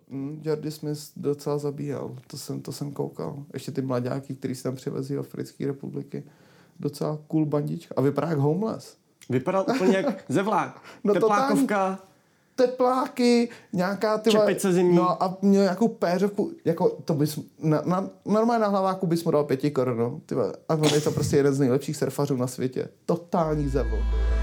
Jordi Smith docela zabíjel, to jsem koukal. Ještě ty mlaďáky, který se tam přivezí do Africké republiky. Docela cool bandička. A vypadá jak homeless. Vypadal úplně jak zevlák. No teplákovka. Tepláky, nějaká čepice zimní. No a měl nějakou péřovku, jako to bys, normálně na hlaváku bys mu dal 5 korun, a on je to prostě jeden z nejlepších surfařů na světě. Totální zevl.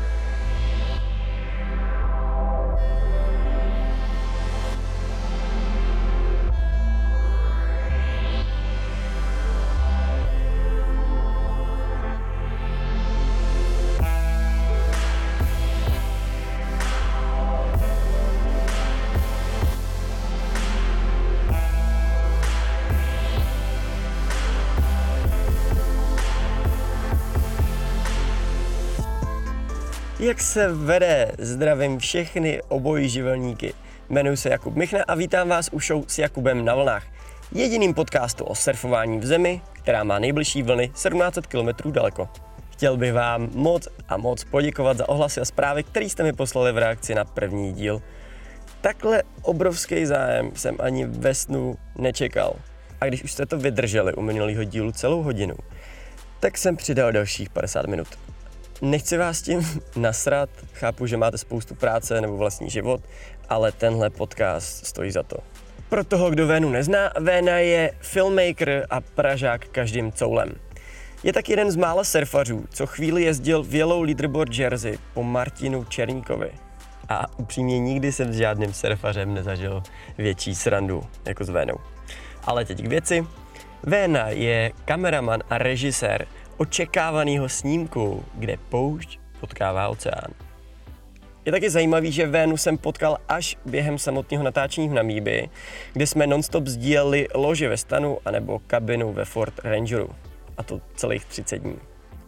Jak se vede? Zdravím všechny obojživelníky. Jmenuji se Jakub Michna a vítám vás u show s Jakubem na vlnách. Jediným podcastu o surfování v zemi, která má nejbližší vlny 1700 km daleko. Chtěl bych vám moc poděkovat za ohlasy a zprávy, které jste mi poslali v reakci na první díl. Takhle obrovský zájem jsem ani ve snu nečekal. A když už jste to vydrželi u minulého dílu celou hodinu, tak jsem přidal dalších 50 minut. Nechci vás tím nasrat, chápu, že máte spoustu práce nebo vlastní život, ale tenhle podcast stojí za to. Pro toho, kdo Vénu nezná, Véna je filmmaker a Pražák každým coulem. Je tak jeden z mála surfařů, co chvíli jezdil v Yellow Leaderboard Jersey po Martinu Černíkovi. A upřímně nikdy jsem s žádným surfařem nezažil větší srandu jako s Vénou. Ale teď k věci. Véna je kameraman a režisér očekávanýho snímku, kde poušť potkává oceán. Je taky zajímavý, že Vénu jsem potkal až během samotného natáčení v Namíbii, kde jsme non-stop sdíleli lože ve stanu anebo kabinu ve Ford Rangeru. A to celých 30 dní.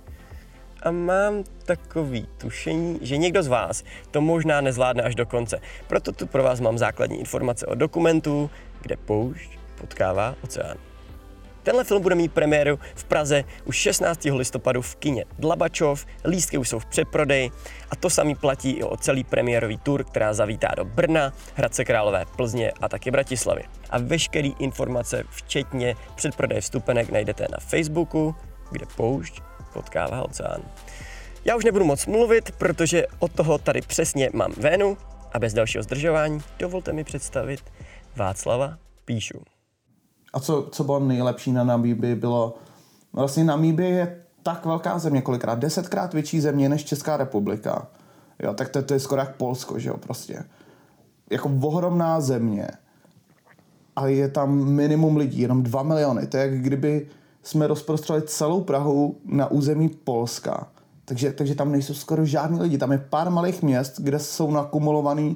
A mám takový tušení, že někdo z vás to možná nezvládne až do konce. Proto tu pro vás mám základní informace o dokumentu, kde poušť potkává oceán. Tenhle film bude mít premiéru v Praze už 16. listopadu v kině Dlabačov, lístky už jsou v předprodeji a to samý platí i o celý premiérový tour, která zavítá do Brna, Hradce Králové, Plzně a taky Bratislavy. A veškeré informace, včetně předprodeje vstupenek, najdete na Facebooku, kde poušť potkává oceán. Já už nebudu moc mluvit, protože od toho tady přesně mám Vénu a bez dalšího zdržování dovolte mi představit Václava Píšu. A co bylo nejlepší na Namíbii bylo, vlastně Namíbie je tak velká země, kolikrát, 10krát větší země než Česká republika. Jo, tak to je skoro jak Polsko, že jo, prostě. Jako ohromná země. A je tam minimum lidí, jenom 2 miliony. To je jak kdyby jsme rozprostřeli celou Prahu na území Polska. Takže tam nejsou skoro žádní lidi. Tam je pár malých měst, kde jsou nakumulovaný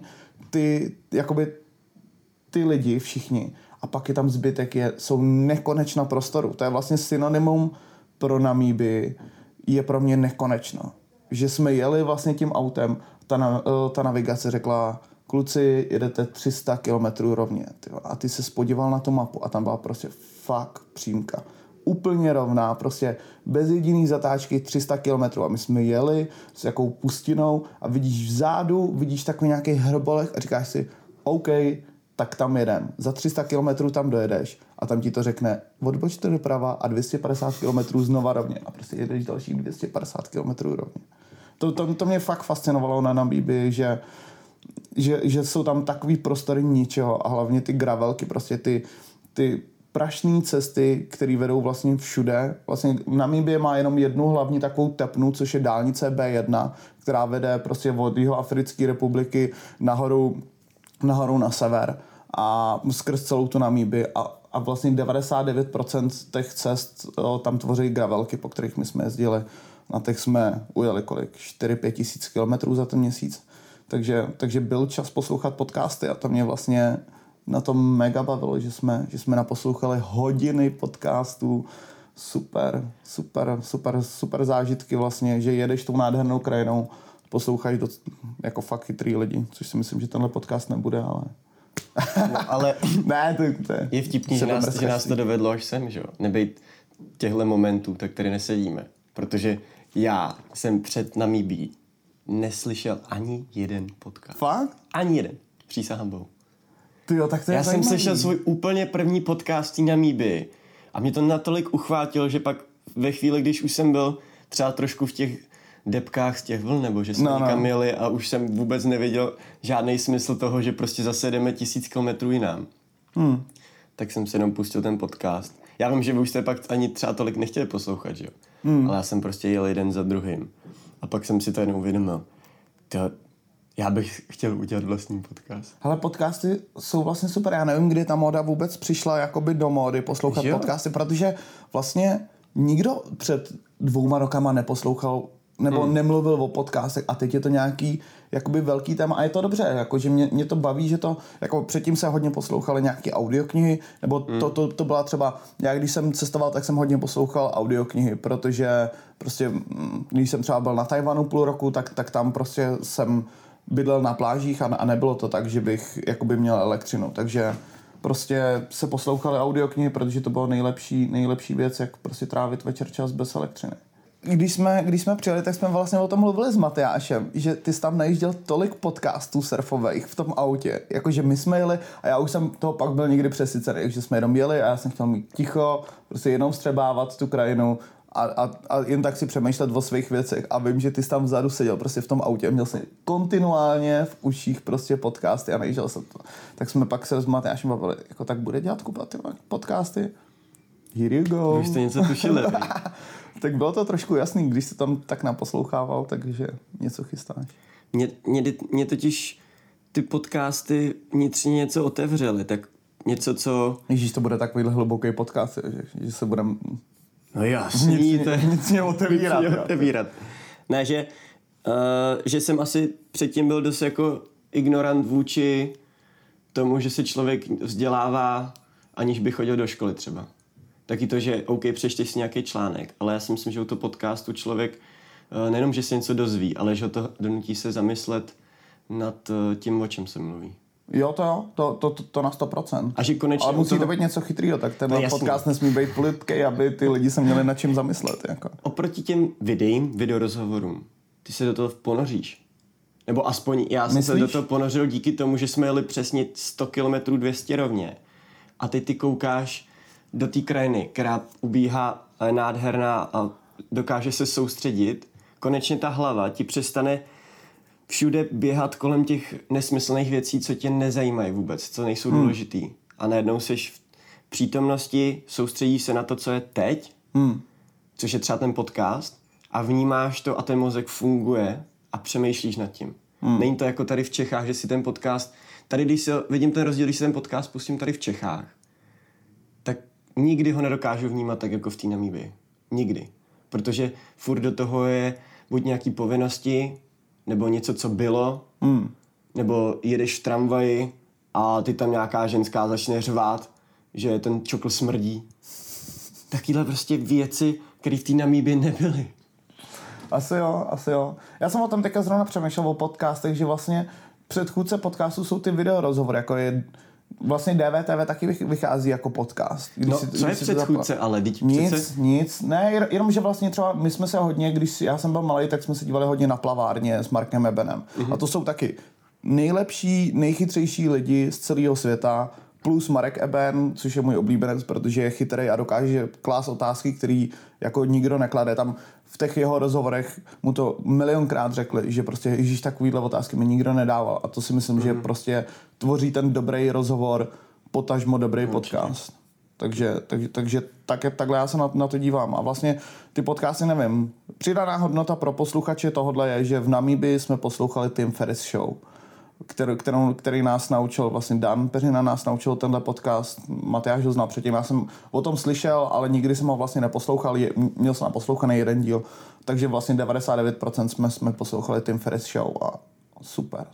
ty lidi všichni. A pak je tam zbytek, jsou nekonečno prostoru. To je vlastně synonymum pro Namíbii, je pro mě nekonečno. Že jsme jeli vlastně tím autem, ta navigace řekla, kluci, jedete 300 kilometrů rovně. A ty se podíval na tu mapu a tam byla prostě fakt přímka. Úplně rovná, prostě bez jediný zatáčky 300 kilometrů. A my jsme jeli s jakou pustinou a vidíš vzadu, vidíš takový nějaký hrbolech a říkáš si, OK, tak tam jedem. Za 300 kilometrů tam dojedeš a tam ti to řekne odbočte doprava a 250 kilometrů znova rovně a prostě jedeš dalších 250 kilometrů rovně. To mě fakt fascinovalo na Namíbii, že jsou tam takový prostory ničeho a hlavně ty gravelky, prostě ty prašné cesty, které vedou vlastně všude. Vlastně Namíbie má jenom jednu hlavní takovou tepnu, což je dálnice B1, která vede prostě od Jihoafrické republiky nahoru na sever a skrz celou tu Namíbii a vlastně 99% těch cest tam tvoří gravelky, po kterých my jsme jezdili. Na těch jsme ujeli 4-5 tisíc kilometrů za ten měsíc. Takže byl čas poslouchat podcasty a to mě vlastně na tom mega bavilo, že jsme naposlouchali hodiny podcastů. Super zážitky vlastně, že jedeš tou nádhernou krajinou, poslouchají jako fakt chytrý lidi, což si myslím, že tenhle podcast nebude, ale... No, ale ne, to je vtipný, že nás to dovedlo až sem, že jo? Nebejt těchto momentů, tak tady nesedíme. Protože já jsem před Namíbií neslyšel ani jeden podcast. Fakt? Ani jeden. Přísahám Bohu. Tyjo, tak to je Já zajímavý. jsem slyšel svůj úplně první podcast na Namíbii a mě to natolik uchvátilo, že pak ve chvíli, když už jsem byl třeba trošku v těch depkách z těch vln, nebo že jsme někam jeli a už jsem vůbec nevěděl žádný smysl toho, že prostě zase jdeme 1000 kilometrů jinam. Tak jsem si jenom pustil ten podcast. Já vím, že vy už jste pak ani třeba tolik nechtěli poslouchat, že jo? Ale já jsem prostě jel jeden za druhým. A pak jsem si to jenom uvědomil. Já bych chtěl udělat vlastní podcast. Hele, podcasty jsou vlastně super. Já nevím, kdy ta móda vůbec přišla jakoby do módy poslouchat podcasty, protože vlastně nikdo před 2 rokama neposlouchal nebo nemluvil o podcastech a teď je to nějaký jakoby velký téma a je to dobře, jakože mě to baví, že to, jako předtím se hodně poslouchaly nějaké audioknihy, nebo to byla třeba, já když jsem cestoval, tak jsem hodně poslouchal audioknihy, protože prostě, když jsem třeba byl na Tajvanu půl roku, tak tam prostě jsem bydlel na plážích a nebylo to tak, že bych jakoby měl elektřinu, takže prostě se poslouchaly audioknihy, protože to bylo nejlepší věc, jak prostě trávit večer čas bez elektřiny. Když jsme přijeli, tak jsme vlastně o tom mluvili s Matyášem, že ty jsi tam najížděl tolik podcastů surfových v tom autě, jakože my jsme jeli a já už jsem toho pak byl někdy přesycený, že jsme jenom jeli a já jsem chtěl mít ticho, prostě jenom vstřebávat tu krajinu a jen tak si přemýšlet o svých věcech a vím, že ty jsi tam vzadu seděl prostě v tom autě a měl jsi kontinuálně v uších prostě podcasty a najížděl jsem to. Tak jsme pak se s Matyášem bavili, jako tak bude dělat Kuba ty podcasty? Here you go. Vy jste něco tušili. Tak bylo to trošku jasný, když se tam tak naposlouchával, takže něco chystáš. Mě totiž ty podcasty vnitřně něco otevřely, tak něco, co... Ježíš, to bude takovýhle hluboký podcast, že se budeme... No jasný, vnitřně otevírat. Ne, že jsem asi předtím byl dost jako ignorant vůči tomu, že se člověk vzdělává, aniž by chodil do školy třeba. Taky to, že OK, přečteš si nějaký článek, ale já si myslím, že u toho podcastu člověk nejenom, že se něco dozví, ale že to donutí se zamyslet nad tím, o čem se mluví. Jo, to na 100%. A že konečně ale musí to být něco chytrýho, tak ten podcast nesmí být politkej, aby ty lidi se měli nad čím zamyslet. Jako. Oproti těm videorozhovorům, ty se do toho ponoříš. Nebo aspoň já jsem se do toho ponořil díky tomu, že jsme jeli přesně 100 km 200 rovně. A teď ty koukáš do té krajiny, která ubíhá, je nádherná a dokáže se soustředit. Konečně ta hlava ti přestane všude běhat kolem těch nesmyslných věcí, co tě nezajímají vůbec, co nejsou důležitý. A najednou seš v přítomnosti, soustředíš se na to, co je teď, což je třeba ten podcast, a vnímáš to a ten mozek funguje a přemýšlíš nad tím. Není to jako tady v Čechách, že si ten podcast, tady když vidím ten rozdíl, když si ten podcast pustím tady v Čechách, tak nikdy ho nedokážu vnímat tak jako v té Namíbii. Nikdy. Protože furt do toho je buď nějaký povinnosti, nebo něco, co bylo, nebo jedeš v tramvaji a ty tam nějaká ženská začne řvát, že ten čokl smrdí. Takýhle prostě věci, které v té Namíbii nebyly. Asi jo. Já jsem o tom teďka zrovna přemýšlel o podcastech, že vlastně předchůdce podcastu jsou ty videorozhovory, jako je vlastně DVTV taky vychází jako podcast. Co je předchůdce, ale Nic. Ne, jenom, že vlastně třeba my jsme se hodně, když já jsem byl malý, tak jsme se dívali hodně na Plavárně s Markem Ebenem. A to jsou taky nejlepší, nejchytřejší lidi z celého světa, plus Marek Eben, což je můj oblíbenec, protože je chytrý a dokáže klást otázky, které jako nikdo neklade. Tam v těch jeho rozhovorech mu to milionkrát řekli, že prostě ježíš, takovýhle otázky mi nikdo nedával. A to si myslím, že prostě tvoří ten dobrý rozhovor, potažmo dobrý podcast. Takže takhle já se na to dívám. A vlastně ty podcasty, nevím, přidaná hodnota pro posluchače tohodle je, že v Namíbii jsme poslouchali Tim Ferriss Show, který nás naučil, vlastně Dan Peřina nás naučil tenhle podcast, Matyáš ho znal předtím, já jsem o tom slyšel, ale nikdy jsem ho vlastně neposlouchal, měl jsem naposlouchaný jeden díl, takže vlastně 99% jsme poslouchali Tim Ferriss Show a super.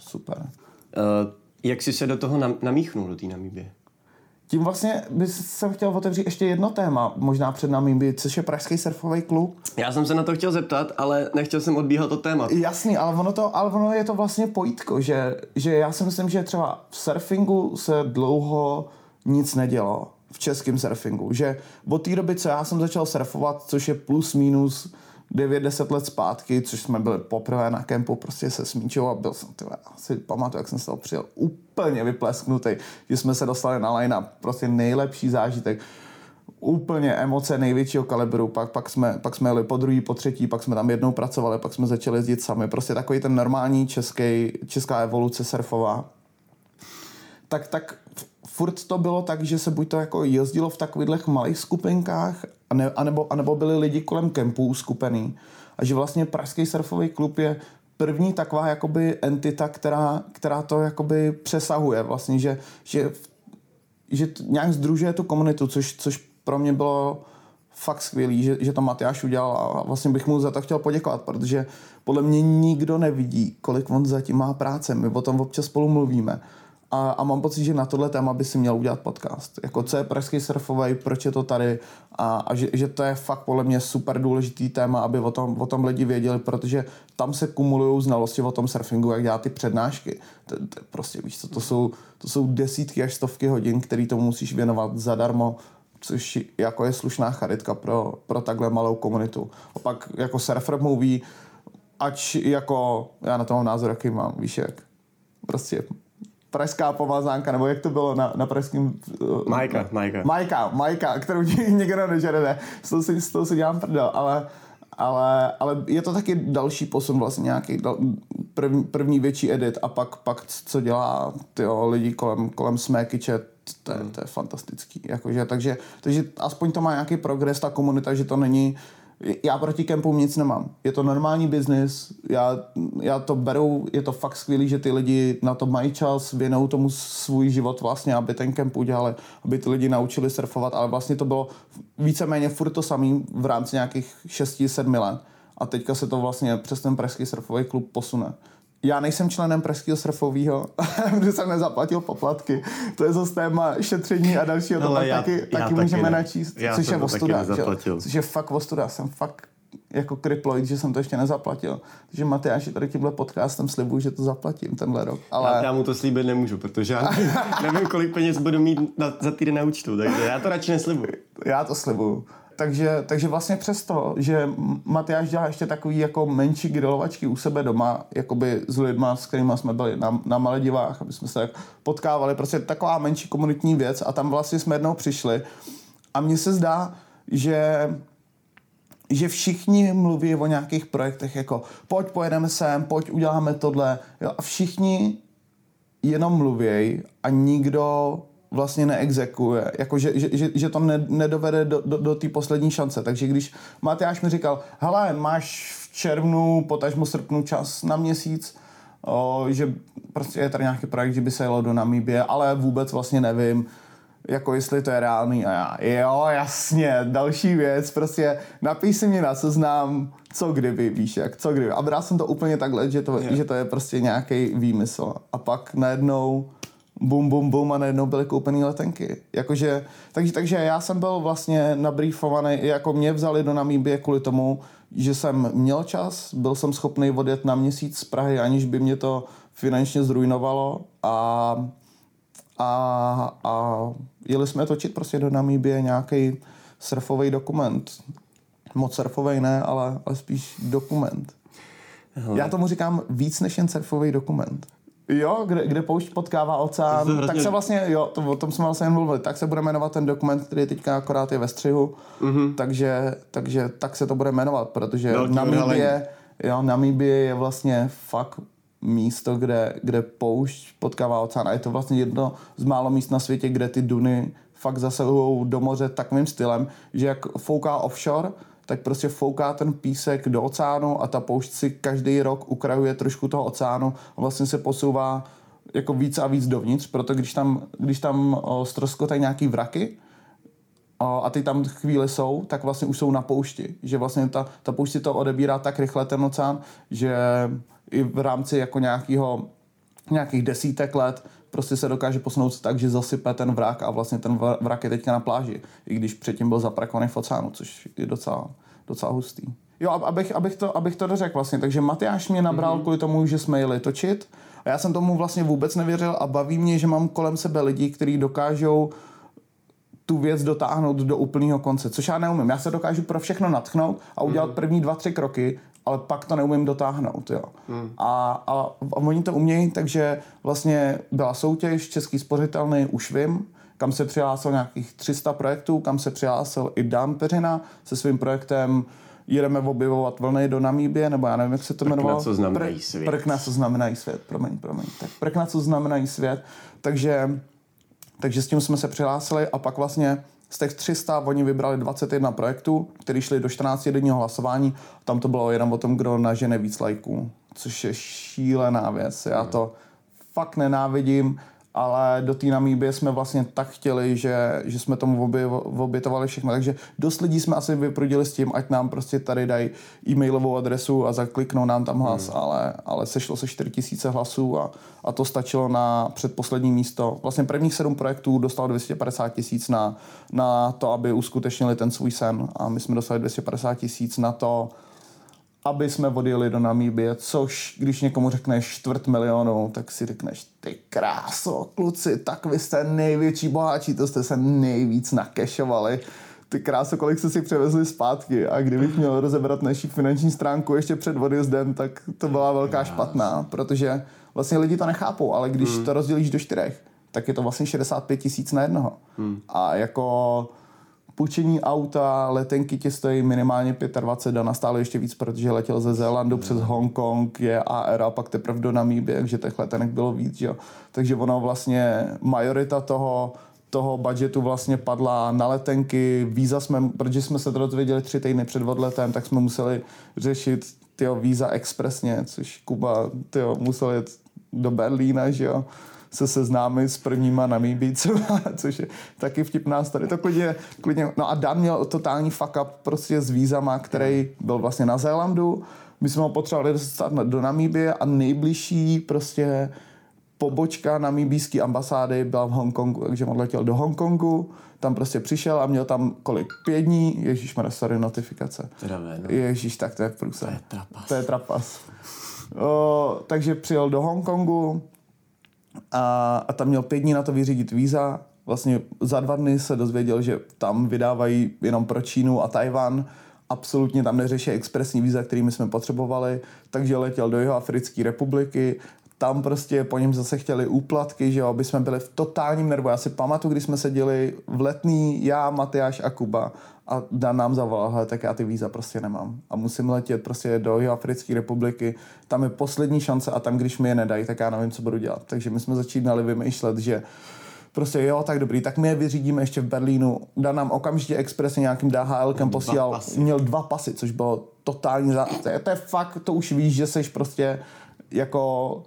Jak jsi se do toho namíchnul, do té Namíbie? Tím vlastně jsem chtěl otevřít ještě jedno téma, možná před námi, což je Pražský surfový klub. Já jsem se na to chtěl zeptat, ale nechtěl jsem odbíhat od tématu. Jasný, ale ono je to vlastně pojítko, že já si myslím, že třeba v surfingu se dlouho nic nedělo, v českém surfingu, že od té doby, co já jsem začal surfovat, což je plus minus 9-10 let zpátky, což jsme byli poprvé na kempu prostě se Smíčou a byl jsem, si pamatuju, jak jsem se toho přijel úplně vyplesknutý, že jsme se dostali na line-up, prostě nejlepší zážitek, úplně emoce největšího kalibru, pak jsme jeli po druhý, po třetí, pak jsme tam jednou pracovali, pak jsme začali jezdit sami, prostě takový ten normální česká evoluce surfová. Tak furt to bylo tak, že se buď to jako jezdilo v takových malých skupinkách, anebo byli lidi kolem kempů skupený. A že vlastně Pražský surfový klub je první taková jakoby entita, která to jakoby přesahuje vlastně, že nějak sdružuje tu komunitu, což pro mě bylo fakt skvělý, že to Matyáš udělal a vlastně bych mu za to chtěl poděkovat, protože podle mě nikdo nevidí, kolik on zatím má práce. My o tom občas spolu mluvíme. A mám pocit, že na tohle téma by si měl udělat podcast. Jako co je Pražský surfový, proč je to tady a že to je fakt podle mě super důležitý téma, aby o tom lidi věděli, protože tam se kumulují znalosti o tom surfingu, jak dělat ty přednášky. To prostě víš co, to jsou desítky až stovky hodin, který tomu musíš věnovat zadarmo, což jako je slušná charitka pro takhle malou komunitu. A pak jako surfer movie, ač jako, já na to mám názor, jaký mám, víš jak, prostě pražská pomazánka, nebo jak to bylo na pražským... Majka, kterou nikdo nežere, z toho si dělám prdel, ale je to taky další posun, vlastně nějaký první větší edit a pak co dělá lidi kolem Smékyče, to je fantastický. Jakože, takže aspoň to má nějaký progres, ta komunita, že to není... Já proti kempům nic nemám. Je to normální biznis, já to beru, je to fakt skvělý, že ty lidi na to mají čas, věnou tomu svůj život vlastně, aby ten kemp udělali, aby ty lidi naučili surfovat, ale vlastně to bylo víceméně furt to samý v rámci nějakých 6-7 let. A teďka se to vlastně přes ten Pražský surfový klub posune. Já nejsem členem Pražského surfového, protože jsem nezaplatil poplatky. To je zase téma šetření a dalšího, to taky můžeme načíst, což je ostuda. Což je fakt ostuda. Jsem fakt jako kriploid, že jsem to ještě nezaplatil. Takže Matyáši tady tímhle podcastem slibuju, že to zaplatím tenhle rok. Ale... Já mu to slíbit nemůžu, protože já nevím, kolik peněz budu mít za týden na účtu, takže já to radši neslibuju. Já to slibuju. Takže vlastně přesto, že Matyáš dělá ještě takový jako menší grilovačky u sebe doma, jakoby s lidma, s kterými jsme byli na Maledivách, aby jsme se potkávali, prostě taková menší komunitní věc a tam vlastně jsme jednou přišli a mně se zdá, že všichni mluví o nějakých projektech jako pojď pojedeme sem, pojď uděláme tohle, jo, a všichni jenom mluvěj a nikdo vlastně neexekuje, jako že to nedovede do té poslední šance. Takže když Matyáš mi říkal, hele, máš v červnu, potažmo srpnu čas na měsíc, že prostě je tady nějaký projekt, že by se jelo do Namíbie, ale vůbec vlastně nevím, jako jestli to je reálný a já, jo, jasně, další věc, prostě napiš si mě na seznam, co kdyby, víš jak, co kdyby. A bral jsem to úplně takhle, že to je prostě nějaký výmysl. A pak najednou bum a najednou byly koupený letenky. Jakože, takže já jsem byl vlastně nabriefovaný, jako mě vzali do Namíbie kvůli tomu, že jsem měl čas, byl jsem schopný odjet na měsíc z Prahy, aniž by mě to finančně zrujnovalo a jeli jsme točit prostě do Namíbie nějaký surfový dokument. Moc surfovej ne, ale spíš dokument. Já tomu říkám víc než jen surfový dokument. Jo, kde poušť potkává oceán, tak se vlastně, jo, o tom jsme vlastně mluvili, tak se bude jmenovat ten dokument, který teďka akorát je ve střihu, takže tak se to bude jmenovat, protože Namíbie je vlastně fakt místo, kde poušť potkává oceán a je to vlastně jedno z málo míst na světě, kde ty duny fakt zasahují do moře takovým stylem, že jak fouká offshore, tak prostě fouká ten písek do oceánu a ta poušť si každý rok ukrajuje trošku toho oceánu a vlastně se posouvá jako víc a víc dovnitř, proto když tam ztroskotají nějaký vraky a ty tam chvíli jsou, tak vlastně už jsou na poušti, že vlastně ta poušť si to odebírá tak rychle ten oceán, že i v rámci jako nějakých desítek let prostě se dokáže posunout tak, že zasype ten vrak a vlastně ten vrak je teďka na pláži, i když předtím byl zaprakovaný v oceánu, což je docela hustý. Jo, abych to dořekl vlastně, takže Matyáš mě nabral kvůli tomu, že jsme jeli točit a já jsem tomu vlastně vůbec nevěřil a baví mě, že mám kolem sebe lidi, kteří dokážou tu věc dotáhnout do úplného konce, což já neumím. Já se dokážu pro všechno natchnout a udělat první 2-3 kroky, ale pak to neumím dotáhnout, jo. A oni to umějí, takže vlastně byla soutěž Český spořitelny, už vím, kam se přihlásil nějakých 300 projektů, kam se přihlásil i Dan Peřina se svým projektem Jedeme objevovat vlny do Namíbie, nebo já nevím, jak se to jmenovalo. Prk na co znamenají svět. Prk na co znamenají svět, promiň. Tak Prk na co znamenají svět, takže s tím jsme se přihlásili a pak vlastně z těch 300 oni vybrali 21 projektů, který šli do 14denního hlasování. Tam to bylo jenom o tom, kdo nažene víc lajků, což je šílená věc. Já to fakt nenávidím, ale do té Namíbie jsme vlastně tak chtěli, že jsme tomu obětovali všechno. Takže dost lidí jsme asi vyprudili s tím, ať nám prostě tady dají e-mailovou adresu a zakliknou nám tam hlas, ale sešlo se 4000 hlasů a to stačilo na předposlední místo. Vlastně prvních 7 projektů dostalo 250 000 na to, aby uskutečnili ten svůj sen a my jsme dostali 250 000 na to, aby jsme odjeli do Namíbie, což když někomu řekneš 250 000, tak si řekneš, ty kráso, kluci, tak vy jste největší boháči, to jste se nejvíc nakešovali. Ty kráso, kolik jste si převezli zpátky a kdybych měl rozebrat naši finanční stránku ještě před odjezdem, tak to byla velká špatná, protože vlastně lidi to nechápou, ale když to rozdělíš do 4, tak je to vlastně 65 000 na jednoho. A jako půjčení auta, letenky tě stojí minimálně 25 a stále ještě víc, protože letěl ze Zélandu přes Hongkong, je AR a pak teprve do Namíbie, takže těch letenek bylo víc, jo. Takže ono vlastně majorita toho budgetu vlastně padla na letenky, víza protože jsme se to dozvěděli 3 týdny před odletem, tak jsme museli řešit víza expresně, což Kuba musel jet do Berlína, že jo, se seznámit s prvníma Namíbícema, což je taky vtipná story. To klidně. No a Dan měl totální fuck up prostě s vízama, který byl vlastně na Zélandu. My jsme ho potřebovali dostat do Namíbie a nejbližší prostě pobočka namíbijské ambasády byla v Hongkongu, takže on letěl do Hongkongu, tam prostě přišel a měl tam 5 dní, ježišmarja, sorry, notifikace. Ježíš, tak to je průser. To je trapas. Takže přijel do Hongkongu, a tam měl 5 dní na to vyřídit víza. Vlastně za 2 dny se dozvěděl, že tam vydávají jenom pro Čínu a Tajvan. Absolutně tam neřeší expresní víza, kterými jsme potřebovali. Takže letěl do Jihoafrické republiky. Tam prostě po něm zase chtěli úplatky, že jo, aby jsme byli v totálním nervu. Já si pamatuju, když jsme seděli v Letný, já, Matyáš a Kuba a Dan nám zavolal, hele, tak já ty víza prostě nemám a musím letět prostě do Jihoafrické republiky. Tam je poslední šance a tam, když mi je nedají, tak já nevím, co budu dělat. Takže my jsme začínali vymýšlet, že prostě jo, tak dobrý, tak my je vyřídíme ještě v Berlínu. Dan nám okamžitě expresně nějakým DHL-kem posílal, měl 2 pasy, což bylo totální, to je fakt, to už víš, že seš prostě jako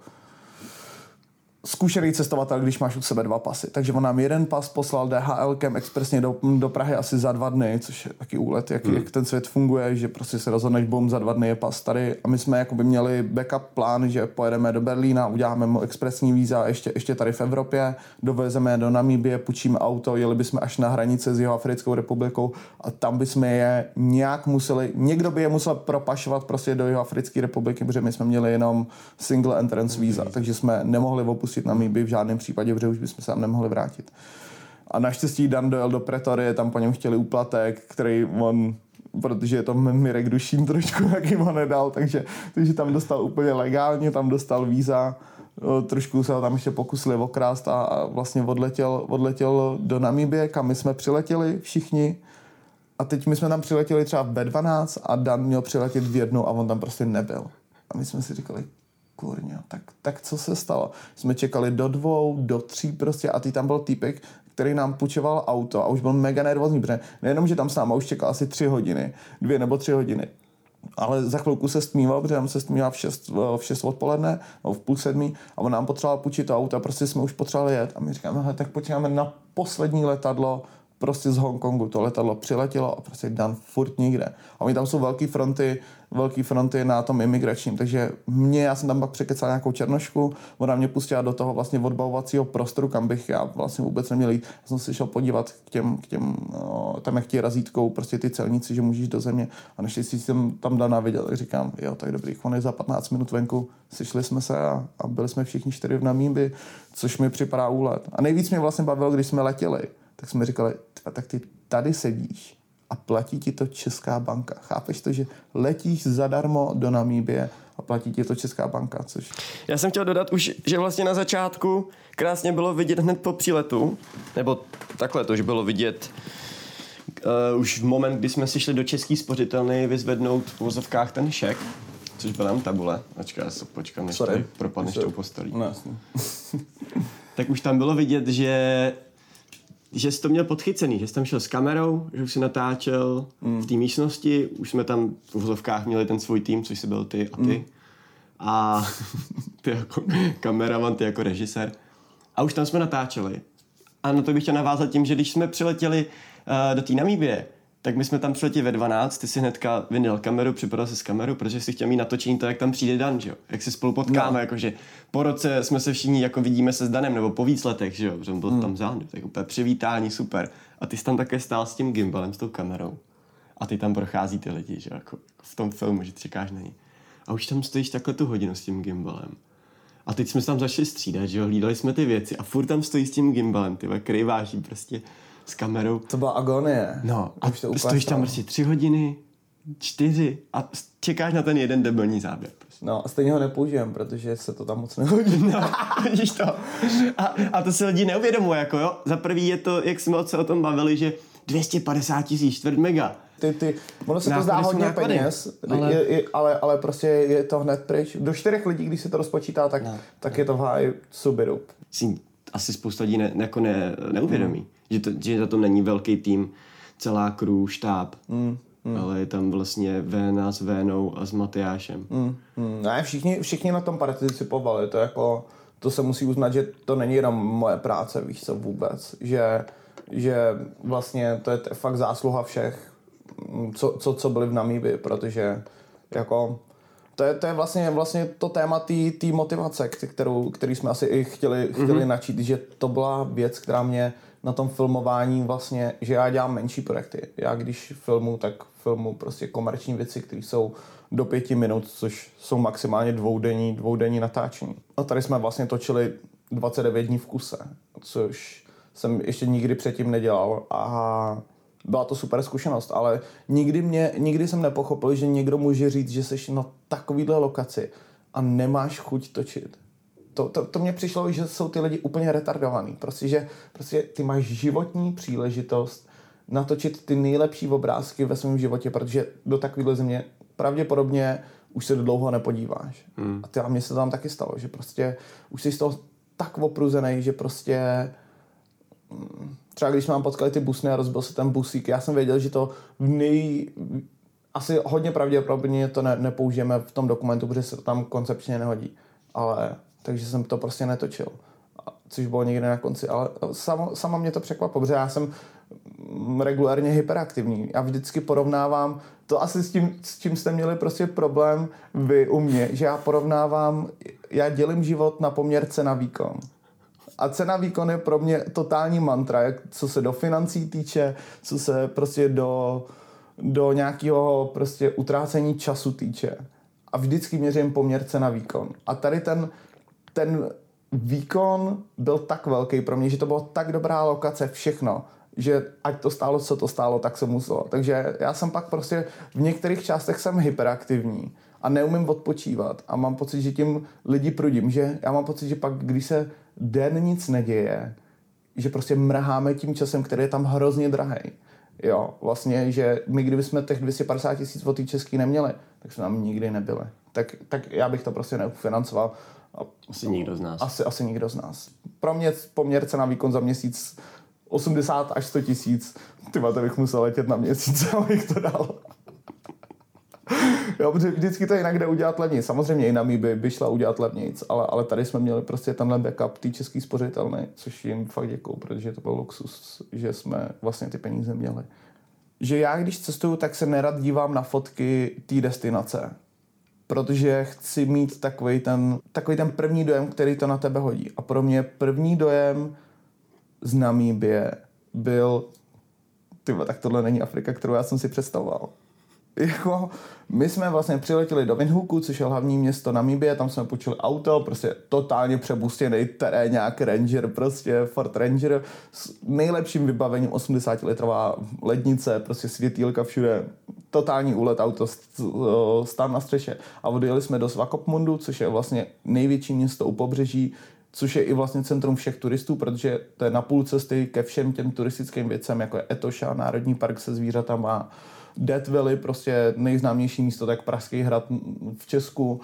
zkušený cestovatel, když máš u sebe 2 pasy. Takže on nám 1 pas poslal DHL-kem expresně do Prahy asi za 2 dny, což je taky úlet, jak ten svět funguje, že prostě se rozhodneš, bum, za 2 dny je pas tady. A my jsme jakoby měli backup plán, že pojedeme do Berlína, uděláme mu expresní víza ještě tady v Evropě, dovezeme do Namíbie, půjčíme auto, jeli bychom až na hranice s Jihoafrickou republikou a tam bychom je nějak museli, někdo by je musel propašovat prostě do Jihoafrické republiky, protože my jsme měli jenom single entrance víza, takže jsme nemohli opustit Namíbii v žádném případě, protože už bychom se tam nemohli vrátit. A naštěstí Dan dojel do Pretorie, tam po něm chtěli úplatek, který on, protože je to Mirek Dušín trošku, jak jim ho nedal, takže tam dostal úplně legálně, tam dostal víza, trošku se ho tam ještě pokusili okrást a vlastně odletěl do Namíbie, kam my jsme přiletěli všichni. A teď my jsme tam přiletěli třeba ve 12 a Dan měl přiletět v 1 a on tam prostě nebyl. A my jsme si říkali, kurňo, tak co se stalo? Jsme čekali do 2, do 3 prostě a tam byl týpek, který nám půjčoval auto a už byl mega nervózní, protože nejenom, že tam s náma už čekal asi 3 hodiny, 2 nebo 3 hodiny, ale za chvilku se stmíval, protože tam se stmívá v 6 odpoledne, nebo v 6:30 a on nám potřeboval půjčit to auto a prostě jsme už potřebovali jet a my říkáme, hele, tak počkáme na poslední letadlo prostě z Hongkongu. To letadlo přiletělo a prostě Dan furt nikde. A oni tam jsou velký fronty na tom imigračním, takže já jsem tam pak překecal nějakou černošku, ona mě pustila do toho vlastně odbavovacího prostoru, kam bych já vlastně vůbec neměl jít. Já jsem se šel podívat k těm tam jak ti razítkou prostě ty celníci, že můžeš do země a naštěstí jsem tam Dana viděl, tak říkám, jo, tak dobrý, on je za 15 minut venku, sešli jsme se a byli jsme všichni 4 v Namíbii, což mi připadá úlet. A nejvíc mě vlastně bavilo, když jsme letěli. tak jsme říkali, tak ty tady sedíš a platí ti to Česká banka. Chápeš to, že letíš zadarmo do Namíbie a platí ti to Česká banka, což... Já jsem chtěl dodat už, že vlastně na začátku krásně bylo vidět hned po příletu, nebo takhle to, že bylo vidět už v moment, kdy jsme si šli do České spořitelny vyzvednout v uvozovkách ten šek, což byla tam tabule. Počkej, já se počkám, než tady propadneš tou postelí. No jasně. Tak už tam bylo vidět, že jsi to měl podchycený, že jsi tam šel s kamerou, že už si natáčel v té místnosti, už jsme tam v uvozovkách měli ten svůj tým, což jsi byl ty a ty. A ty jako kameraman, ty jako režisér. A už tam jsme natáčeli. A na to bych chtěl navázat tím, že když jsme přiletěli do té Namíbie, tak my jsme tam přiletěli ve 12, ty si hnedka vyndal kameru, připadal si s kamerou, protože si chtěl mít natočení to, jak tam přijde Dan, že jo? Jak se spolu potkáme, jakože po roce jsme se všichni jako vidíme se s Danem, nebo po víc letech, že jo? Protože on byl tam zájem, tak úplně přivítání, super. A ty jsi tam také stál s tím gimbalem, s tou kamerou. A ty tam prochází ty lidi, že jo? Jako v tom filmu, že čekáš na ně. A už tam stojíš takhle tu hodinu s tím gimbalem. A teď jsme se tam začali střídat, že jo? Hlídali jsme ty věci a furt tam stojí s tím gimbalem, ty který váží prostě s kamerou. To byla agonie. No a stojíš tam prostě 3 hodiny, 4 a čekáš na ten jeden debilní záběr. Prostě. No a stejně ho nepoužijem, protože se to tam moc nehodí. No, vidíš to. A to se lidi neuvědomuje, jako jo. Za prvý je to, jak jsme se o tom bavili, že 250 000, čtvrt mega. Ono se to zdá hodně peněz, ale prostě je to hned pryč. Do 4 lidí, když se to rozpočítá, tak je to v háji subirup. Asi spousta lidí neuvědomí, že za to není velký tým, celá crew, štáb, ale je tam vlastně Véna s Vénou a s Matyášem. Ne, všichni na tom participovali, to se musí uznat, že to není jenom moje práce, víš co, vůbec, že vlastně to je fakt zásluha všech, co byli v Namíbii, protože jako to je vlastně to téma té motivace, který jsme asi i chtěli načít, že to byla věc, která mě na tom filmování vlastně, že já dělám menší projekty. Já když filmu, tak filmu prostě komerční věci, které jsou do 5 minut, což jsou maximálně dvoudenní natáčení. A tady jsme vlastně točili 29 dní v kuse, což jsem ještě nikdy předtím nedělal a byla to super zkušenost, ale nikdy jsem nepochopil, že někdo může říct, že jsi na takovýhle lokaci a nemáš chuť točit. To mně přišlo, že jsou ty lidi úplně retardovaný. Prostě ty máš životní příležitost natočit ty nejlepší obrázky ve svém životě, protože do takovéhle země pravděpodobně už se dlouho nepodíváš. A mně se tam taky stalo, že prostě už jsi z toho tak opruzený, že prostě třeba když jsme tam potkali ty busny a rozbil se ten busík, já jsem věděl, že to asi hodně pravděpodobně to nepoužijeme v tom dokumentu, protože se to tam koncepčně nehodí. Takže jsem to prostě netočil. Což bylo někde na konci, ale sama mě to překvapilo, protože já jsem regulárně hyperaktivní. Já vždycky porovnávám, to asi s čím jste měli prostě problém vy u mě, že já dělím život na poměr cena-výkon. A cena-výkon je pro mě totální mantra, co se do financí týče, co se prostě do nějakého prostě utrácení času týče. A vždycky měřím poměr cena-výkon. A tady ten výkon byl tak velký pro mě, že to bylo tak dobrá lokace, všechno, že ať to stálo, co to stálo, tak se muselo. Takže já jsem pak prostě v některých částech jsem hyperaktivní a neumím odpočívat a mám pocit, že tím lidi prudím, že já mám pocit, že pak, když se den nic neděje, že prostě mrháme tím časem, který je tam hrozně drahej. Jo, vlastně, že my kdybychom těch 250 000 od té český neměli, tak jsme tam nikdy nebyli. Tak já bych to prostě neufinancoval. Asi nikdo z nás. Asi nikdo z nás. Pro mě poměr cena výkon za měsíc 80 až 100 tisíc. Tyba, to bych musel letět na měsíc, abych to dal. Jo, protože vždycky to jinak jde udělat levněji. Samozřejmě i Namíbie by šla udělat levnějc, ale tady jsme měli prostě tenhle backup té české spořitelny, což jim fakt děkuju, protože to byl luxus, že jsme vlastně ty peníze měli. Že já, když cestuju, tak se nerad dívám na fotky té destinace, protože chci mít takový ten první dojem, který to na tebe hodí. A pro mě první dojem z Namíbie byl, tak tohle není Afrika, kterou já jsem si představoval. Jako, my jsme vlastně přiletěli do Windhoeku, což je hlavní město Namibie, tam jsme půjčili auto, prostě totálně přebustěný terénňák Ranger, prostě Ford Ranger s nejlepším vybavením, 80-litrová lednice, prostě světýlka všude, totální úlet, auto stál na střeše a odjeli jsme do Swakopmundu, což je vlastně největší město u pobřeží, což je i vlastně centrum všech turistů, protože to je na půl cesty ke všem těm turistickým věcem, jako je Etosha, národní park se zvířatama, Death Valley, prostě nejznámější místo, tak Pražský hrad v Česku.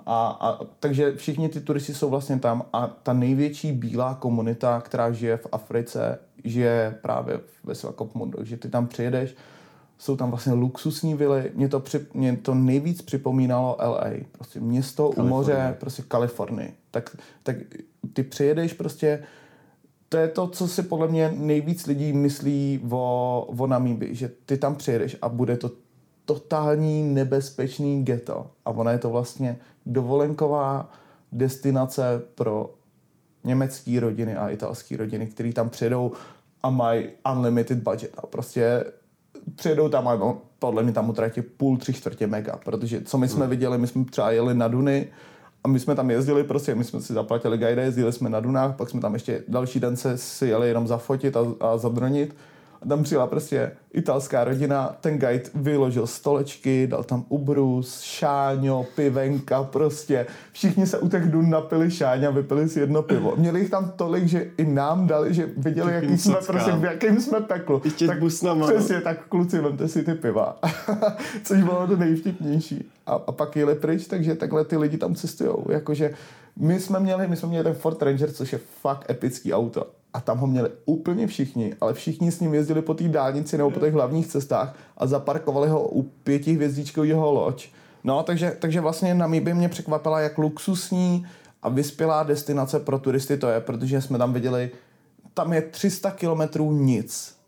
Takže všichni ty turisti jsou vlastně tam a ta největší bílá komunita, která žije v Africe, žije právě ve Swakopmundu. Takže ty tam přijedeš, jsou tam vlastně luxusní vily, mě to nejvíc připomínalo LA, prostě město u moře, prostě Kalifornii. Tak ty přijedeš prostě, to je to, co si podle mě nejvíc lidí myslí o Namibii, že ty tam přijedeš a bude to totální nebezpečný ghetto. A ona je to vlastně dovolenková destinace pro německé rodiny a italské rodiny, které tam přijedou a mají unlimited budget. A prostě přijedou tam a podle mě tam utratí 3/4 mega, protože co my jsme viděli, my jsme třeba jeli na Duny a my jsme tam jezdili, prostě my jsme si zaplatili guide, jezdili jsme na Dunách, pak jsme tam ještě další den si jeli jenom zafotit a zadronit. A tam přijela prostě italská rodina, ten guide vyložil stolečky, dal tam ubrus, šáňo, pivenka, prostě. Všichni se u těch dun napili šáňa, vypili si jedno pivo. Měli jich tam tolik, že i nám dali, že viděli, jaký jsme, prostě, v jakém jsme peklu. Tak busnama, přesně, tak kluci, vemte si ty piva. Což bylo to nejvtipnější. A pak jeli pryč, takže takhle ty lidi tam cestujou. Jakože my jsme měli ten Ford Ranger, což je fakt epický auto. A tam ho měli úplně všichni, ale všichni s ním jezdili po té dálnici nebo po těch hlavních cestách a zaparkovali ho u 5hvězdičkového loď. No, takže vlastně Namibie mě překvapila, jak luxusní a vyspělá destinace pro turisty to je, protože jsme tam viděli, tam je 300 kilometrů nic.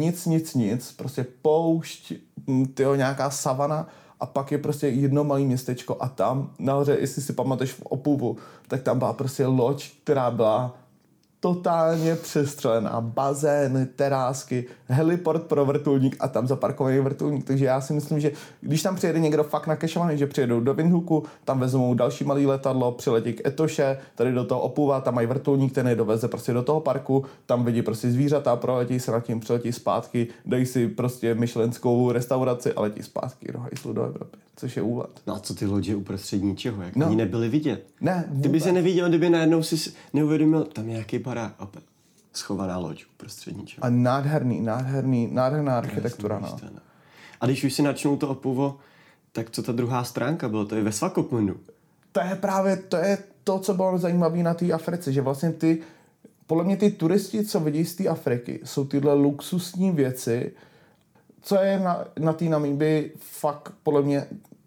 Nic, prostě poušť, nějaká savana a pak je prostě jedno malé městečko a tam nahoře, jestli si pamatuješ v Opuvu, tak tam byla prostě loď, která byla totálně přestřelená, bazény, terásky, heliport pro vrtulník a tam zaparkovaný vrtulník. Takže já si myslím, že když tam přijede někdo fakt nakešovaný, že přijedou do Windhoeku, tam vezmou další malý letadlo, přiletí k Etoshe, tady do toho Opuva, tam mají vrtulník, ten je doveze prostě do toho parku, tam vidí prostě zvířata, proletí se nad tím, přiletí zpátky, dají si prostě michelenskou restauraci a letí zpátky do hajslu do Evropy, což je úlet. No a co ty lodě uprostřed ničeho, jak ani nebyly vidět? Ne, ty by se neviděl, kdyby najednou si neuvědomil, tam je nějaký barák, schovaná loď uprostřed ničeho. A nádherná architektura. No. A když už si načnou to Opuvo, tak co ta druhá stránka bylo? To je ve Swakopmundu. To je to, co bylo zajímavé na té Africe, že vlastně podle mě ty turisti, co vidí z té Afriky, jsou tyhle luxusní věci, co je na té Namibii fakt podle mě,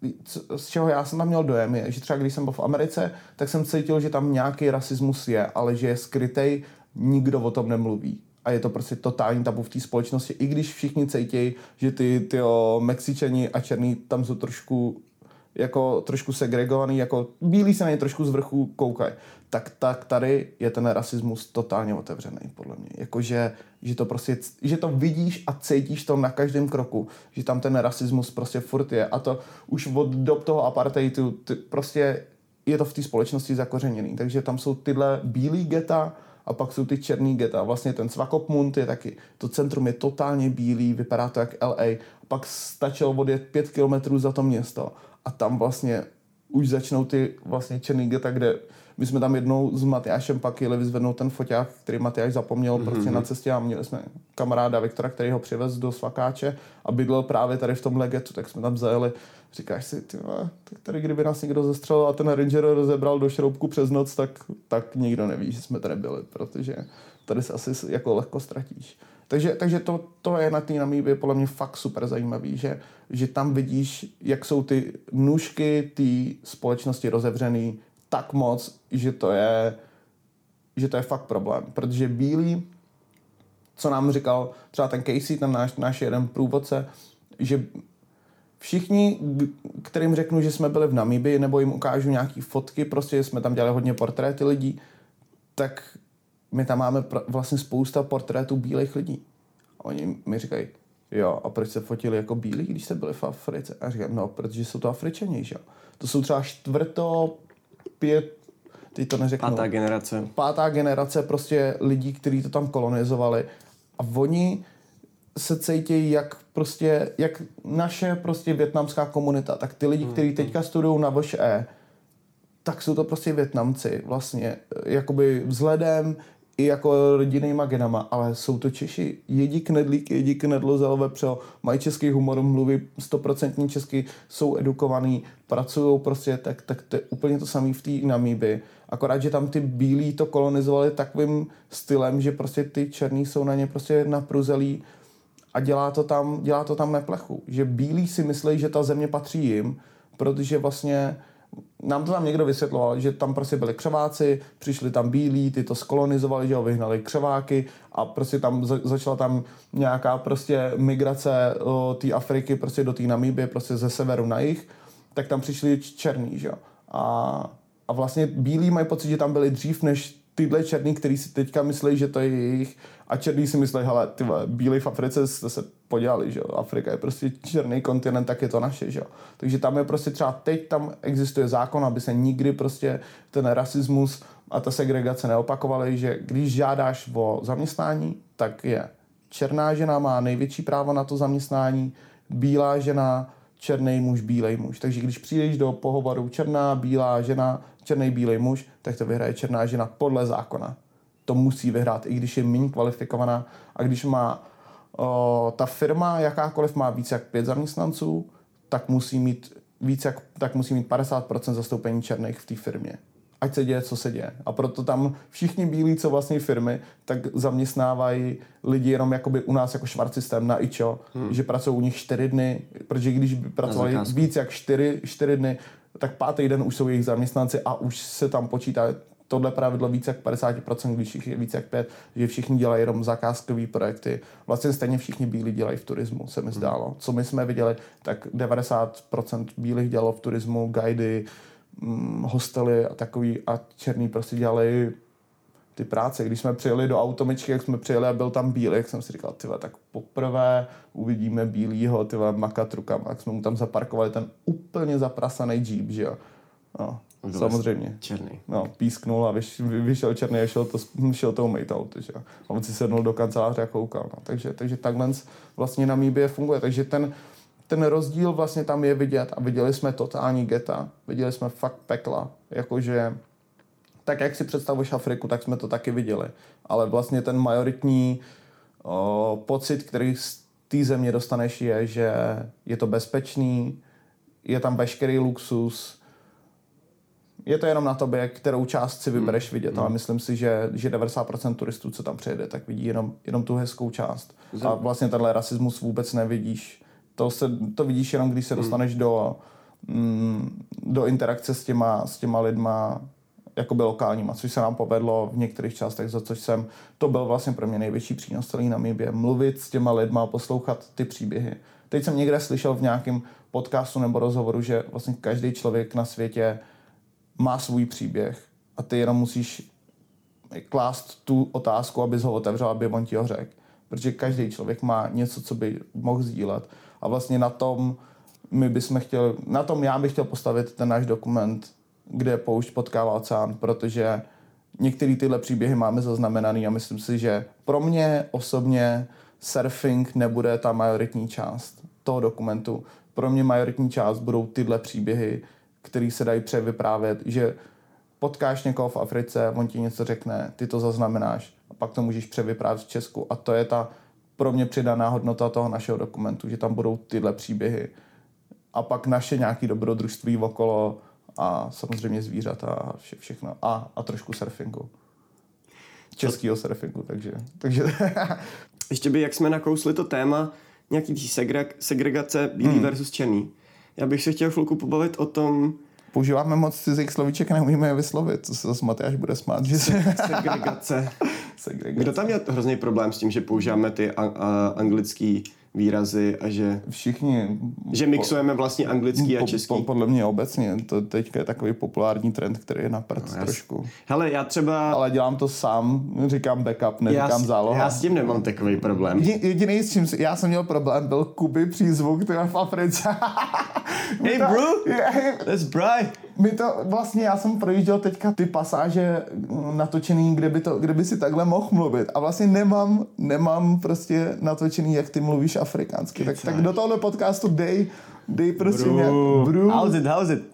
z čeho já jsem tam měl dojem, je, že třeba když jsem byl v Americe, tak jsem cítil, že tam nějaký rasismus je, ale že je skrytej, nikdo o tom nemluví. A je to prostě totální tabu v té společnosti, i když všichni cítějí, že ty Mexičani a černý tam jsou trošku segregovaný, jako bílí se na ně trošku z vrchu koukají. Tak tady je ten rasismus totálně otevřený, podle mě. Jakože, že to prostě, že to vidíš a cítíš to na každém kroku, že tam ten rasismus prostě furt je. A to už od dob toho apartheidu prostě je to v té společnosti zakořeněný. Takže tam jsou tyhle bílý geta a pak jsou ty černý geta. Vlastně ten Swakopmund je taky, to centrum je totálně bílý, vypadá to jak LA. A pak stačilo odjet 5 kilometrů za to město a tam vlastně už začnou ty vlastně černý geta, kde my jsme tam jednou s Matyášem pak jeli vyzvednout ten foťák, který Matyáš zapomněl prostě na cestě a měli jsme kamaráda Viktora, který ho přivez do Svakáče a bydlel právě tady v tomhle getu, tak jsme tam zajeli. Říkáš si, tak tady kdyby nás někdo zastřelil a ten Ranger rozebral do šroubku přes noc, tak nikdo neví, že jsme tady byli, protože tady se asi jako lehko ztratíš. Takže to je na té Namibii podle mě fakt super zajímavý, že tam vidíš, jak jsou ty nůžky té společnosti rozevřený tak moc, že to je fakt problém. Protože bílí, co nám říkal třeba ten Casey, ten náš jeden průvodce, že všichni, kterým řeknu, že jsme byli v Namibii, nebo jim ukážu nějaký fotky, prostě jsme tam dělali hodně portréty lidí, tak my tam máme vlastně spousta portrétů bílých lidí. A oni mi říkají, Jo, a proč se fotili jako bílí, když se byli v Africe? A říkám, no, protože jsou to Afričani, že jo. To jsou třeba teď to neřeknu. Pátá generace prostě lidí, kteří to tam kolonizovali. A oni se cítí jak naše prostě vietnamská komunita. Tak ty lidi, kteří teďka studují na VŠE, tak jsou to prostě Vietnamci vlastně. Jakoby vzhledem i jako rodinnýma genama, ale jsou to Češi. Jedí knedlíky, jedí knedlo vepřo, mají český humor, mluví 100% česky, jsou edukovaný, pracují prostě, tak to je úplně to samé v té Namíbii. Akorát, že tam ty bílí to kolonizovali takovým stylem, že prostě ty černý jsou na ně prostě napruzelí a dělá to tam neplechu. Že bílí si myslí, že ta země patří jim, protože vlastně nám to tam někdo vysvětloval, že tam prostě byli křováci, přišli tam bílí, ty to skolonizovali, že ho vyhnali křováky a prostě tam začala tam nějaká prostě migrace té Afriky prostě do té Namíbie, prostě ze severu na jih, tak tam přišli černí, že jo. A vlastně bílí mají pocit, že tam byli dřív než tyhle černý, který si teďka myslí, že to je jejich a černý si myslí, hele, ty bílí v Africe jste se podělali, že jo, Afrika je prostě černý kontinent, tak je to naše, že jo. Takže tam je prostě třeba teď tam existuje zákon, aby se nikdy prostě ten rasismus a ta segregace neopakovaly, že když žádáš o zaměstnání, tak je černá žena má největší právo na to zaměstnání, bílá žena, černý muž, bílej muž. Takže když přijdeš do pohovoru černá, bílá žena, černý, bílej muž, tak to vyhraje černá žena podle zákona. To musí vyhrát, i když je méně kvalifikovaná. A když má ta firma, jakákoliv má více jak 5 zaměstnanců, tak musí mít 50% zastoupení černých v té firmě. Ať se děje, co se děje. A proto tam všichni bílí, co vlastní firmy, tak zaměstnávají lidi jenom jakoby u nás jako švarcistem na ičo, že pracují u nich 4 dny, protože když by pracovali víc jak 4 dny, tak 5. den už jsou jejich zaměstnanci a už se tam počítá tohle pravidlo více jak 50%, když jich je více jak 5, že všichni dělají jenom zakázkové projekty. Vlastně stejně všichni bílí dělají v turismu, se mi zdálo. Co my jsme viděli, tak 90% bílých dělalo v turismu, guidy, hostely a takový a černý prostě dělali ty práce. Když jsme přijeli do Automičky, jak jsme přijeli a byl tam bílý, jak jsem si říkal, tyhle, tak poprvé uvidíme bílýho, tyhle makat rukama, jak jsme mu tam zaparkovali ten úplně zaprasaný Jeep, že jo. No, samozřejmě. Černý. No, písknul a vyšel černý a šel to umýt auto, že jo. A on si sednul do kanceláře a koukal, no. Takže takhle vlastně Namíbie funguje, takže ten rozdíl vlastně tam je vidět a viděli jsme totální geta, viděli jsme fakt pekla, jakože tak jak si představuješ Afriku, tak jsme to taky viděli, ale vlastně ten majoritní pocit, který z té země dostaneš je, že je to bezpečný, je tam veškerý luxus, je to jenom na tobě, kterou část si vybereš vidět, ale myslím si, že 90% turistů, co tam přijede, tak vidí jenom tu hezkou část a vlastně tenhle rasismus vůbec nevidíš. To vidíš jenom, když se dostaneš do interakce s těma lidma jakoby lokálníma, což se nám povedlo v některých částech, za což to byl vlastně pro mě největší přínos celý Namíbie, mluvit s těma lidma, poslouchat ty příběhy. Teď jsem někde slyšel v nějakém podcastu nebo rozhovoru, že vlastně každý člověk na světě má svůj příběh a ty jenom musíš klást tu otázku, abys ho otevřel, aby on ti ho řekl. Protože každý člověk má něco, co by mohl sdílet. A vlastně na tom já bych chtěl postavit ten náš dokument, kde poušť potkává oceán, protože některé tyhle příběhy máme zaznamenaný a myslím si, že pro mě osobně surfing nebude ta majoritní část toho dokumentu. Pro mě majoritní část budou tyhle příběhy, které se dají převyprávět, že potkáš někoho v Africe, on ti něco řekne, ty to zaznamenáš a pak to můžeš převyprávět v Česku. A to je ta pro mě přidaná hodnota toho našeho dokumentu, že tam budou tyhle příběhy. A pak naše nějaké dobrodružství okolo a samozřejmě zvířata a všechno. A trošku surfingu. Českýho surfingu, takže. Ještě by, jak jsme nakousli to téma, nějaký segregace bílý versus černý. Já bych se chtěl chvilku pobavit o tom... Používáme moc cizích slovíček a neumíme je vyslovit. Co se zase Matyáš bude smát, že Segregace. Kdo tam měl hrozný problém s tím, že používáme ty anglický výrazy a že mixujeme vlastně anglický a český. Podle mě obecně, to teďka je takový populární trend, který je na prd trošku. Hele, já třeba... Ale dělám to sám, říkám backup, neříkám záloha. Já s tím nemám takový problém. Jediný, s čím já jsem měl problém, byl Kuby přízvuk, který v Africe. Hey bro, that's bright. My to vlastně, já jsem projížděl teďka ty pasáže natočený, kde by si takhle mohl mluvit a vlastně nemám prostě natočený, jak ty mluvíš afrikánsky. Tak do tohohle podcastu dej prostě bro. How's it?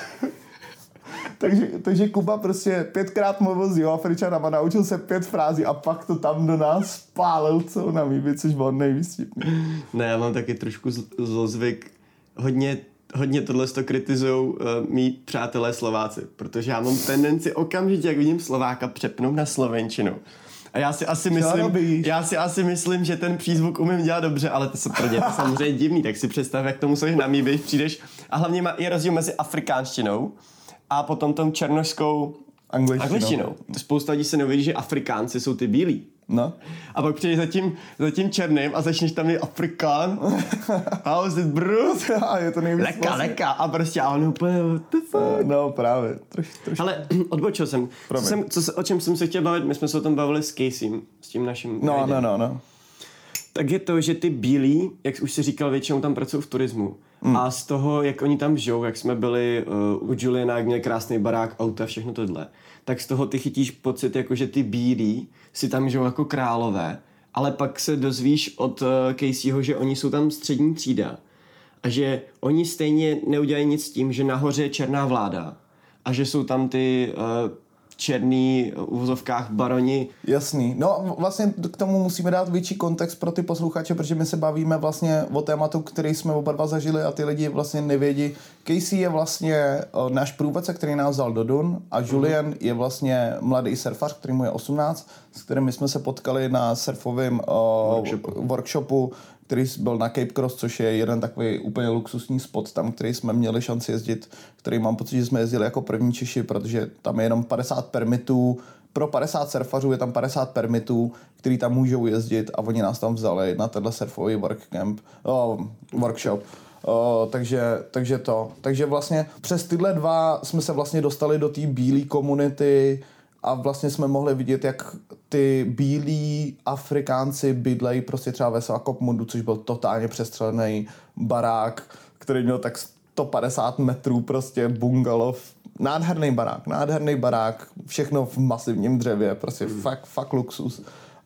takže Kuba prostě 5krát mluvil s Jihoafričanama, naučil se 5 frází a pak to tam do nás spálil celou Namíbii, což bylo nejvíc vtipný. Ne, já mám taky trošku zlozvyk. Hodně tohle kritizují mý přátelé Slováci, protože já mám tendenci okamžitě, jak vidím Slováka, přepnout na slovenčinu. A já si asi myslím, že ten přízvuk umím dělat dobře, ale to je samozřejmě divný, tak si představ, jak tomu seš Namíbii, přijdeš a hlavně je rozdíl mezi afrikánštinou a potom tom černošskou angličtinou. Spousta lidí se nevědí, že Afrikánci jsou ty bílí. No. A pak přijdeš za tím černým a začneš tam je Afrikán. How's it, bro? A je to nejvíc leka. A prostě a on úplně, what the fuck? No právě. Trošku. Ale odbočil jsem. O čem jsem se chtěl bavit? My jsme se o tom bavili s Caseym, s tím naším No. Tak je to, že ty bílí, jak už si říkal, většinou tam pracují v turismu. A z toho, jak oni tam žijou, jak jsme byli u Juliana, jak měl krásný barák, auta, všechno tohle, tak z toho ty chytíš pocit, jako že ty bílí si tam žijou jako králové, ale pak se dozvíš od Caseyho, že oni jsou tam střední třída a že oni stejně neudělají nic s tím, že nahoře je černá vláda a že jsou tam ty černý v uvozovkách baroni. Jasný. No vlastně k tomu musíme dát větší kontext pro ty posluchače, protože my se bavíme vlastně o tématu, který jsme oba dva zažili a ty lidi vlastně nevědí. Casey je vlastně náš průvodce, který nás vzal do Dun a Julian je vlastně mladý surfař, který mu je 18, s kterým jsme se potkali na surfovém workshopu, který byl na Cape Cross, což je jeden takový úplně luxusní spot tam, který jsme měli šanci jezdit, který mám pocit, že jsme jezdili jako první Češi, protože tam je jenom 50 permitů, pro 50 surfařů je tam 50 permitů, který tam můžou jezdit a oni nás tam vzali na tenhle surfový workshop. Takže vlastně přes tyhle dva jsme se vlastně dostali do té bílé komunity a vlastně jsme mohli vidět, jak ty bílí Afrikánci bydlejí prostě třeba ve Swakopmundu, což byl totálně přestřelený barák, který měl tak 150 metrů prostě bungalov. Nádherný barák, všechno v masivním dřevě, prostě fakt luxus.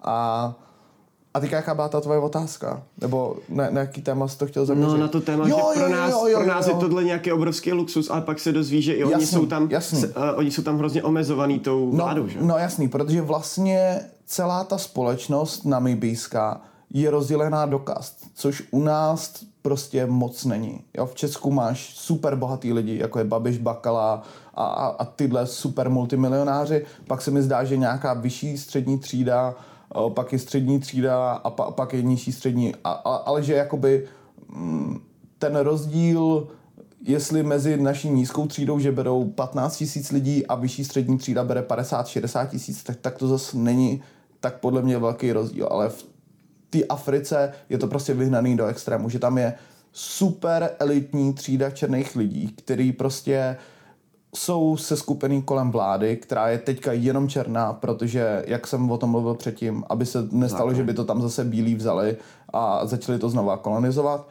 A teďka jaká byla ta tvoje otázka? Nebo na jaký téma jsi to chtěl zaměřit? No na to téma, že pro nás je tohle nějaký obrovský luxus, ale pak se dozví, že i oni jsou tam hrozně omezovaný tou vládou, že? No jasný, protože vlastně celá ta společnost namibijská je rozdělená do kast, což u nás prostě moc není. Jo, v Česku máš super bohatý lidi, jako je Babiš, Bakala a tyhle super multimilionáři. Pak se mi zdá, že nějaká vyšší střední třída, pak je střední třída a pak je nižší střední. Ale že jakoby ten rozdíl, jestli mezi naší nízkou třídou, že berou 15 000 lidí a vyšší střední třída bere 50-60 000, tak to zase není tak podle mě velký rozdíl. Ale v té Africe je to prostě vyhnaný do extrému, že tam je super elitní třída černých lidí, který prostě jsou seskupený kolem vlády, která je teďka jenom černá, protože, jak jsem o tom mluvil předtím, aby se nestalo, že by to tam zase bílí vzali a začali to znova kolonizovat.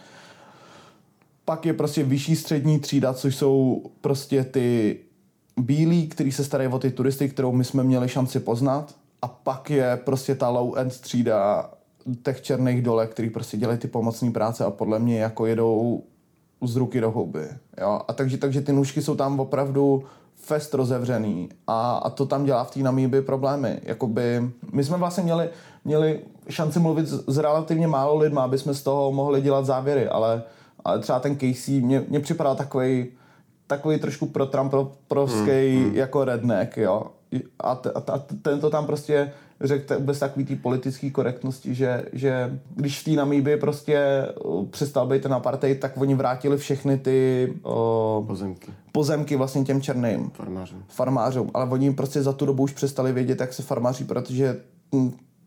Pak je prostě vyšší střední třída, což jsou prostě ty bílí, kteří se starají o ty turisty, kterou my jsme měli šanci poznat. A pak je prostě ta low-end třída těch černých dole, který prostě dělají ty pomocné práce a podle mě jako jedou z ruky do houby. Jo? A takže ty nůžky jsou tam opravdu fest rozevřený a to tam dělá v té Namíbii problémy. Jakoby, my jsme vlastně měli šanci mluvit s relativně málo lidma, aby jsme z toho mohli dělat závěry, ale třeba ten Casey mě připadal takový trošku pro-trumprovský jako redneck, jo. A ten to tam prostě řekl bez takový té politické korektnosti, že když v té Namíbii prostě přestal být ten apartheid, tak oni vrátili všechny ty pozemky vlastně těm černým farmářům. Ale oni prostě za tu dobu už přestali vědět, jak se farmáří, protože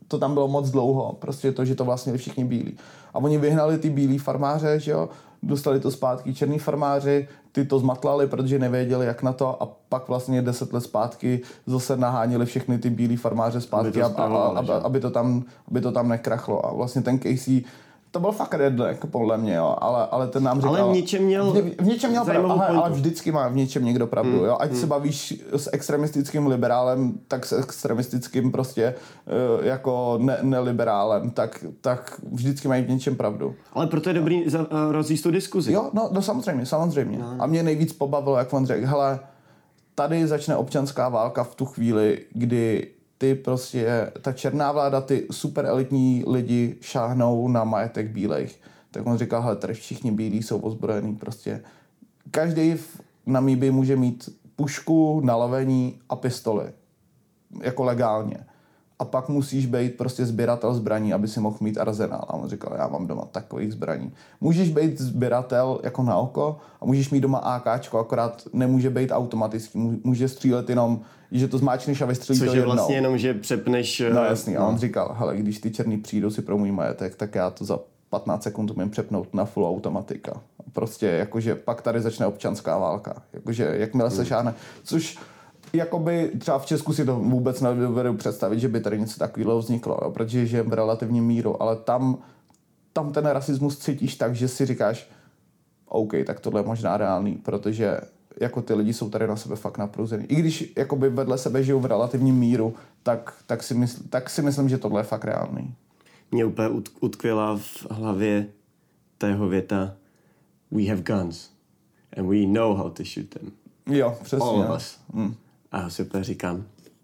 to tam bylo moc dlouho, prostě to, že to vlastnili všichni bílí. A oni vyhnali ty bílí farmáře, že jo, dostali to zpátky černí farmáři, ty to zmatlali, protože nevěděli, jak na to, a pak vlastně 10 let zpátky zase naháněli všechny ty bílí farmáře zpátky, aby to tam nekrachlo. A vlastně ten Casey, to byl fakt redneck, podle mě, jo, ale ten nám říkal... Ale v něčem měl pravdu, ale vždycky má v něčem někdo pravdu, jo. Ať se bavíš s extremistickým liberálem, tak s extremistickým prostě jako neliberálem, tak vždycky mají v něčem pravdu. Ale proto je dobrý rozjíst tu diskuzi. Jo, no samozřejmě. No. A mě nejvíc pobavilo, jak on řekl, hele, tady začne občanská válka v tu chvíli, kdy ty prostě, ta černá vláda, ty super elitní lidi šáhnou na majetek bílejch. Tak on říkal, hele, tady všichni bílí jsou ozbrojení prostě. Každý v Namíbii může mít pušku, nalavení a pistoli. Jako legálně. A pak musíš být prostě sběratel zbraní, aby si mohl mít arzenál. A on říkal, já mám doma takových zbraní. Můžeš být sběratel jako na oko a můžeš mít doma AKčko, akorát nemůže být automatický. Může střílet jenom, že to zmáčkneš a vystřelíš to jednou. Což je vlastně jenom, že přepneš... No jasný. A on říkal, hele, když ty černý přijdou si pro můj majetek, tak já to za 15 sekund umím přepnout na full automatika. Prostě jakože pak tady začne občanská válka. Jakože jakmile se šáhne. Což jakoby třeba v Česku si to vůbec nedovedu představit, že by tady něco takového vzniklo, jo, protože žijeme v relativním míru, ale tam ten rasismus cítíš tak, že si říkáš OK, tak tohle je možná reálný, protože jako ty lidi jsou tady na sebe fakt napruzený. I když jakoby vedle sebe žijou v relativním míru, tak si myslím, že tohle je fakt reálný. Mě úplně utkvěla v hlavě tého věta We have guns and we know how to shoot them. Jo, přesně. All of us. A já si úplně říkám,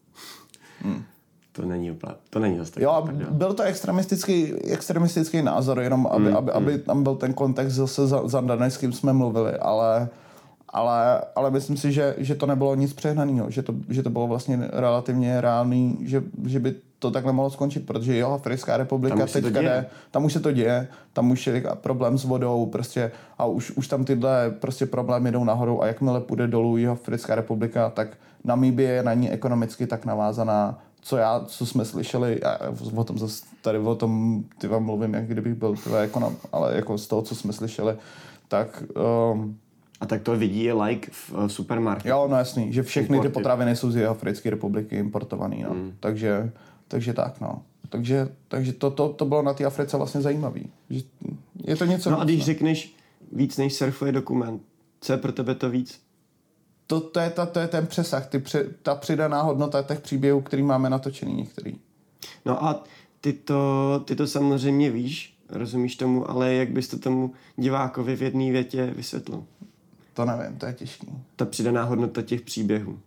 to není zase tak. Jo, byl to extremistický názor, jenom aby tam byl ten kontext zase zandaný, s kým jsme mluvili, ale myslím si, že to nebylo nic přehnaného, že to bylo vlastně relativně reálný, že by to takhle mohlo skončit, protože jo, Africká republika teďka tam už se to děje, tam už je problém s vodou prostě a už tam tyhle prostě problémy jdou nahoru a jakmile půjde dolů Jihoafrická republika, tak Namíbie je na ní ekonomicky tak navázaná, co jsme slyšeli, tady o tom ty vám mluvím, jak kdybych byl ekonom, ale jako z toho, co jsme slyšeli, tak... A tak to vidí like v supermarketu. Jo, no jasný, že všechny ty potraviny jsou z Jihoafrické republiky importovaný, no. Takže tak, no. Takže to bylo na té Africe vlastně zajímavý. Je to něco... No a když řekneš víc než surfuje dokument, co je pro tebe to víc? To je ten přesah, ta přidaná hodnota těch příběhů, který máme natočený některý. No a ty to samozřejmě víš, rozumíš tomu, ale jak bys to tomu divákovi v jedné větě vysvětlil? To nevím, to je těžký. Ta přidaná hodnota těch příběhů.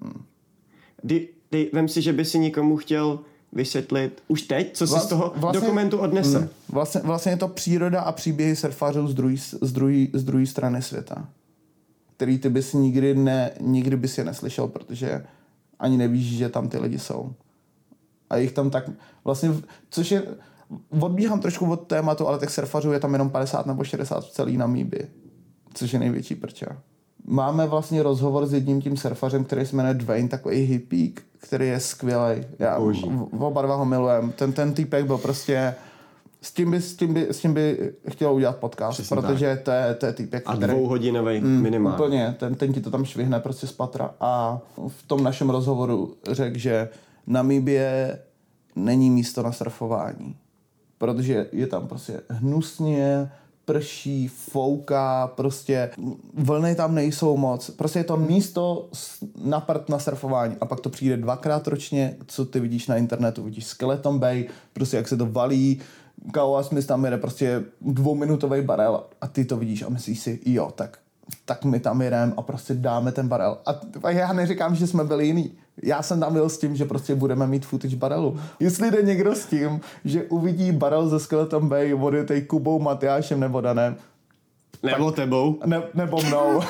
Vem si, že by si někomu chtěl vysvětlit už teď, co si z toho dokumentu odnese. Vlastně je to příroda a příběhy surfařů z druhé strany světa, který ty bys nikdy bys je neslyšel, protože ani nevíš, že tam ty lidi jsou. A jich tam tak vlastně, což je, odbíhám trošku od tématu, ale těch surfařů je tam jenom 50 nebo 60 v celý Namíbii, což je největší prča. Máme vlastně rozhovor s jedním tím surfařem, který se jmenuje Dwayne, takový hippík, který je skvělej. Já oba dva ho milujem. Ten týpek byl prostě... S tím by chtěl udělat podcast, přesně protože to je týpek, a 2hodinovej minimálně. Úplně, ten ti to tam švihne prostě z patra. A v tom našem rozhovoru řekl, že Namíbie není místo na surfování. Protože je tam prostě hnusně, prší, fouká, prostě vlny tam nejsou moc. Prostě je to místo na prd na surfování. A pak to přijde 2krát ročně, co ty vidíš na internetu. Vidíš Skeleton Bay, prostě jak se to valí. Kawhi Smith tam jede prostě 2minutový barel a ty to vidíš a myslíš si, jo, tak my tam jedeme a prostě dáme ten barel. A já neříkám, že jsme byli jiný. Já jsem tam byl s tím, že prostě budeme mít footage barelu. Jestli jde někdo s tím, že uvidí barel ze Skeleton Bay odjetej Kubou, Matyášem nebo Danem. Nebo tebou. Nebo mnou.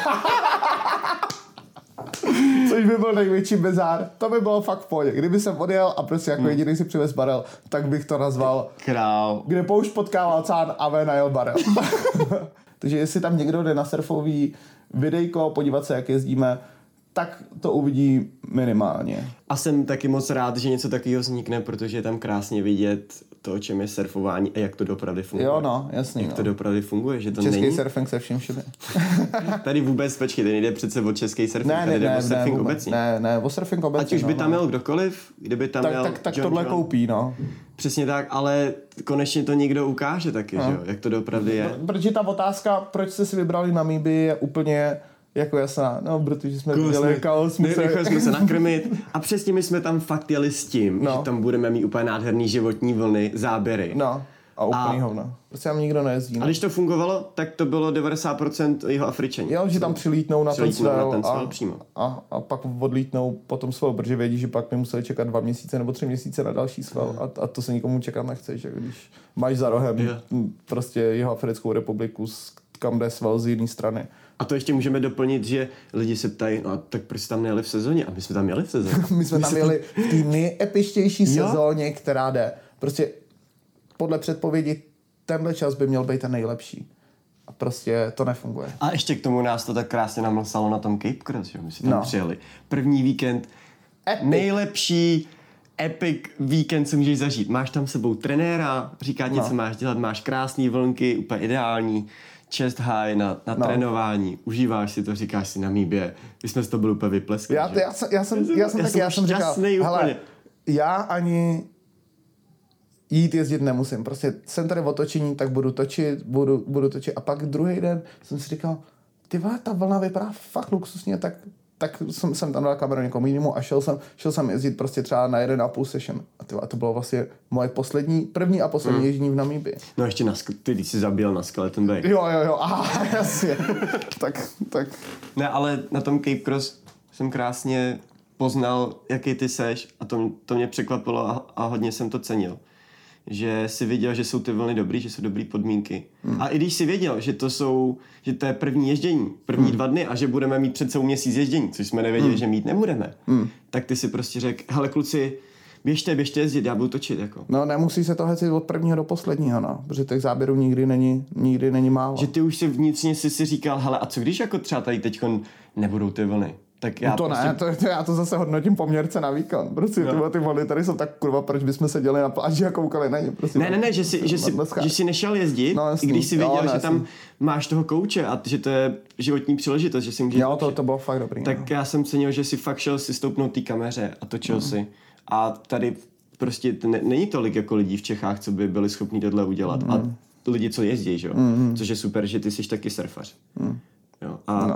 Což by byl největší bizár. To by bylo fakt v pohodě. Kdyby jsem odjel a prostě jako jediný si přivez barel, tak bych to nazval Král. Kde poušť potkával cán a ven najel barel. Takže jestli tam někdo jde na surfový videjko, podívat se, jak jezdíme, tak to uvidí minimálně. A jsem taky moc rád, že něco takového vznikne, protože je tam krásně vidět to, o čem je surfování a jak to doopravdy funguje. Jo, no, jasný. Jak to doopravdy funguje, že to Český není... surfing se vším všude. Tady vůbec, počkej, tady jde přece o český surfing, tady jde o surfing obecně. Ne, o surfing obecně. Ať už by tam měl kdokoliv, kdyby tam měl tak tohle koupí, no. Přesně tak, ale konečně to někdo ukáže taky, že jo, jak to doopravdy je. Protože ta otázka, proč jste si vybrali Namíbii, je úplně jako jasná. No, protože jsme viděli chaos. Nechali jsme se nakrmit a přesně my jsme tam fakt jeli s tím, že tam budeme mít úplně nádherný životní vlny, záběry. No. A úplný hovno. Prostě tam nikdo nejezdí. No. A když to fungovalo, tak to bylo 90% jeho Afričaní. Jo, že tam přilítnou na ten svel přímo. A pak odlítnou po tom svého, protože vědí, že pak nemuseli čekat 2 měsíce nebo 3 měsíce na další svel a to se nikomu čekat nechce, že když máš za rohem prostě jeho Africkou republiku, kam jde svel z jiné strany. A to ještě můžeme doplnit, že lidi se ptají, no tak proč tam nejeli v sezóně? A my jsme tam jeli v sezóně. My jsme tam jeli v té nejepištější sezóně, která jde. Prostě podle předpovědi tenhle čas by měl být ten nejlepší. A prostě to nefunguje. A ještě k tomu nás to tak krásně namlsalo na tom Cape Cross, že my si tam přijeli. První víkend, nejlepší epic víkend, co můžeš zažít. Máš tam s sebou trenéra, říká ti, co máš dělat, máš krásný vlnky, úplně ideální, chest high na trénování, užíváš si to, říkáš si Namíbie. My jsme z toho byli úplně vypleskli. Já jsem říkal, hele, já ani jít jezdit nemusím. Prostě jsem tady v otočení, tak budu točit, budu točit. A pak druhý den jsem si říkal, ty vole, ta vlna vypadá fakt luxusně, tak jsem tam dal kameru někomu jinému a šel jsem jezdit prostě třeba na 1,5 session. A to bylo vlastně moje první a poslední ježdění v Namíbii. No ještě ty, když jsi zabíjel na Skeleton Bay. Jo, aha, jasně. tak. Ne, ale na tom Cape Cross jsem krásně poznal, jaký ty seš a to mě překvapilo a hodně jsem to cenil. Že si věděl, že jsou ty vlny dobrý, že jsou dobrý podmínky. A i když si věděl, že to je první ježdění, první 2 dny a že budeme mít před celou měsíc ježdění, což jsme nevěděli, že mít nebudeme, tak ty si prostě řekl, hele kluci, běžte jezdit, já budu točit. Jako. No nemusí se to hecit od prvního do posledního, no, protože těch záběrů nikdy není málo. Že ty už si vnitřně si říkal, hele, a co když jako třeba tady teďkon nebudou ty vlny? Tak já to prostě... ne, já to zase hodnotím poměrce na výkon. Prostě ty vody tady jsou tak kurva, proč bychom seděli na pláži a koukali na ně. Prostě ne, že jsi nešel jezdit, i když jsi věděl, že tam máš toho kouče a že to je životní příležitost, že si můžeš... Jo, to bylo fakt dobrý. Tak já jsem cenil, že si fakt šel si stoupnout té kameře a točil si. A tady prostě není tolik jako lidí v Čechách, co by byli schopni tohle udělat. A lidi, co jezdí, že jo? Což je super, že ty jsi taky surfař. Jo.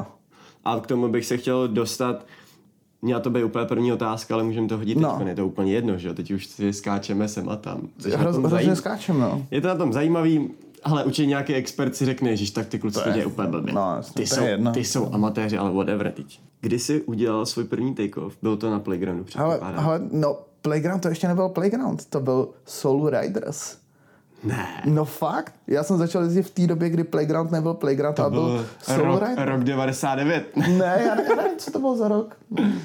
A k tomu bych se chtěl dostat, měla to být úplně první otázka, ale můžeme to hodit teď, je to úplně jedno, že jo? Teď už si skáčeme sem a tam. Hrozně skáčeme, no. Je to na tom zajímavý, ale určitě nějaký expert si řekne, že tak ty kluci to dělají úplně blbě. No, ty jsou amatéři, ale whatever teď. Kdy jsi udělal svůj první take-off? Bylo to na Playgroundu, předpokládám. Ale Playground to ještě nebyl Playground, to byl Soul Riders. Ne. No fakt? Já jsem začal jezdit v té době, kdy Playground nebyl Playground, to ale byl Soul Riders. Rok 99. Ne, já nevím, co to bylo za rok.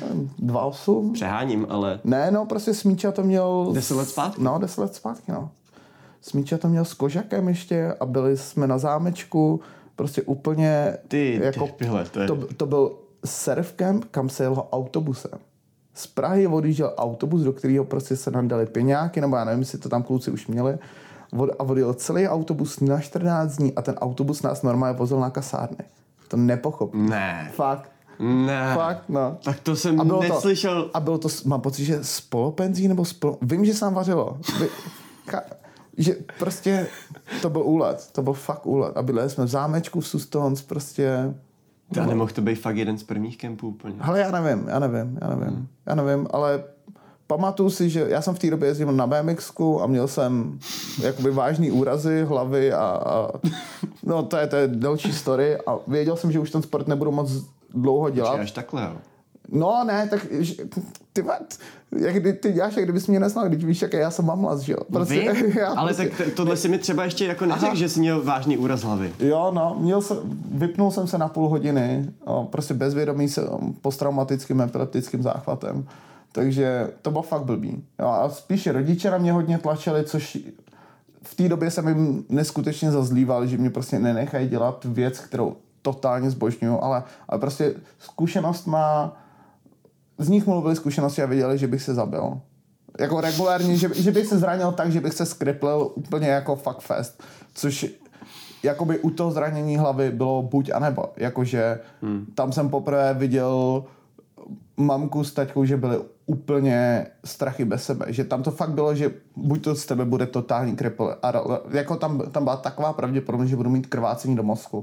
2008? Přeháním, ale... Ne, no, prostě Smíča to měl... 10 let zpátky? No, 10 let zpátky, no. Smíča to měl s Kožakem ještě a byli jsme na zámečku, prostě úplně... To byl surfcamp, kam se jelo autobusem. Z Prahy odjížděl autobus, do kterého prostě se nám dali peňáky, nebo já nevím, jestli to tam kluci už měli. A odjel celý autobus na 14 dní a ten autobus nás normálně vozil na kasárny. To nepochopil. Ne. Fakt. Ne. Fakt, no. Tak to jsem neslyšel. A bylo to, mám pocit, že z polopenzí nebo vím, že se nám vařilo. Že prostě to byl úlet. To byl fakt úlet. A byli jsme v zámečku v Sustons, prostě... To nemohl to být fakt jeden z prvních kempů úplně. Hele, já nevím, ale pamatuju si, že já jsem v té době jezdil na BMXku a měl jsem jakoby vážný úrazy hlavy a no to je další story a věděl jsem, že už ten sport nebudu moc dlouho dělat. Až takhle, jo. No ne, tak ty děláš, jak kdybys mě nesnal, když víš, jaké já jsem mamlas, že jo. Prostě, ale tak tohle si mi třeba ještě jako neřekl, že jsi měl vážný úraz hlavy. Jo, no, vypnul jsem se na půl hodiny, prostě bezvědomý se posttraumatickým epileptickým záchvatem. Takže to bylo fakt blbý. Jo, a spíš rodiče na mě hodně tlačili, což v té době jsem jim neskutečně zazlíval, že mě prostě nenechají dělat věc, kterou totálně zbožňuju, ale prostě zkušenost má z nich mluvili zkušenosti a věděli, že bych se zabil. Jako regulárně, že bych se zranil tak, že bych se skriplil úplně jako fuck fest. Což jakoby u toho zranění hlavy bylo buď a nebo. Jakože tam jsem poprvé viděl mamku s taťkou, že byli úplně strachy bez sebe. Že tam to fakt bylo, že buď to z tebe bude totální kripl. A jako tam byla taková pravděpodobnost, že budu mít krvácení do mozku.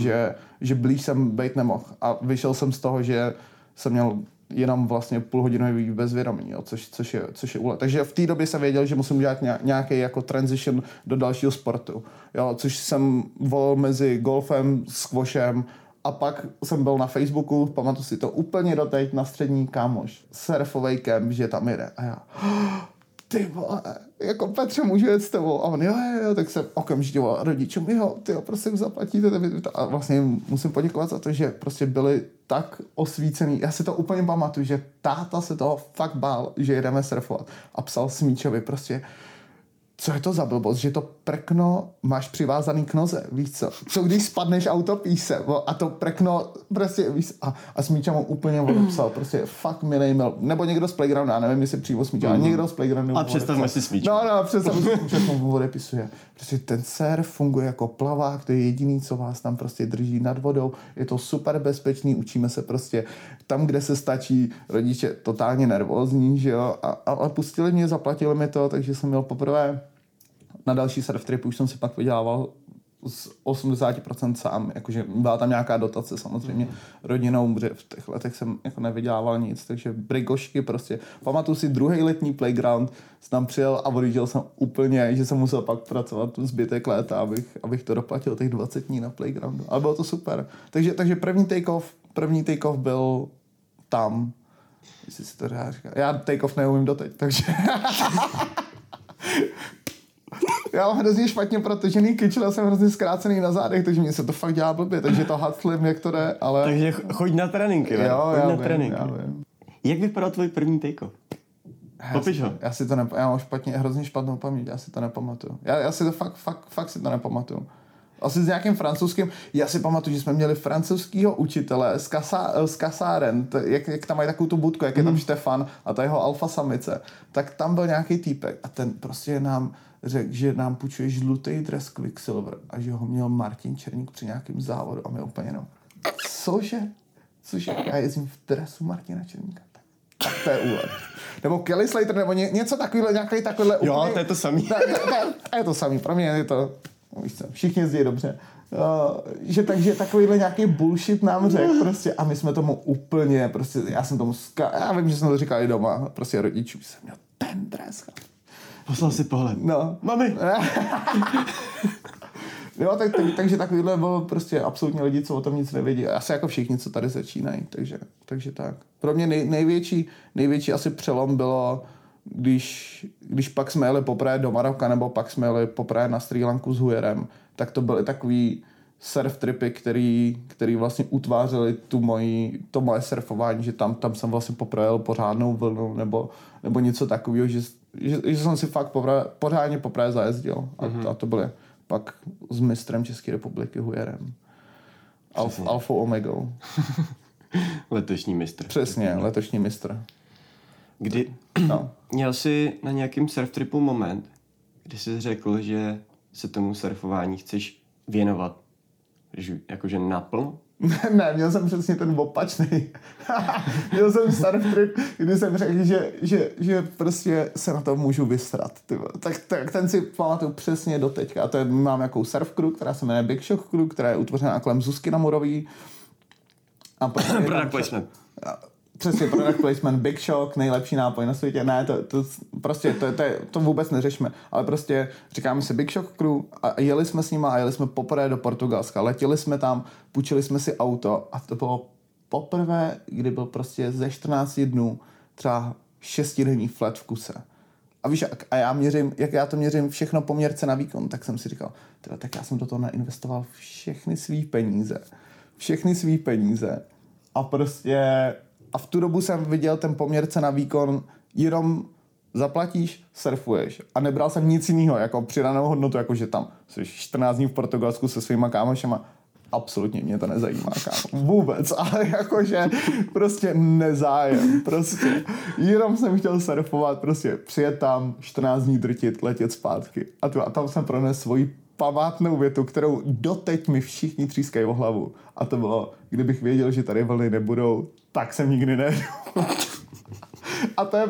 Že blíž jsem být nemohl. A vyšel jsem z toho, že jsem měl jenom vlastně půlhodinový bezvědomí, jo, což je úlet. Takže v té době jsem věděl, že musím dělat nějaký jako transition do dalšího sportu. Jo, což jsem volil mezi golfem, squashem a pak jsem byl na Facebooku, pamatuju si to úplně doteď, na střední kámoš, surfovej kemp, že tam jede. A já, ty vole, jako Petře, můžu jet s tebou? A on, jo, tak jsem okamžitě volal rodičům, jo, tyjo, prosím, zaplatíte. A vlastně musím poděkovat za to, že prostě byli tak osvícený. Já si to úplně pamatuju, že táta se toho fakt bál, že jedeme surfovat. A psal Smíčovi prostě, co je to za blbost, že to prkno máš přivázaný k noze, víš co? Co když spadneš autopíse a to prkno prostě, víš, a Smíča mu úplně odepsal, prostě fakt milej mil, nebo někdo z Playgroundu, já nevím, jestli přímo Smíča, ale někdo z Playgroundu. A představme si Smíča. No, představme si Smíča, mu odepisuje. Prostě ten surf funguje jako plavák, to je jediný, co vás tam prostě drží nad vodou, je to super bezpečný, učíme se prostě tam, kde se stačí, rodiče totálně nervózní, že jo, ale pustili mě, zaplatili mi to, takže jsem měl poprvé na další surf trip, už jsem si pak vydělával z 80% sám, jakože byla tam nějaká dotace samozřejmě rodinou, protože v těch letech jsem jako nevydělával nic, takže brigošky prostě. Pamatuju si druhý letní playground, jsem tam přijel a odjížděl jsem úplně, že jsem musel pak pracovat zbytek léta, abych to doplatil těch 20 dní na playgroundu, ale bylo to super. Takže první take-off byl tam, jestli si to dá říkat. Já take-off neumím doteď, takže... Já mám hrozně špatně protažený kyčle, jsem hrozně zkrácený na zádech, takže mě se to fakt dělá blbě, takže to hadslím, jak to jde, ale... Takže choď na tréninky, ne? Jo, choď já na vím, tréninky. já vím. Jak vypadal tvůj první take-off? Popiš ho. Já mám hrozně špatnou paměť, já si to nepamatuju. Já si to fakt si to nepamatuju. Asi s nějakým francouzským, já si pamatuju, že jsme měli francouzskýho učitele z kasáren, jak tam mají takovou tu budku, jak je tam Štefan a ta jeho alfa samice, tak tam byl nějaký týpek a ten prostě nám řekl, že nám půjčuje žlutý dres Quicksilver a že ho měl Martin Černík při nějakém závodu a my úplně no. Cože? Já jezdím v dresu Martina Černíka. Tak to je úlet. Nebo Kelly Slater, nebo něco takovýhle, nějaký takovýhle úplně... Jo, to je to samý. To je to samý, pro mě je to... Víš co, všichni jezdí dobře. Takže takovýhle nějaký bullshit nám řekl prostě a my jsme tomu úplně, prostě já vím, že jsem to říkal i doma, prostě rodičů, jsem měl ten dres. Poslal si pohled. No. Mami. Jo, takže takovýhle bylo prostě absolutně lidi, co o tom nic nevědí. Asi jako všichni, co tady začínají, takže tak. Pro mě největší asi přelom bylo, když pak jsme jeli poprvé do Maroka, nebo pak jsme jeli poprvé na Srí Lanku s Hujerem, tak to byly takový surf tripy, který vlastně utvářely to moje surfování, že tam jsem vlastně poprvé jel pořádnou vlnu, nebo něco takového, že jsem si fakt pořádně poprvé zajezdil. A to byly pak s mistrem České republiky Hujerem. Alfou Omegou. Letošní mistr. Přesně, letošní mistr. Kdy měl jsi na nějakým surf tripu moment, kdy jsi řekl, že se tomu surfování chceš věnovat jakože naplno? Ne, měl jsem přesně ten opačný. Měl jsem surf trip, kdy jsem řekl, že prostě se na to můžu vysrat. Tak ten si pamatuju přesně do teďka. A to je, mám jakou surf crew, která se jmenuje Big Shock Crew, která je utvořená kolem Zuzky Namurový. A product placement. Přesně, product placement, Big Shock, nejlepší nápoj na světě. Ne, to vůbec neřešme. Ale prostě říkáme si Big Shock Crew a jeli jsme s nima a jeli jsme poprvé do Portugalska. Letěli jsme tam, půjčili jsme si auto a to bylo poprvé, kdy byl prostě ze 14 dnů třeba 6denní flat v kuse. A víš, a já to měřím všechno poměrce na výkon, tak jsem si říkal, tak já jsem do toho nainvestoval všechny svý peníze a prostě a v tu dobu jsem viděl ten poměrce na výkon, jenom zaplatíš, surfuješ a nebral jsem nic jiného, jako přidanou hodnotu, jako že tam jsi 14 dní v Portugalsku se svýma kámošema. absolutně mě to nezajímá, kámo. Vůbec, ale jakože prostě nezájem, prostě. Jenom jsem chtěl surfovat, prostě přijet tam, 14 dní drtit, letět zpátky. A tam jsem pronesl svoji památnou větu, kterou doteď mi všichni třískají o hlavu. A to bylo, kdybych věděl, že tady vlny nebudou, tak jsem nikdy nejedu. A to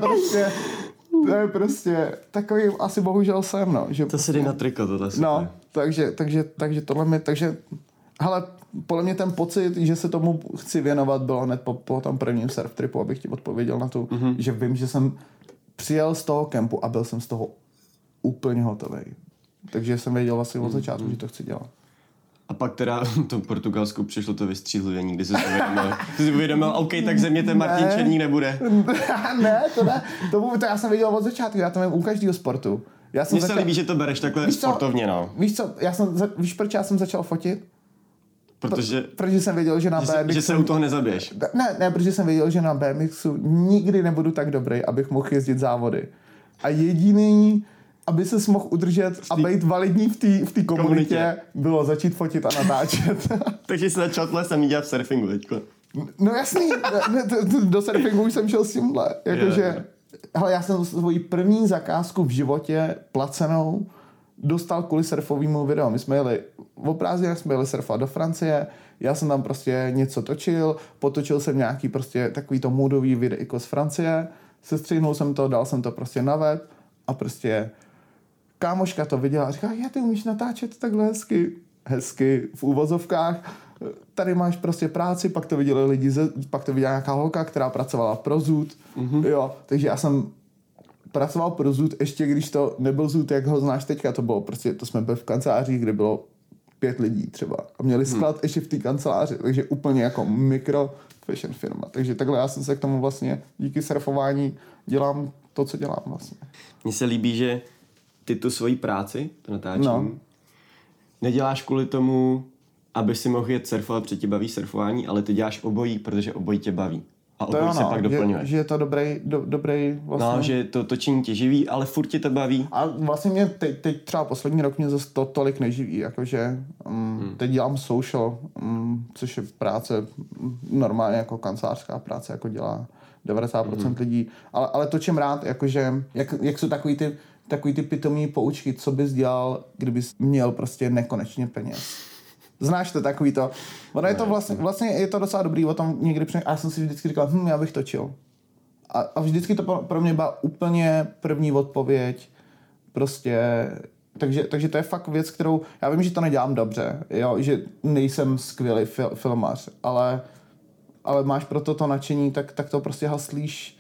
je prostě takový asi bohužel jsem, no. Že to si dej na triko, tohle super. No, takže tohle mi, hele, podle mě ten pocit, že se tomu chci věnovat, bylo hned po tom prvním surf tripu, abych ti odpověděl na tu, že vím, že jsem přijel z toho kempu a byl jsem z toho úplně hotový. Takže jsem věděl vlastně od začátku, že to chci dělat. A pak teda to Portugalsku přišlo to vystřízlivění, kdy jsi si uvědomil, OK, tak země ten Martin Černík nebude. Ne, to já jsem věděl od začátku, já to mám u každého sportu. Mně se líbí, že to bereš takhle sportovně, no. Víš co, víš proč já jsem začal fotit? Protože jsem věděl, že na BMXu... Že se u toho nezabiješ. Ne, protože jsem věděl, že na BMXu nikdy nebudu tak dobrý, abych mohl jezdit závody. A jediný, aby ses mohl udržet a být validní v té komunitě, bylo začít fotit a natáčet. Takže jsi začal tohle samý dělat v surfingu teďko. No jasný, do surfingu už jsem šel s tímhle. Jakože, hele, já jsem svoji první zakázku v životě placenou dostal kvůli surfovému videu. My jsme jeli o prázdninách, jsme jeli surfovat do Francie, já jsem tam prostě něco točil, potočil jsem nějaký prostě takový to moodový videjko z Francie, sestřihnul jsem to, dal jsem to prostě na web a prostě kámoška to viděla a říká, ty umíš natáčet takhle hezky v úvozovkách, tady máš prostě práci, pak to viděli lidi, pak to viděla nějaká holka, která pracovala pro Zoot, jo, takže já jsem pracoval pro Zoot, ještě když to nebyl Zoot, jak ho znáš teďka, to bylo prostě, to jsme byli v kanceláři, kde bylo 5 lidí třeba a měli sklad ještě v té kanceláři, takže úplně jako mikro fashion firma, takže takhle já jsem se k tomu vlastně díky surfování dělám to, co dělám vlastně. Mně se líbí, že ty tu svoji práci, to natáčení, neděláš kvůli tomu, aby si mohl jet surfovat, protože tě baví surfování, ale ty děláš obojí, protože obojí tě baví. A obojí se pak doplňuje. Že je to dobrý vlastně. No, že to točení tě živí, ale furt tě to baví. A vlastně mě teď třeba poslední rok mě zase to tolik neživí, jakože teď dělám social, což je práce normálně jako kancelářská práce, jako dělá 90% lidí, ale točím rád, jakože jak jsou takový ty pitomý poučky, co bys dělal, kdybys měl prostě nekonečně peněz. Znáš to takový to? Ono je to vlastně je to docela dobrý o tom někdy a já jsem si vždycky říkal, já bych točil. A vždycky to pro mě byla úplně první odpověď. Prostě, takže to je fakt věc, kterou, já vím, že to nedělám dobře, jo, že nejsem skvělý filmař, ale máš proto to nadšení, tak to prostě haslíš.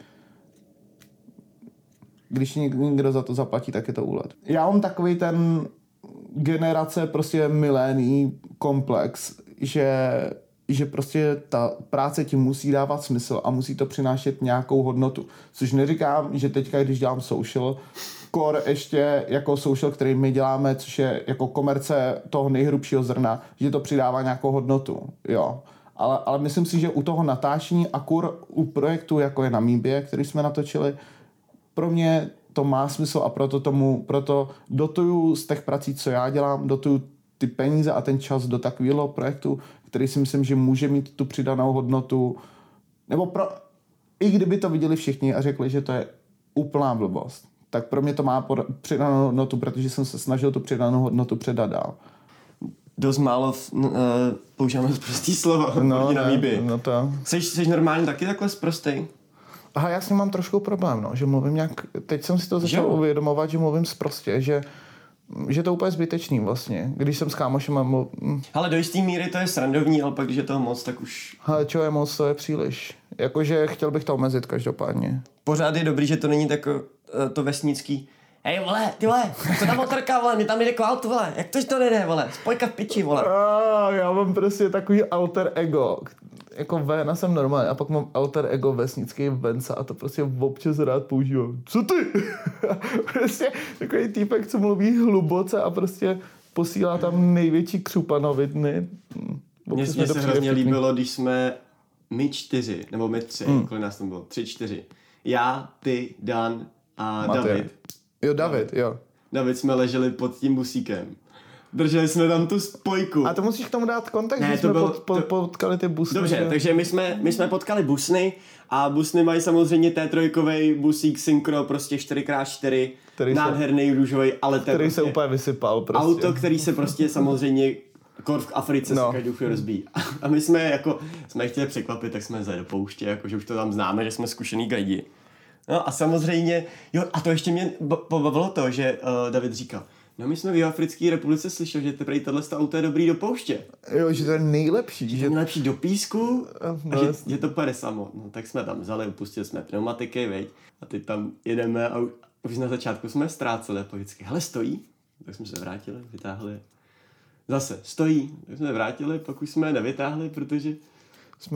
Když někdo za to zaplatí, tak je to úlet. Já mám takový ten generace prostě milénií komplex, že prostě ta práce ti musí dávat smysl a musí to přinášet nějakou hodnotu. Což neříkám, že teďka, když dělám social, core ještě jako social, který my děláme, což je jako komerce toho nejhrubšího zrna, že to přidává nějakou hodnotu, jo. Ale myslím si, že u toho natáčení a u projektu, jako je Namíbie, který jsme natočili, pro mě to má smysl a proto dotuju z těch prací, co já dělám, dotuju ty peníze a ten čas do takového projektu, který si myslím, že může mít tu přidanou hodnotu. Nebo i kdyby to viděli všichni a řekli, že to je úplná blbost, tak pro mě to má přidanou hodnotu, protože jsem se snažil tu přidanou hodnotu předat dál. Dost málo používáme prostý slovo. No to. Jsi normálně taky takhle sprostej? Aha, já s ním mám trošku problém, no, že mluvím nějak, teď jsem si to začal uvědomovat, že mluvím sprostě, že to je úplně zbytečný vlastně, když jsem s kámošem Ale do jistý míry to je srandovní, ale pak když je toho moc, tak už... Hele, čo je moc, to je příliš. Jakože chtěl bych to omezit každopádně. Pořád je dobrý, že to není tak to vesnický. Hej vole, ty vole, co tam motorka, vole, mě tam jde k autu, vole, jak to nejde, vole, spojka v piči, vole. Já mám prostě takový alter ego, jako Véna jsem normální a pak mám alter ego vesnický Venca a to prostě občas rád používám. Co ty? Prostě takový týpek, co mluví hluboce a prostě posílá tam největší křupanoviny. Mně se hrozně líbilo, když jsme my 4, nebo my 3, kolik nás tam bylo, 3, 4. Já, ty, Dan a Matěj. David. Jo, David, jo. David jsme leželi pod tím busíkem drželi jsme tam tu spojku. A to musíš k tomu dát kontext, Ne, že to jsme byl- potkali ty busny. Dobře, že? takže my jsme potkali busny a busny mají samozřejmě T3 busík synchro, prostě 4x4, Který nádherný růžový, ale to je který se prostě úplně vysypal prostě. auto, který se prostě samozřejmě kor v Africe se každou chvíli rozbíjí. A my jsme jsme chtěli překvapit, tak jsme zajeli do pouště, jakože už to tam známe, že jsme zkušený lidi. No a samozřejmě, jo, a to ještě mě pobavilo to, že David říkal, no my jsme v Jihoafrické republice slyšeli, že teprve tohle auto je dobrý do pouště. Jo, že to je nejlepší. Že nejlepší do písku No, a že to půjde samo. No tak jsme tam vzali, upustili jsme pneumatiky, veď, a teď tam jedeme a už na začátku jsme ztráceli a vždycky, hele, stojí? Tak jsme se vrátili, vytáhli. Zase, stojí. Tak jsme vrátili, pak už jsme je nevytáhli, protože jsme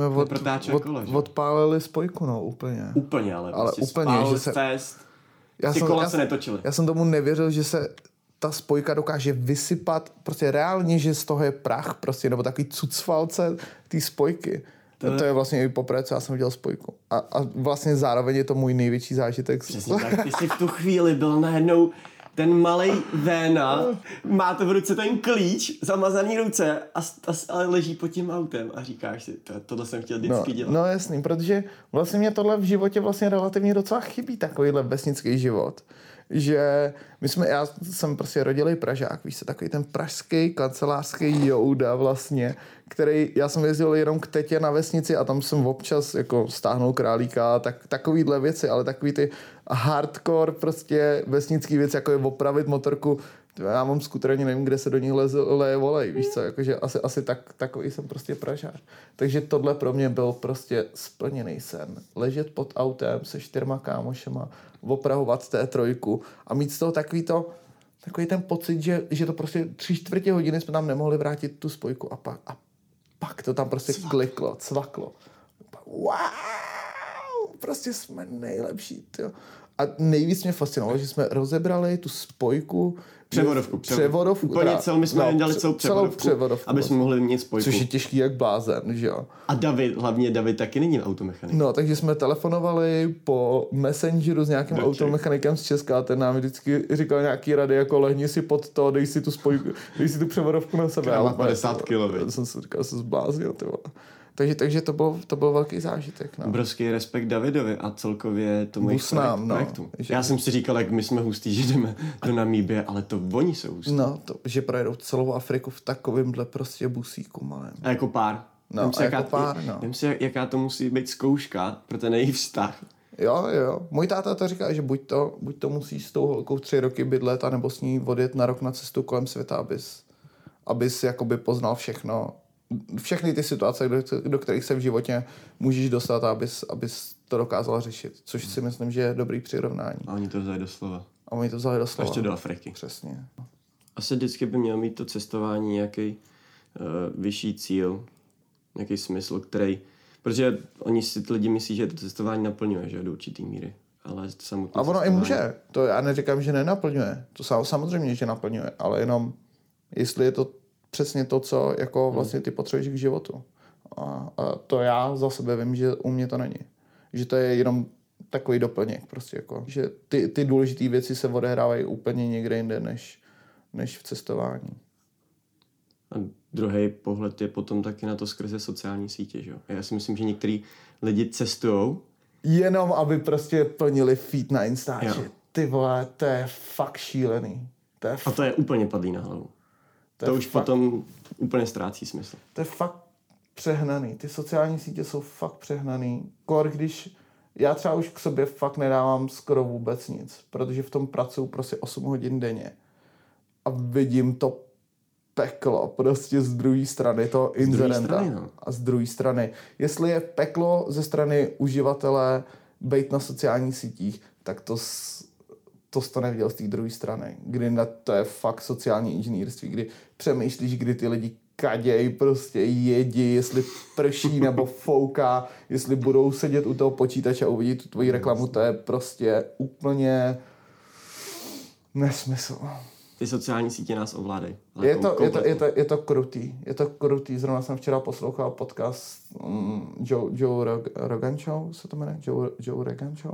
odpálili spojku, no, úplně. Úplně, ale prostě úplně, že se... fest. Kola se netočily. Já jsem tomu nevěřil, že se ta spojka dokáže vysypat, prostě reálně, že z toho je prach, prostě, nebo takový cucvalce té spojky. To je vlastně i poprvé, co já jsem viděl spojku. A vlastně zároveň je to můj největší zážitek. Přesně tak, ty jsi v tu chvíli byl najednou ten malej Véna, má to v ruce ten klíč, zamazaný ruce ale leží pod tím autem a říkáš si, tohle jsem chtěl vždycky dělat. No jasný, protože vlastně mě tohle v životě vlastně relativně docela chybí, takovýhle vesnický život. Že já jsem prostě rodilej Pražák, víš co, takový ten pražský kancelářský Jouda vlastně, který, já jsem jezdil jenom k tetě na vesnici a tam jsem občas jako stáhnul králíka, takovýhle věci, ale takový ty hardcore prostě vesnický věci, jako je opravit motorku. Já mám skuter, ani nevím, kde se do nich leje volej, víš co, jakože asi takový jsem prostě Pražák. Takže tohle pro mě byl prostě splněný sen. Ležet pod autem se 4 kámošema, opravovat T3 a mít z toho takový ten pocit, že to prostě 3/4 hodiny jsme tam nemohli vrátit tu spojku a pak to tam prostě kliklo, cvaklo. Wow! Prostě jsme nejlepší, tyjo. A nejvíc mě fascinovalo, že jsme rozebrali tu spojku, Převodovku. Úplně my jsme dali celou převodovku, aby jsme mohli mít spojku. Což je těžký jak blázen, že jo. A hlavně David taky není automechanik. No, takže jsme telefonovali po Messengeru s nějakým automechanikem z Česka a ten nám vždycky říkal nějaký rady, jako lehni si pod to, dej si tu spojku, dej si tu převodovku na sebe. Má 50 kg. Já jsem si říkal, jsem zbláznil, ty vole. Takže to byl velký zážitek. No. Obrovský respekt Davidovi a celkově tomu jejich projektu. Že... Já jsem si říkal, jak my jsme hustí, že jdeme do Namíbie, ale to oni jsou hustí. No, že projedou celou Afriku v takovýmhle prostě busíku malém. A jako pár. No, Vím si, jaká to musí být zkouška pro ten jejich vztah. Jo. Můj táta to říká, že buď to musíš s tou holkou 3 roky bydlet, anebo s ní odjet na rok na cestu kolem světa, abys jakoby poznal všechny ty situace, do kterých se v životě můžeš dostat, abys to dokázal řešit. Což si myslím, že je dobrý přirovnání. A oni to vzali do slova. Ještě do Afriky. Přesně. Asi vždycky by mělo mít to cestování nějaký vyšší cíl, nějaký smysl, který... Protože oni si ty lidi myslí, že to cestování naplňuje, že do určitý míry. Ale samotné a ono cestování... i může. To já neříkám, že nenaplňuje. To samozřejmě, že naplňuje. Ale jenom, jestli je to přesně to, co jako vlastně ty potřebuješ k životu. A to já za sebe vím, že u mě to není. Že to je jenom takový doplněk. Prostě jako, že ty důležité věci se odehrávají úplně někde jinde, než v cestování. A druhý pohled je potom taky na to skrze sociální sítě. Že? Já si myslím, že některý lidi cestujou jenom aby prostě plnili feed na Instači. Ty vole, to je fakt šílený. A to je úplně padlý na hlavu. To už potom úplně ztrácí smysl. To je fakt přehnaný. Ty sociální sítě jsou fakt přehnaný. Když já třeba už k sobě fakt nedávám skoro vůbec nic, protože v tom pracuji prostě 8 hodin denně. A vidím to peklo prostě z druhé strany toho inzerenta. A z druhé strany. Jestli je peklo ze strany uživatele být na sociálních sítích, tak to neviděl z té druhé strany. Kdy to je fakt sociální inženýrství, kdy přemýšlíš, kdy ty lidi kaděj, prostě jedí, jestli prší nebo fouká, jestli budou sedět u toho počítače a uvidí tu tvoji reklamu, to je prostě úplně nesmysl. Ty sociální sítě nás ovládají. Je to krutý. Je to krutý. Zrovna jsem včera poslouchal podcast Joe Rogan Show, se to jmenuje? Joe Rogan Show?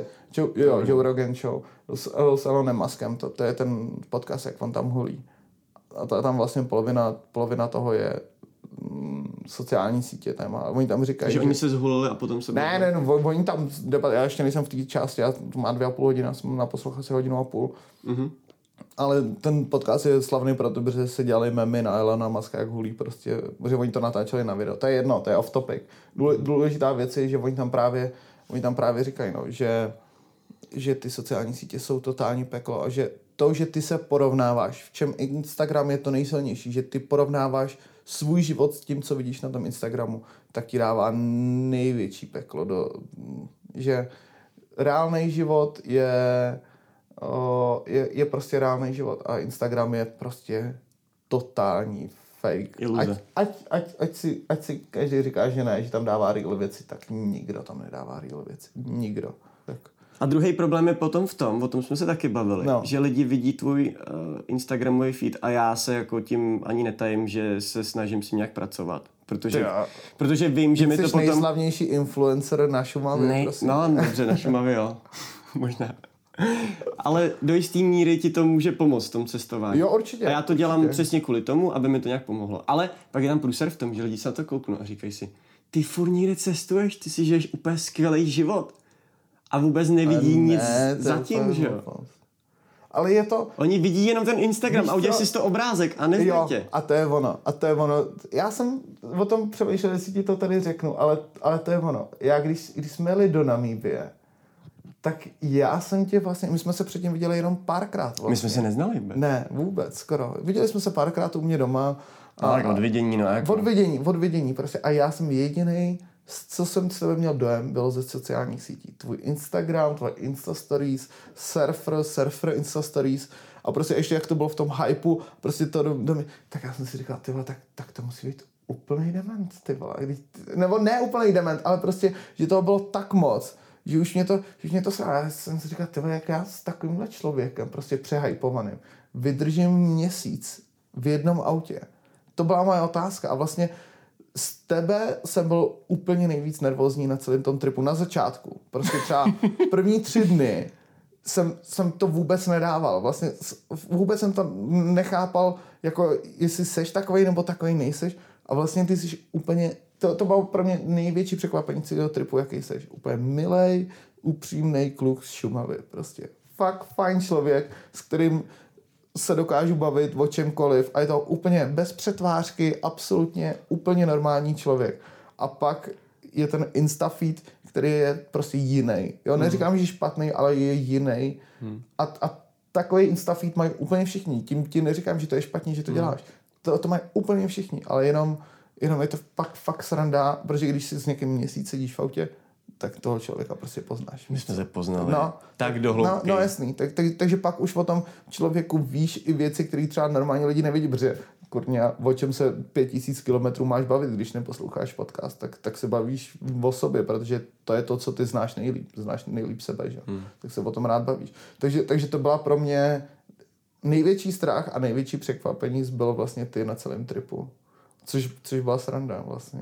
Joe Rogan Show s Elonem Muskem. To je ten podcast, jak on tam hulí. a tam vlastně polovina toho je sociální sítě téma. A oni tam říkají, že oni se zhulili a potom se... Ne, no, oni tam, já ještě nejsem v té části, já to má 2,5 hodiny, jsem naposlouchal asi 1,5 hodiny. Mm-hmm. Ale ten podcast je slavný proto, protože se dělali memy na Elona Muska, jak hulí prostě, protože oni to natáčeli na video. To je jedno, to je off topic. Důležitá věc je, že oni tam právě říkají, no, že ty sociální sítě jsou totální peklo a že to, že ty se porovnáváš, v čem Instagram je to nejsilnější, že ty porovnáváš svůj život s tím, co vidíš na tom Instagramu, tak ti dává největší peklo. Že reálný život je prostě reálný život a Instagram je prostě totální fake. Ať si každý říká, že ne, že tam dává real věci, tak nikdo tam nedává real věci. Nikdo. Tak. A druhý problém je potom v tom, o tom jsme se taky bavili, že lidi vidí tvůj Instagramový feed a já se jako tím ani netajím, že se snažím si nějak pracovat. Protože vím, že mi to potom... Jsi nejslavnější influencer na Šumavě, prosím. No, dobře, na Šumavě, jo. Možná. Ale do jistý míry ti to může pomoct v tom cestování. Jo, určitě. A já to dělám přesně kvůli tomu, aby mi to nějak pomohlo. Ale pak je tam průser v tom, že lidi se na to kouknou a říkají si, ty furt někde cestuješ, ty si žiješ úplně skvělý život. A vůbec nevidí nic zatím, že jo? Ale je to... Oni vidí jenom ten Instagram a udělají si z toho obrázek a neznají tě. A to je ono. Já jsem o tom přemýšlel, jestli ti to tady řeknu, ale to je ono. Já když jsme jeli do Namíbie, tak já jsem tě vlastně... My jsme se předtím viděli jenom párkrát. Vlastně. My jsme se neznali? Ne, vůbec, skoro. Viděli jsme se párkrát u mě doma. Tak od vidění, no jako. Od vidění, prostě. A já jsem jedinej, co jsem s tebe měl dojem, bylo ze sociálních sítí. Tvůj Instagram, tvoje Insta Stories, surfer Insta Stories a prostě ještě jak to bylo v tom hypeu, prostě to do mě. Tak já jsem si říkal, ty vole, tak to musí být úplnej dement, ty vole. Nebo ne úplnej dement, ale prostě, že toho bylo tak moc, že už mě to srá. Já jsem si říkal, ty vole, jak já s takovýmhle člověkem, prostě přehypovaným, vydržím měsíc v jednom autě. To byla moje otázka a vlastně z tebe jsem byl úplně nejvíc nervózní na celém tom tripu. Na začátku. Prostě třeba první 3 dny jsem to vůbec nedával. Vlastně vůbec jsem to nechápal, jako jestli seš takovej nebo takovej nejseš. A vlastně ty jsi úplně... To bylo pro mě největší překvapení celého tripu, jaký seš. Úplně milej, upřímnej kluk z Šumavy. Prostě fakt fajn člověk, s kterým se dokážu bavit o čemkoliv a je to úplně bez přetvářky, absolutně úplně normální člověk. A pak je ten Instafeed, který je prostě jiný. Jo, neříkám, že špatný, ale je jiný. A takový Instafeed mají úplně všichni. Tím ti neříkám, že to je špatně, že to děláš. To mají úplně všichni, ale jenom je to fakt sranda, protože když si s někým měsíc sedíš v autě, tak toho člověka prostě poznáš. My jsme se poznali. Tak do hloubky. No jasný. Takže pak už o tom člověku víš i věci, které třeba normální lidi nevidí, protože kurňa, o čem se 5000 kilometrů máš bavit, když neposloucháš podcast, tak se bavíš o sobě, protože to je to, co ty znáš nejlíp sebe, že? Tak se o tom rád bavíš. Takže to byla pro mě největší strach a největší překvapení bylo vlastně ty na celém tripu. Což byla sranda vlastně.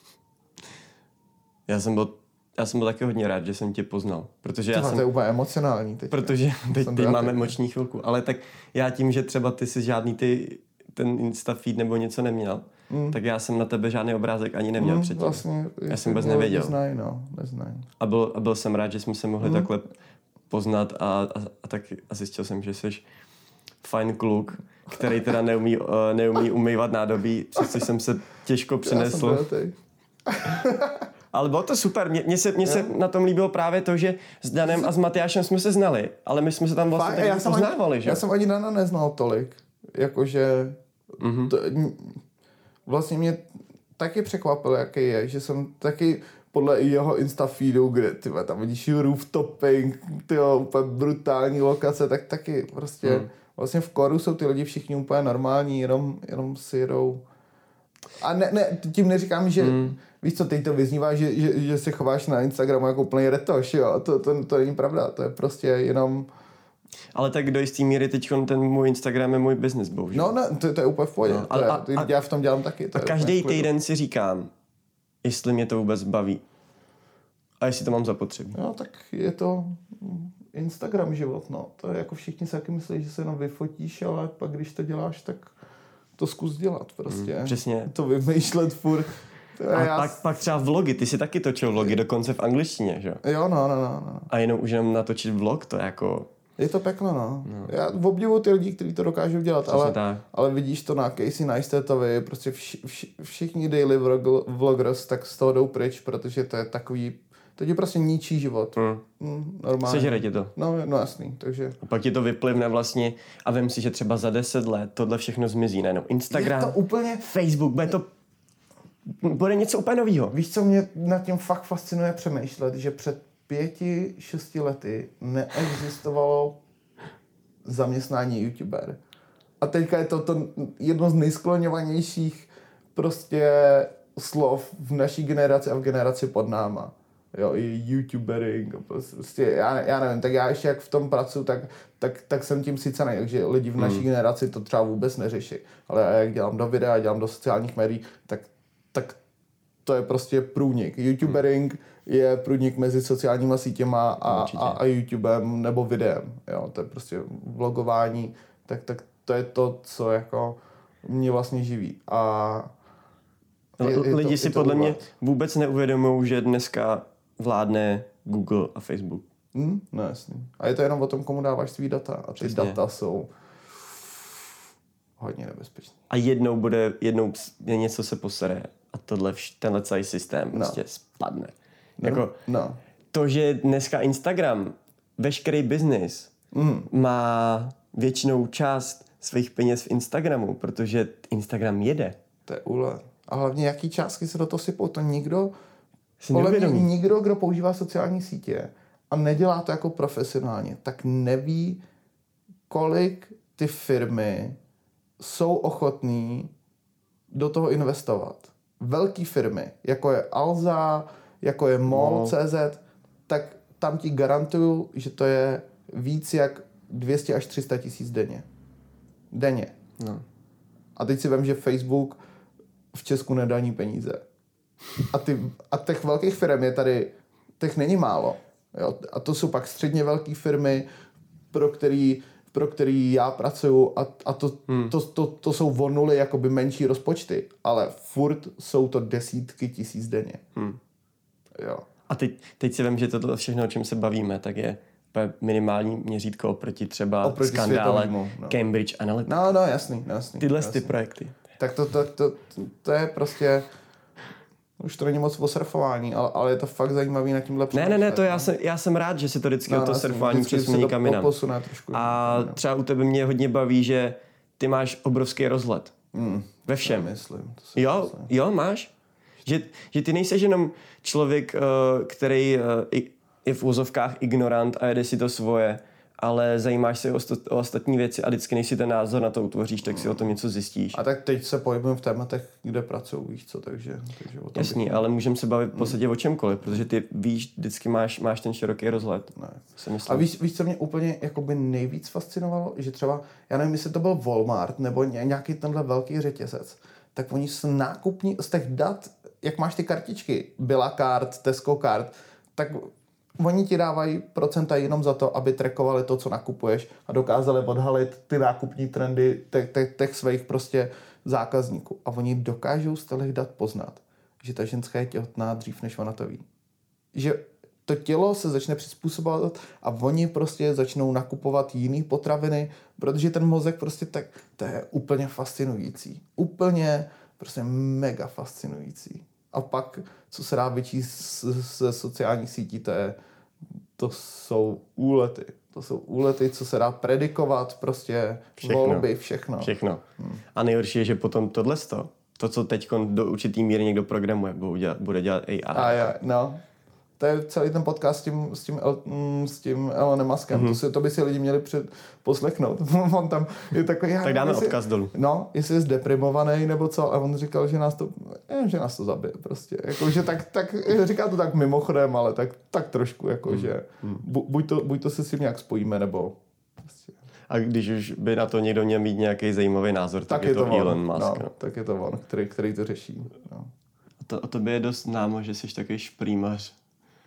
Já jsem byl taky hodně rád, že jsem tě poznal. Protože to je úplně emocionální teď. Protože teď máme emoční chvilku. Ale tak já tím, že třeba ty jsi žádný ten Instafeed nebo něco neměl, tak já jsem na tebe žádný obrázek ani neměl předtím. Vlastně, já jsem vůbec nevěděl. Neznají. A byl jsem rád, že jsme se mohli takhle poznat a zjistil jsem, že jsi fajn kluk, který teda neumí umývat nádobí, přesto jsem se těžko přinesl. Ale bylo to super. Mně se na tom líbilo právě to, že s Danem a s Matyášem jsme se znali, ale my jsme se tam vlastně tak poznávali, že? Já jsem ani Dana neznal tolik. Jakože vlastně mě taky překvapilo, jaký je, že jsem taky podle jeho Instafeedu, kde tam vidíš rooftoping, úplně brutální lokace, tak taky prostě vlastně v Koru jsou ty lidi všichni úplně normální, jenom si jedou. A ne, tím neříkám, že víš co, teď to vyznívá, že se chováš na Instagramu jako úplný retoš, jo, to není pravda, to je prostě jenom... Ale tak do jistý míry teď ten můj Instagram je můj business, bohužel. No, to je úplně v pohodě, já v tom dělám taky. A každý týden si říkám, jestli mě to vůbec baví a jestli to mám zapotřebí. No, tak je to Instagram život, no, to je jako všichni se taky myslí, že se jenom vyfotíš, ale pak když to děláš, tak to zkus dělat prostě. Přesně. To vymýšlet furt. Pak třeba vlogy, ty si taky točil vlogy, dokonce v angličtině, že jo? Jo, no. A už jenom natočit vlog, to je jako... Je to peklo, no. Já obdivuju ty lidi, kteří to dokážou dělat, ale vidíš to na Casey Neistatovi, prostě všichni daily vloggers tak z toho jdou pryč, protože to je takový, to ti prostě ničí život. Normálně. Sežere ti to. No jasný, takže... A pak ti to vyplivne vlastně a vem si, že třeba za 10 let tohle všechno zmizí, nejenom Instagram, je to úplně... Facebook, bude něco úplně novýho. Víš, co mě nad tím fakt fascinuje přemýšlet, že před 5-6 lety neexistovalo zaměstnání youtuber. A teďka je to jedno z nejskloňovanějších prostě slov v naší generaci a v generaci pod náma. Jo, i youtubering, prostě, já nevím, tak já ještě jak v tom pracuji, tak jsem tím sice ne, takže lidi v naší generaci to třeba vůbec neřeší. Ale jak dělám do videa, dělám do sociálních médií, tak to je prostě průnik. Youtubering je průnik mezi sociálníma sítěma a YouTubem nebo videem. Jo, to je prostě vlogování, tak to je to, co jako mě vlastně živí. A lidi si podle mě vůbec neuvědomují, že dneska vládne Google a Facebook. No jasný. A je to jenom o tom, komu dáváš svý data. A ty data jsou hodně nebezpečné. A jednou něco se posere a tenhle celý systém prostě spadne. To, že dneska Instagram, veškerý biznis, má většinou část svých peněz v Instagramu, protože Instagram jede. To je úle. A hlavně jaký částky se do toho sypou, to nikdo, kdo používá sociální sítě a nedělá to jako profesionálně, tak neví, kolik ty firmy jsou ochotný do toho investovat. Velký firmy, jako je Alza, jako je MOL.cz, tak tam ti garantuju, že to je víc jak 200 až 300 tisíc denně. No. A teď si vem, že Facebook v Česku nedaní peníze. A těch velkých firm je tady, těch není málo. Jo? A to jsou pak středně velké firmy, pro který já pracuju a to jsou vonuly jakoby menší rozpočty, ale furt jsou to desítky tisíc denně. Jo. A teď si vem, že toto všechno, o čem se bavíme, tak je minimální měřítko oproti třeba skandále Cambridge Analytica. No, jasný. Tyhle ty projekty. Tak to je prostě... Už to není moc o surfování, ale je to fakt zajímavý na tímhle přemýšlet. Ne, to já jsem rád, že se to vždycky o to surfování přesune někam jinam. A třeba u tebe mě hodně baví, že ty máš obrovský rozhled. Ve všem. Myslím. Jo, máš? Že ty nejseš jenom člověk, který je v úzovkách ignorant a jede si to svoje, ale zajímáš se o ostatní věci a vždycky, než si ten názor na to utvoříš, tak si o tom něco zjistíš. A tak teď se pohybujeme v tématech, kde pracuju, víš co, takže o tom jasný, ale můžeme se bavit v podstatě o čemkoliv, protože ty víš, vždycky máš ten široký rozhled. A víš, co mě úplně jakoby nejvíc fascinovalo, že třeba, já nevím, jestli to byl Walmart nebo nějaký tenhle velký řetězec, tak oni z těch dat, jak máš ty kartičky, Billa Card, Tesco Card, tak oni ti dávají procenta jenom za to, aby trackovali to, co nakupuješ a dokázali odhalit ty nákupní trendy těch svých prostě zákazníků. A oni dokážou z těch dat poznat, že ta ženská je těhotná dřív, než ona to ví. Že to tělo se začne přizpůsobovat a oni prostě začnou nakupovat jiný potraviny, protože ten mozek prostě tak, to je úplně fascinující. Úplně prostě mega fascinující. A pak, co se dá vyčíst ze sociálních sítí, to jsou úlety. To jsou úlety, co se dá predikovat, prostě volby, všechno. A nejhorší je, že potom to, co teď do určitý míry někdo programuje, bude dělat AI. No. To je celý ten podcast s tím Elonem Muskem. To by si lidi měli poslechnout. On tam je takový... Tak dáme odkaz dolů. No, jestli je zdeprimovaný nebo co. A on říkal, že nás to zabije prostě. Jako, že tak říká to tak mimochodem, ale tak trošku, jako, že buď to se s tím nějak spojíme, nebo... Prostě. A když už by na to někdo měl mít nějaký zajímavý názor, tak je to Elon Musk. No, tak je to on, který to řeší. No. O tobě je dost známo, že jsi takový šprýmař.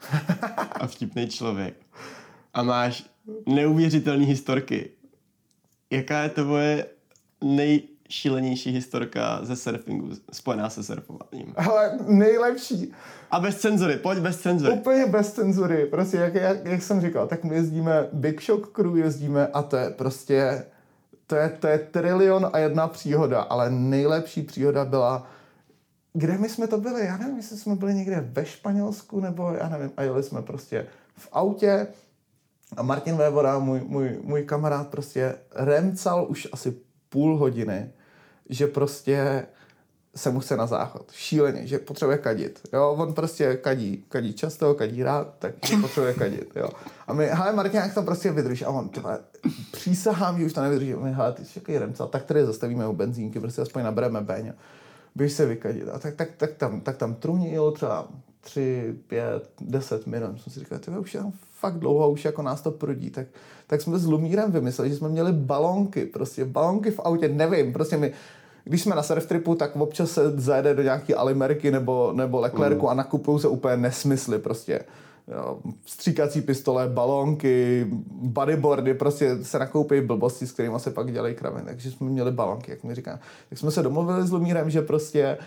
A vtipný člověk. A máš neuvěřitelné historky. Jaká je tvoje nejšílenější historka ze surfingu spojená se surfováním? Ale nejlepší. A bez cenzury, pojď bez cenzury. Úplně bez cenzury. Prostě jak jsem říkal, tak my jezdíme Big Shock Crew, jezdíme a to je prostě, to je trilion a jedna příhoda, ale nejlepší příhoda byla, kde my jsme to byli, já nevím, jestli jsme byli někde ve Španělsku, nebo já nevím, a jeli jsme prostě v autě a Martin Vévoda, můj kamarád, prostě remcal už asi půl hodiny, že prostě se mu chce na záchod. Šíleně, že potřebuje kadit. Jo, on prostě kadí často, kadí rád, tak potřebuje kadit, jo. A my, hele Martin, jak to prostě vydrží? A on, tyhle, přísahám, že už to nevydrží. A my, hele, ty jsi jaký remcal, tak tady zastavíme u benzínky, prostě aspoň nabereme béně. Běž se vykadit. A tak tam trunil třeba 3, 5, 10 minut. Jsem si říkal, tyhle, už je tam fakt dlouho, už jako nás to prudí. Tak jsme s Lumírem vymysleli, že jsme měli balónky, prostě balónky v autě, nevím, prostě my, když jsme na surf tripu, tak občas se zajede do nějaký Alimerky nebo Leclercu a nakupují se úplně nesmysly, prostě. Jo, stříkací pistole, balónky, bodyboardy, prostě se nakoupí blbosti, s kterými se pak dělají kraviny. Takže jsme měli balónky, jak mi říká. Tak jsme se domluvili s Lumírem, že prostě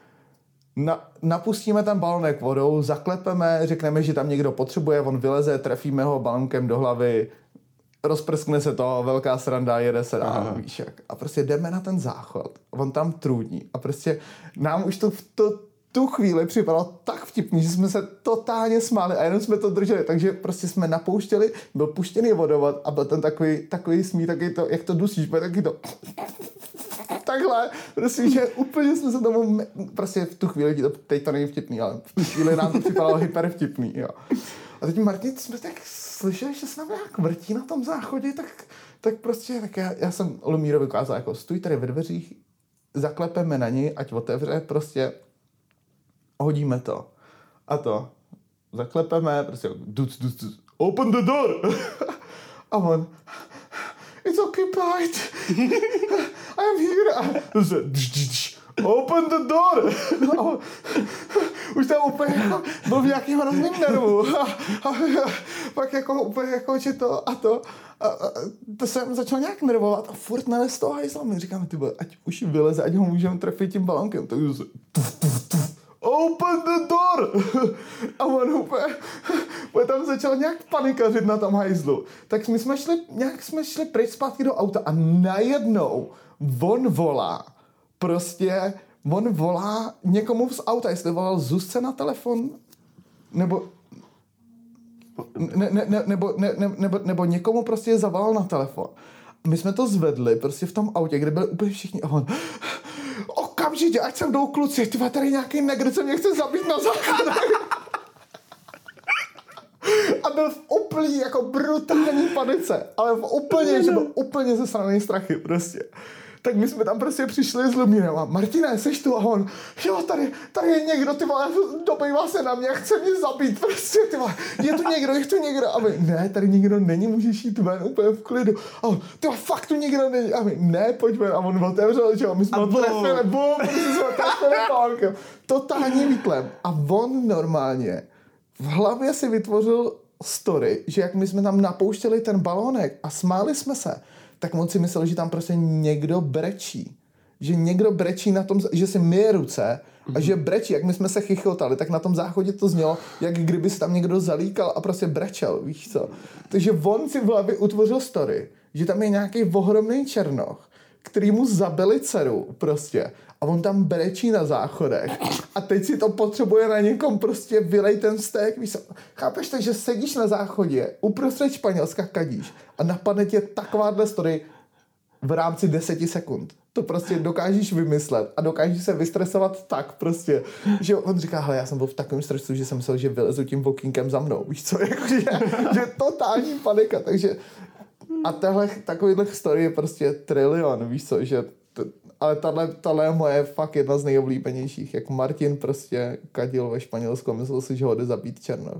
napustíme ten balónek vodou, zaklepeme, řekneme, že tam někdo potřebuje, on vyleze, trefíme ho balónkem do hlavy, rozprskne se to, velká sranda, jede se dál, víš jak. A prostě jdeme na ten záchod, on tam trůní a prostě nám už to v tu chvíli připadalo tak vtipný, že jsme se totálně smáli a jenom jsme to drželi, takže prostě jsme napouštěli, byl puštěný vodovod a byl ten takový smích, taky to, jak to dusíš, byl taky to takhle, prostě, že úplně jsme se tomu, prostě v tu chvíli, teď to není vtipný, ale v tu chvíli nám to připadalo hyper vtipný, jo. A teď Martin, jsme tak slyšeli, že se nám nějak vrtí na tom záchodě, tak prostě, tak já jsem Lumírovi ukázal, jako stůj tady ve dveřích, zaklepeme na něj, ať otevře, prostě hodíme to. A to. Zaklepeme, prostě duc, open the door! A on, it's occupied. I am here. A open the door! A on, už tam úplně jako, byl v nějakým hrozným nervu. A pak jako úplně jako, že to a to. A to jsem začal nějak nervovat a furt nalez z toho hajzla. My říkáme, ty ať už vyleze, ať ho můžeme trefit tím balonkem. Tak už open the door! A on úplně tam začal nějak panikařit na tom hajzlu. Tak my jsme šli pryč zpátky do auta a najednou on volá někomu z auta, jestli volal Zuzce na telefon, nebo někomu prostě zavolal na telefon. My jsme to zvedli prostě v tom autě, kde byli úplně všichni a on okamžitě, ať sem jdou kluci, tyva, tady nějaký negr, co mě chce zabít na záchodě. A byl v úplný, jako brutální panice, ale že byl úplně zesraný strachy prostě. Tak my jsme tam prostě přišli s Lumírem a Martine, seš tu? A on, jo, tady je někdo, ty vole, dobejvá se na mě, chce mě zabít, prostě, ty vole, je tu někdo. A my, ne, tady nikdo není, můžeš jít ven úplně v klidu. A on, ty vole, fakt tu nikdo není. A my, ne, pojď ven. A on otevřel, že jo, my jsme ho trefili, prostě jsme ho trefili pálkem. Totální výtlem. A on normálně v hlavě si vytvořil story, že jak my jsme tam napouštěli ten balónek a smáli jsme se, tak on si myslel, že tam prostě někdo brečí. Že někdo brečí na tom, že si myje ruce a že brečí. Jak my jsme se chichotali, tak na tom záchodě to znělo, jak kdyby se tam někdo zalíkal a prostě brečel, víš co. Takže on si v hlavě utvořil story, že tam je nějaký ohromný černoch, který mu zabili dceru prostě. A on tam brečí na záchodech. A teď si to potřebuje na někom prostě vylej ten stek. Víš, chápeš, takže sedíš na záchodě, uprostřed Španělska kadíš a napadne tě takováhle story v rámci 10 sekund. To prostě dokážeš vymyslet a dokážeš se vystresovat tak prostě, že on říká, hele, já jsem byl v takovém stresu, že jsem myslel, že vylezu tím okýnkem za mnou. Víš co, že totální panika, takže a takovýhle story je prostě trilion, víš co, že ale tahle je moje fakt jedna z nejoblíbenějších, jak Martin prostě kadil ve Španělsku a myslel si, že ho jde zabít černoch.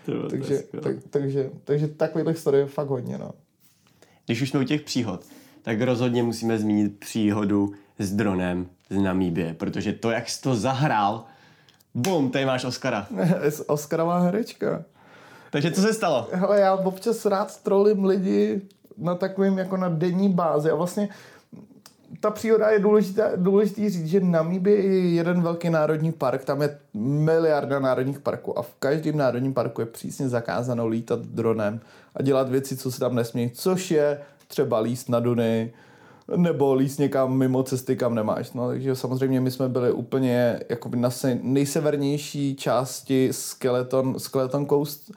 Takže takovýhle story je fakt hodně, no. Když už jsme u těch příhod, tak rozhodně musíme zmínit příhodu s dronem z Namíbie, protože to, jak jsi to zahrál, bum, tady máš Oscara. Oscarová herečka. Takže co se stalo? Hele, já občas rád trolím lidi na takovým jako na denní bázi a vlastně ta příroda je důležitý říct, že Namíbie je jeden velký národní park, tam je miliarda národních parků a v každém národním parku je přísně zakázáno lítat dronem a dělat věci, co se tam nesmí, což je třeba líst na duny, nebo líst někam mimo cesty, kam nemáš. No, takže samozřejmě my jsme byli úplně jakoby na nejsevernější části Skeleton Coast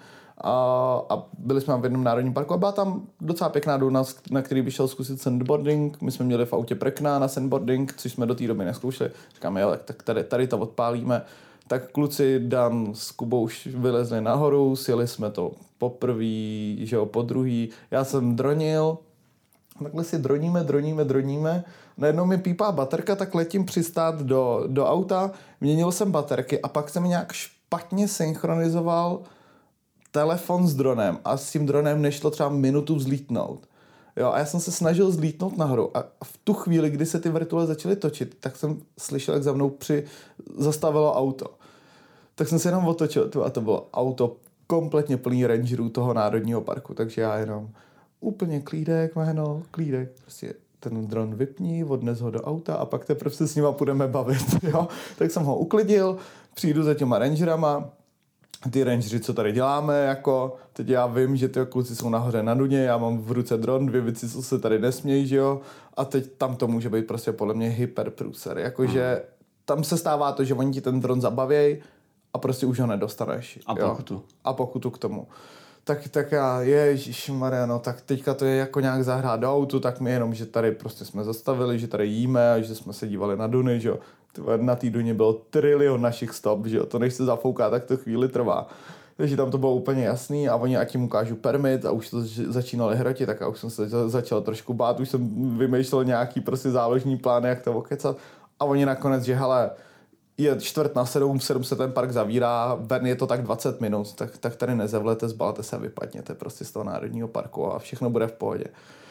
a byli jsme v jednom národním parku a byla tam docela pěkná důna, na který by šel zkusit sandboarding. My jsme měli v autě prkna na sandboarding, což jsme do té doby nezkoušeli. Říkáme, jo, tak tady to odpálíme. Tak kluci Dan s Kubou už vylezli nahoru, sjeli jsme to poprvý, že jo, po druhý. Já jsem dronil, takhle si droníme. Najednou mi pípá baterka, tak letím přistát do auta, měnil jsem baterky a pak jsem nějak špatně synchronizoval telefon s dronem a s tím dronem nešlo třeba minutu vzlítnout. Jo, a já jsem se snažil vzlítnout nahoru a v tu chvíli, kdy se ty vrtule začaly točit, tak jsem slyšel, jak za mnou zastavilo auto. Tak jsem se jenom otočil a to bylo auto kompletně plný rangerů toho národního parku, takže já jenom úplně klídek, prostě ten dron vypni, odnes ho do auta a pak teprve se s nima půjdeme bavit, jo. Tak jsem ho uklidil, přijdu za těma rangerama, ty rangeři, co tady děláme, jako, teď já vím, že ty kluci jsou nahoře na duně, já mám v ruce dron, 2 věci, co se tady nesmějí, že jo, a teď tam to může být prostě podle mě hyperprůser, jakože tam se stává to, že oni ti ten dron zabavějí a prostě už ho nedostaneš. A pokutu. Jo? A pokutu k tomu. Tak já, ježišmarja, no, tak teďka to je jako nějak zahrát do autu, tak my jenom, že tady prostě jsme zastavili, že tady jíme a že jsme se dívali na duny, že jo. Na té duně bylo 1 trilion našich stop, že jo, to než se zafouká, tak to chvíli trvá. Takže tam to bylo úplně jasný a oni ať jim ukážu permit a už to začínali hrotit, tak já už jsem se začal trošku bát, už jsem vymýšlel nějaký prostě záložní plán, jak to okecat a oni nakonec, že hele, je 6:45, 7 se ten park zavírá, ven je to tak 20 minut, tak tady nezavlete, zbalte se a vypadněte prostě z toho národního parku a všechno bude v pohodě.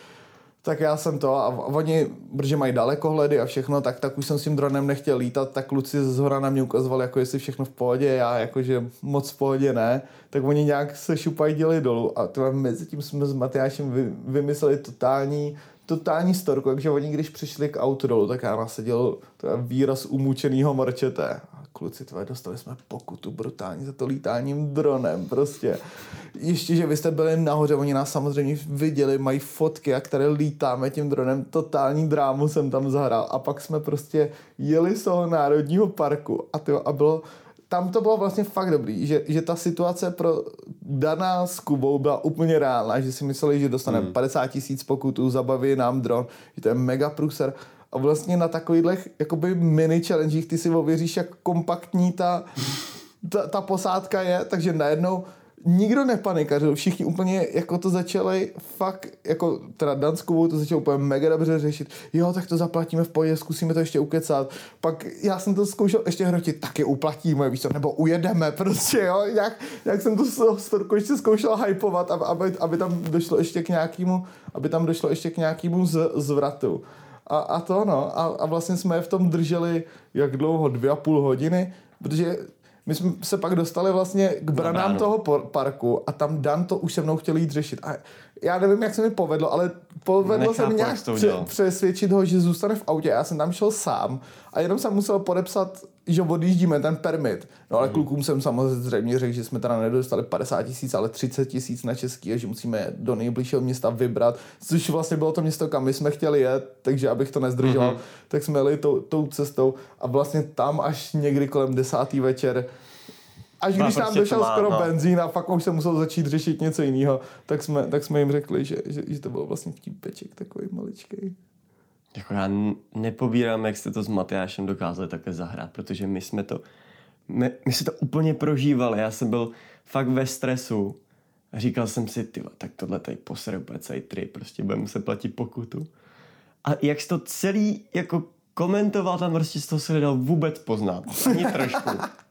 Tak já jsem to a oni, protože mají dalekohledy a všechno, tak už jsem s tím dronem nechtěl lítat, tak kluci zhora na mě ukazovali, jako jestli všechno v pohodě, já jakože moc v pohodě ne, tak oni nějak se šupají děli dolů a mezi tím jsme s Matyášem vymysleli totální storku, takže oni když přišli k autu dolů, tak já nasadil výraz umučenýho morčete. Kluci, dostali jsme pokutu brutálně za to lítáním dronem, prostě. Ještě, že vy jste byli nahoře, oni nás samozřejmě viděli, mají fotky, jak tady lítáme tím dronem, totální drámu jsem tam zahrál a pak jsme prostě jeli z toho národního parku a bylo tam to bylo vlastně fakt dobrý, že ta situace pro Dana s Kubou byla úplně reálná, že si mysleli, že dostaneme 50 000 pokutů, zabaví nám dron, že to je mega průser. A vlastně na takových jakoby mini challengech ty si ověříš, jak kompaktní ta posádka je, takže najednou nikdo nepanikařil, všichni úplně jako to začali fakt, jako teda Dan s Kubou to začal úplně mega dobře řešit, jo, tak to zaplatíme v pohodě, zkusíme to ještě ukecat, pak já jsem to zkoušel ještě hrotit, taky uplatíme, víš co, nebo ujedeme prostě, jo, jak jsem to storku ještě zkoušel hypovat, aby tam došlo ještě k nějakému zvratu. A to no, a vlastně jsme v tom drželi jak dlouho, 2,5 hodiny, protože my jsme se pak dostali vlastně k branám toho parku a tam Dan to už se mnou chtěl jít řešit. A já nevím, jak se mi povedlo, ale povedlo se mi nějak přesvědčit ho, že zůstane v autě. Já jsem tam šel sám a jenom jsem musel podepsat, že odjíždíme ten permit. No ale klukům jsem samozřejmě řekl, že jsme teda nedostali 50 000, ale 30 000 na český a že musíme do nejbližšího města vybrat, což vlastně bylo to město, kam my jsme chtěli jet, takže abych to nezdržoval, tak jsme jeli tou cestou a vlastně tam až někdy kolem 10. večer, až když nám došel skoro benzín a fakt už se musel začít řešit něco jiného, tak jsme jim řekli, že to bylo vlastně vtípeček takový maličkej. Jako já nepobírám, jak jste to s Matyášem dokázali takhle zahrát, protože my jsme to úplně prožívali. Já jsem byl fakt ve stresu a říkal jsem si, tak tohle tady posere úplně celý trip, prostě budeme muset platit pokutu. A jak jsi to celý jako komentoval, tam prostě z toho se nedal vůbec poznat. Ani trošku.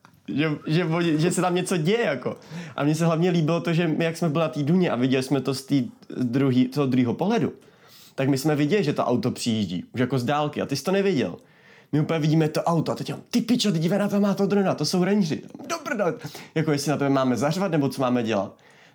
Že se tam něco děje, jako. A mně se hlavně líbilo to, že my, jak jsme byli na té duně a viděli jsme to z toho druhého pohledu, tak my jsme viděli, že to auto přijíždí, už jako z dálky, a ty jsi to neviděl. My úplně vidíme to auto a teď ty pičo, ty dívej na to, má to drona, to jsou rangeři. Dobrý, jako jestli na to máme zařvat, nebo co máme dělat.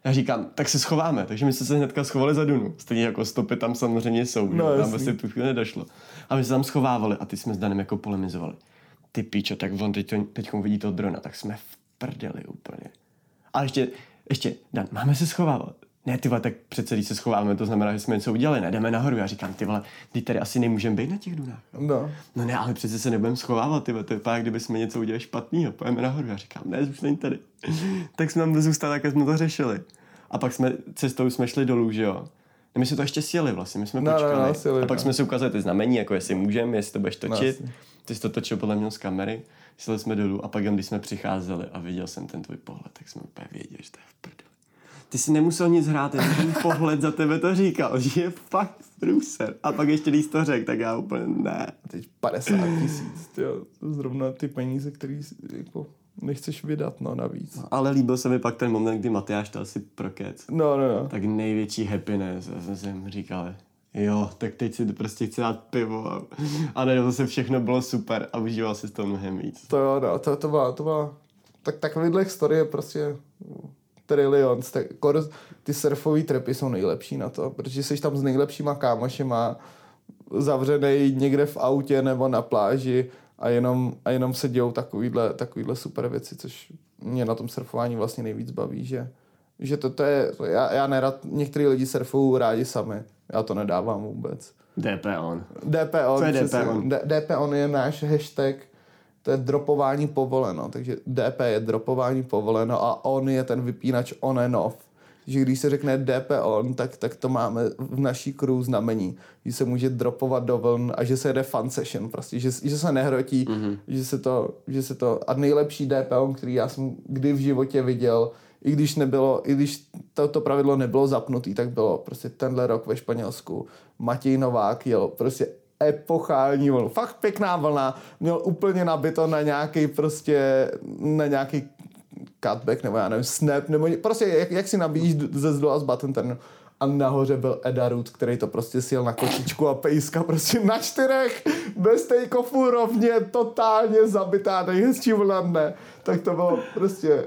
Já říkám, tak se schováme, takže my jsme se hnedka schovali za dunu. Stejně jako stopy tam samozřejmě jsou, no, tam vlastně tu chvíli nedošlo. A my se tam schovávali a ty jsme s Danem jako polemizovali. Ty píčo, tak on teď vidí toho drona, tak jsme v prdeli úplně. A ještě, Dan, máme se schovávat. Ne, ty vole, tak přece když se schováme, to znamená, že jsme něco udělali, ne, jdeme nahoru. Já říkám, ty vole, ty tady asi nemůžeme být na těch dunách. No ne, ale přece se nebudeme schovávat, ty vole, to je pak, kdyby jsme něco udělali špatného, pojďme nahoru. Já říkám, ne, už není tady. Tak jsme tam zůstali, tak jsme to řešili. A pak cestou jsme šli dolů, že jo. My jsme to ještě sjeli vlastně, my jsme počkali. A pak jsme si ukázali ty znamení, jako jestli můžeme, jestli to budeš točit. Ty jsi to točil podle mě z kamery. Sjeli jsme dolů a pak když jsme přicházeli a viděl jsem ten tvůj pohled, tak jsme úplně věděli, že to je v prdeli. Ty jsi nemusel nic hrát, ten pohled za tebe to říkal, že je fakt průser. A pak ještě když to řekl, tak já úplně ne. A teď 50 000, tyjo, zrovna ty peníze, který jako nechceš vydat, no, navíc. No, ale líbil se mi pak ten moment, kdy Matyáš to asi prokec. No. Tak největší happiness. Já jsem říkal, jo, tak teď si prostě chci dát pivo. A ne, se všechno bylo super a užíval si z toho mnohem víc. To jo, no, to byla tak takovýhle story je prostě trilions. Ty surfové tripy jsou nejlepší na to, protože jsi tam s nejlepšíma kámošema zavřenej někde v autě nebo na pláži a jenom se dějou takovýhle super věci, což mě na tom surfování vlastně nejvíc baví, že to je, já nerad, některý lidi surfují rádi sami, já to nedávám vůbec. DP on. Co je DP on? DP on je náš hashtag, to je dropování povoleno, takže DP je dropování povoleno a on je ten vypínač on and off. Že když se řekne DP on, tak to máme v naší crew znamení, že se může dropovat do vln a že se jede fun session, prostě, že se nehrotí, že se to a nejlepší DP on, který já jsem kdy v životě viděl, i když to pravidlo nebylo zapnutý, tak bylo prostě tenhle rok ve Španělsku. Matěj Novák jel prostě epochální vlnu. Fakt pěkná vlna. Měl úplně nabito na nějaký cutback, nebo já nevím, snap, nebo prostě jak si nabíjíš ze zdola z button turnu. A nahoře byl Eda Root, který to prostě sjel na kočičku a pejska prostě na 4, bez take-offu rovně, totálně zabitá, nejhezčí vlna dne. Tak to bylo prostě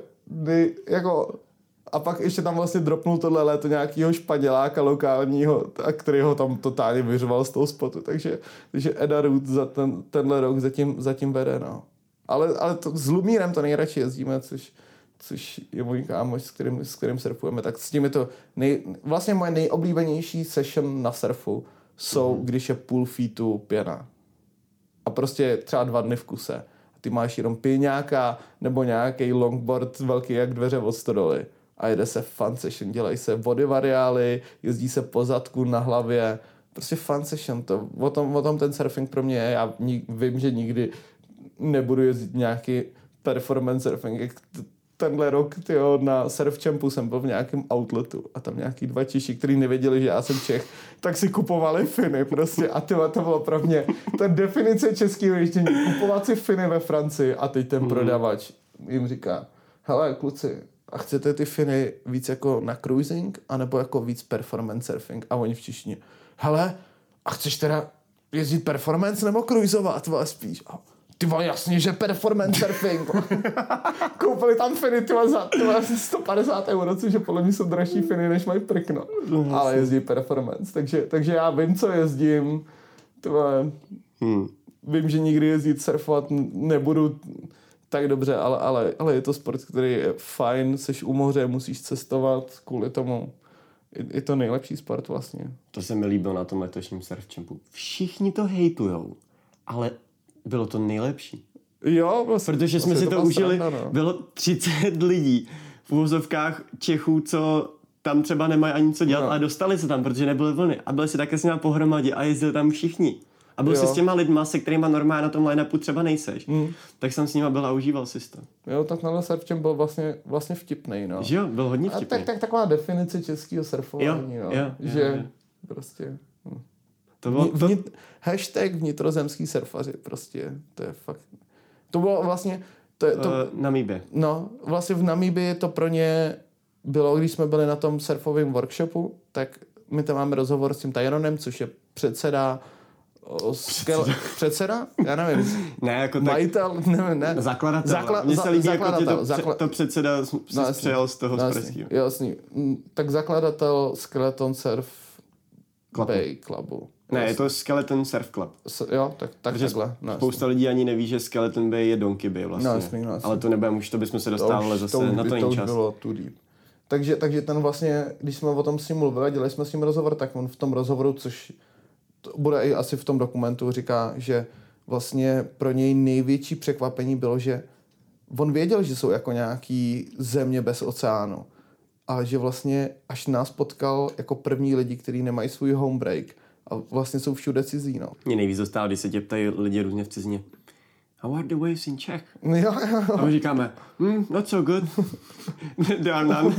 a pak ještě tam vlastně dropnul tohle léto nějakýho Španěláka lokálního, který ho tam totálně vyřoval z toho spotu. Takže Eda Root za tenhle rok zatím vede, no. Ale s Lumírem to nejradši jezdíme, což je můj kámoš, s kterým surfujeme, tak s tím je to vlastně moje nejoblíbenější session na surfu jsou, když je půl feetu pěna. A prostě třeba 2 dny v kuse. A ty máš jenom pěňáka nebo nějaký longboard velký jak dveře od stodoly. A jede se fun session, dělají se body variály, jezdí se po zadku na hlavě. Prostě fun session, o tom ten surfing pro mě je. Já vím, že nikdy nebudu jezdit nějaký performance surfing. Tenhle rok na Surf Champu jsem byl v nějakém outletu a tam nějaký 2 Češi, kteří nevěděli, že já jsem Čech, tak si kupovali finy prostě a to bylo pro mě ta definice českého ježdění. Kupovat si finy ve Francii a teď ten prodavač jim říká, hele kluci, a chcete ty finy víc jako na cruising anebo jako víc performance surfing? A oni v češtině, hele, a chceš teda jezdit performance nebo cruisovat? Spíš. Ty vole, jasně, že performance surfing. Koupili tam finy za 150 €, což je podle mě jsou dražší finy, než mají prkno. Ale jezdí performance. Takže já vím, co jezdím. Vím, že nikdy jezdit surfovat nebudu tak dobře, ale je to sport, který je fajn, seš u moře, musíš cestovat kvůli tomu. Je to nejlepší sport vlastně. To se mi líbilo na tom letošním Surf Champu. Všichni to hejtujou, ale bylo to nejlepší. Jo, vlastně, protože jsme si to užili. Bylo 30 lidí v uvozovkách Čechů, co tam třeba nemají ani co dělat, ale dostali se tam, protože nebyly vlny. A byli si také s nimi pohromadě a jezdili tam všichni. A byl si s těma lidma, se kterýma normálně na tom line-upu třeba nejseš. Tak jsem s nima byl a užíval si to. Jo, tak tenhle surf champ byl vlastně vtipnej, no. Že jo, byl hodně vtipný. A tak taková definice českého surfování, že prostě... To bylo hashtag vnitrozemský surfaři, prostě, to je fakt... To bylo vlastně... Namíbie. No, vlastně v Namíbii to pro ně bylo, když jsme byli na tom surfovém workshopu, tak my tam máme rozhovor s tím Tyronem, což je předseda Předseda? Já nevím. Ne, jako majitel? Ne. Zakladatel. Mně se líbí, jako to předseda si přejel z toho z Pražského. Jasný. Tak zakladatel Skeleton Surf Bay Clubu. Ne, je to Skeleton Surf Club. Jo, tak takhle. Spousta lidí ani neví, že Skeleton Bay je Donkey Bay vlastně. No, jasný. Ale to nebudeme, už to bychom se dostávali zase, na to není čas. Bylo too deep. Takže ten vlastně, když jsme o tom s ním mluvili, dělali jsme s ním rozhovor, tak on v tom rozhovoru, což bude i asi v tom dokumentu, říká, že vlastně pro něj největší překvapení bylo, že on věděl, že jsou jako nějaký země bez oceánu, ale že vlastně až nás potkal jako první lidi, kteří nemají svůj home break a vlastně jsou všude cizí, no. Mě nejvíc dostává, když se tě ptají lidi různě v cizině. How are the waves in Czech? Jo. A my říkáme, not so good. There are none.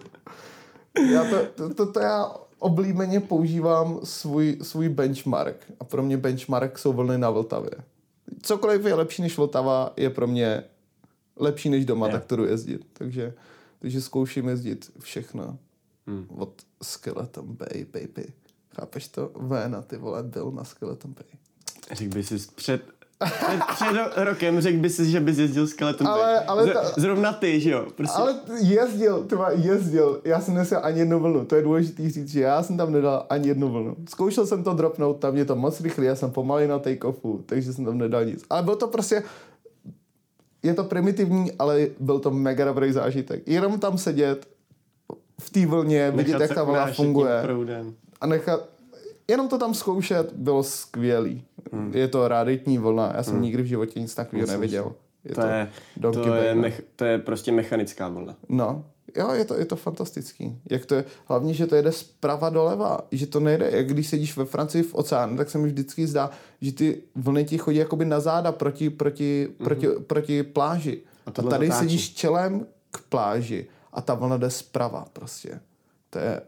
Já oblíbeně používám svůj benchmark. A pro mě benchmark jsou vlny na Vltavě. Cokoliv je lepší než Vltava, je pro mě lepší než doma, tak to jdu jezdit. Takže zkouším jezdit všechno. Od Skeleton Bay, baby. Chápeš to? Véna, ty vole, byl na Skeleton Bay. Řekl by jsi před rokem řekl bys, že bys jezdil Skeleton Bay. Zrovna ty, že jo? Prostě. Ale jezdil. Já jsem nesel ani jednu vlnu. To je důležitý říct, že já jsem tam nedal ani jednu vlnu. Zkoušel jsem to dropnout, tam je to moc rychlý, já jsem pomalý na take-offu, takže jsem tam nedal nic. Ale bylo to prostě, je to primitivní, ale byl to mega dobrý zážitek. Jenom tam sedět v té vlně, vidět, jak ta vlna funguje. A jenom to tam zkoušet bylo skvělý. Je to ráditní vlna. Já jsem nikdy v životě nic takového neviděl. To je prostě mechanická vlna. No, jo, je to fantastický. Jak to je, hlavně, že to jede zprava doleva, že to nejde, jak když sedíš ve Francii v oceánu, tak se mi vždycky zdá, že ty vlny ti chodí jakoby na záda proti pláži. A tady sedíš čelem k pláži a ta vlna jde zprava prostě. To je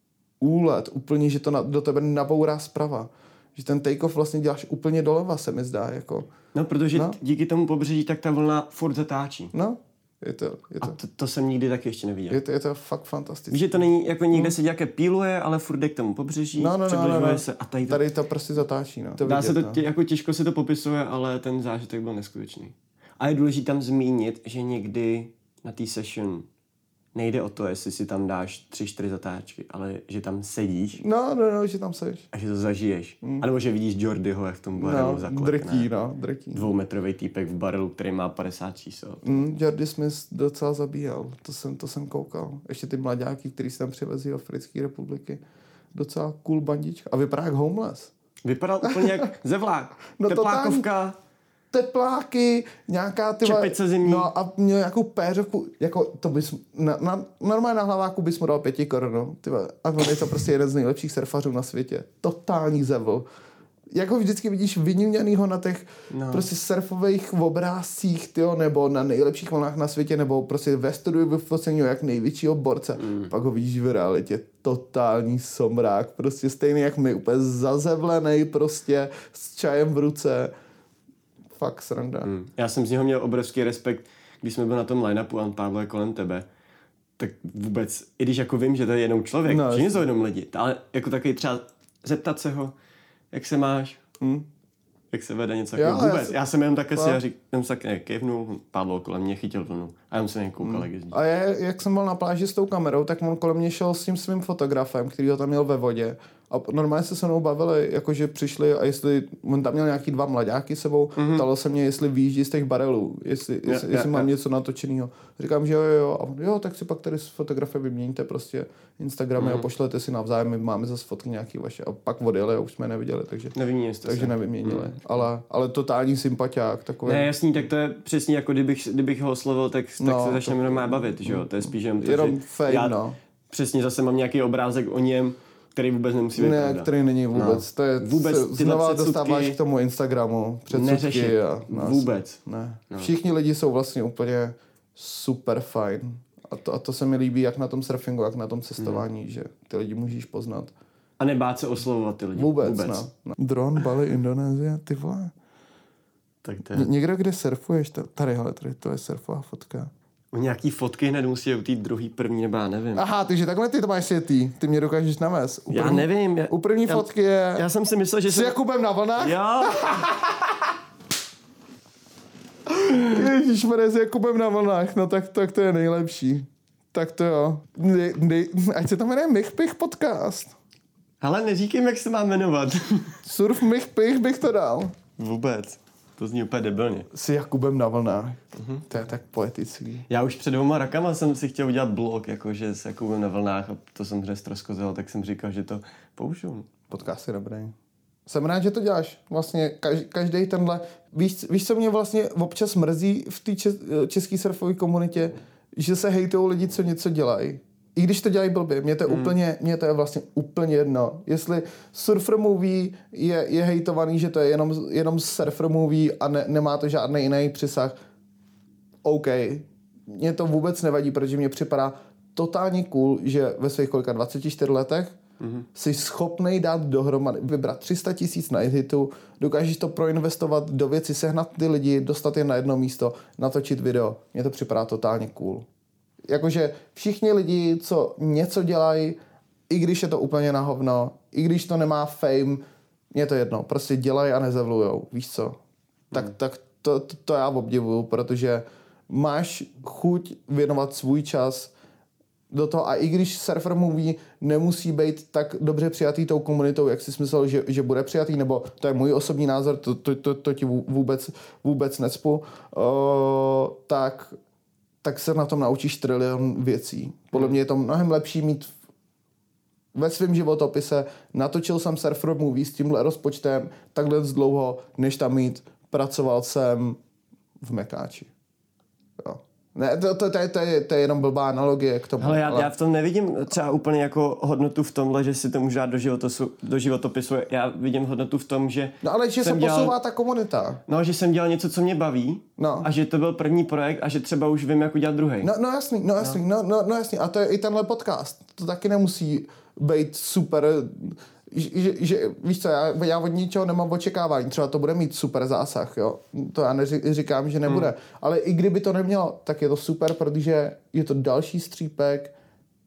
úlet, úplně, že to do tebe nabourá zprava. Že ten take-off vlastně děláš úplně doleva, se mi zdá. Jako. No, protože díky tomu pobřeží tak ta vlna furt zatáčí. No, je to. A to jsem nikdy taky ještě neviděl. Je to fakt fantastické. Víš, že to není, jako někde se nějaké píluje, ale furt jde k tomu pobřeží, přibližuje se a tady to prostě zatáčí. No. Dá se to, jako těžko se to popisuje, ale ten zážitek byl neskutečný. A je důležité tam zmínit, že někdy na té session nejde o to, jestli si tam dáš 3-4 zatáčky, ale že tam sedíš. No, že tam sedíš. A že to zažiješ. A nebo že vidíš Jordyho, jak v tom barelu drtí. 2metrový týpek v barelu, který má 50 čísel. Jordy Smith docela zabíjel. To jsem koukal. Ještě ty mladáky, který se tam přivezí do Africké republiky. Docela cool bandička. A vypadá jak homeless. Vypadal úplně jak zevlák. Teplákovka. Tepláky, nějaká čepice zimní. No a měl nějakou péřovku, jako to bys, normálně na hlaváku bys mu dal 5 korun, a on je to prostě jeden z nejlepších surfařů na světě. Totální zevl. Jak ho vždycky vidíš vyňuňanýho na těch prostě surfových obrázcích, nebo na nejlepších vlnách na světě, nebo prostě ve studiu vyfoceného jak největšího borce. Pak ho vidíš v realitě. Totální somrák, prostě stejný jak my, úplně zazevlený prostě s čajem v ruce. Fakt sranda. Já jsem z něho měl obrovský respekt, když jsme byli na tom line-upu a Pavlo je kolem tebe. Tak vůbec, i když jako vím, že to je jenom člověk, že nejsou jenom lidi, ale jako taky třeba zeptat se ho, jak se máš, jak se vede něco takového. Vůbec. Já jsem jenom takhle kejvnul, Pavlo kolem mě chytil vlnu a jenom jsem jen koukal, jak jezdí. A jak jsem byl na pláži s tou kamerou, tak on kolem mě šel s tím svým fotografem, který ho tam měl ve vodě. A normálně se mnou bavili, jakože přišli a jestli, on tam měl nějaký 2 mladáky sebou, ptalo se mě, jestli výjíždí z těch barelů, jestli mám něco natočenýho. Říkám, že jo, a jo, tak si pak tady s fotografem vyměníte prostě Instagramy a pošlete si navzájem, my máme zase fotky nějaký vaše a pak odjeli a už jsme neviděli, takže nevyměnili. Ale totální sympatiák takový. Ne, jasný, tak to je přesně jako kdybych ho oslovil, tak se začneme normálně bavit, že jo, to je spíš jenom fame, přesně zase mám nějaký obrázek o něm, který vůbec nemusí být pravda. Který není vůbec. To je vůbec znova dostáváš k tomu Instagramu předsudky. Vůbec. Ne. Všichni lidi jsou vlastně úplně super fajn. A to se mi líbí jak na tom surfingu, jak na tom cestování, že ty lidi můžeš poznat. A nebát se oslovovat ty lidi. Vůbec. No. Dron, Bali, Indonésie, ty vole. Tak to je... Někdo, kde surfuješ, tady to je surfová fotka. U nějaký fotky hned musí být druhý, první, nebo já nevím. Aha, takže takhle ty to máš světý. Ty mě dokážeš navést. Já nevím. U první fotky je... Já jsem si myslel, že... S Jakubem na vlnách? Jo. Ježišmarja, s Jakubem na vlnách. No tak to je nejlepší. Tak to jo. Ať se tam jmenuje Mich Pich podcast. Ale neříkej, jak se má jmenovat. Surf Mich Pich bych to dal. Vůbec. To zní úplně debilně. S Jakubem na vlnách. To je tak poetický. Já už před 2 rokama jsem si chtěl udělat blog, jakože s Jakubem na vlnách a to jsem hned ztroskozel, tak jsem říkal, že to použiju. Podcast je dobrý. Jsem rád, že to děláš. Vlastně každý tenhle... Víš, co mě vlastně občas mrzí v té české surfové komunitě? Že se hejtujou lidi, co něco dělají. I když to dělají blbě. Mně to je vlastně úplně jedno. Jestli surfer movie je hejtovaný, že to je jenom surfer movie a nemá to žádný jiný přesah. OK. Mně to vůbec nevadí, protože mně připadá totálně cool, že ve svých 24 letech jsi schopnej dát dohromady, vybrat 300 000 na hitu, dokážeš to proinvestovat do věci, sehnat ty lidi, dostat je na jedno místo, natočit video. Mně to připadá totálně cool. Jakože všichni lidi, co něco dělají, i když je to úplně na hovno, i když to nemá fame, mně to jedno. Prostě dělají a nezevlujou, víš co? Tak to já obdivuju, protože máš chuť věnovat svůj čas do toho a i když surfer movie nemusí být tak dobře přijatý tou komunitou, jak jsi myslel, že bude přijatý, nebo to je můj osobní názor, to ti vůbec necpu, tak se na tom naučíš trilion věcí. Podle mě je to mnohem lepší mít ve svém životopise natočil jsem surfer movie s tímhle rozpočtem takhle dlouho, než tam mít pracoval jsem v Mekáči. Jo. Ne, to je jenom blbá analogie k tomu. Ale já v tom nevidím třeba úplně jako hodnotu v tomhle, že si to můžu dát do životopisu. Já vidím hodnotu v tom, že... No ale že se posouvá ta komunita. No, že jsem dělal něco, co mě baví a že to byl první projekt a že třeba už vím, jak udělat druhý. No jasný. A to je i tenhle podcast. To taky nemusí být super... Že víš co, já od ničeho nemám očekávání. Třeba to bude mít super zásah, jo. To já neříkám, že nebude. Ale i kdyby to nemělo, tak je to super, protože je to další střípek,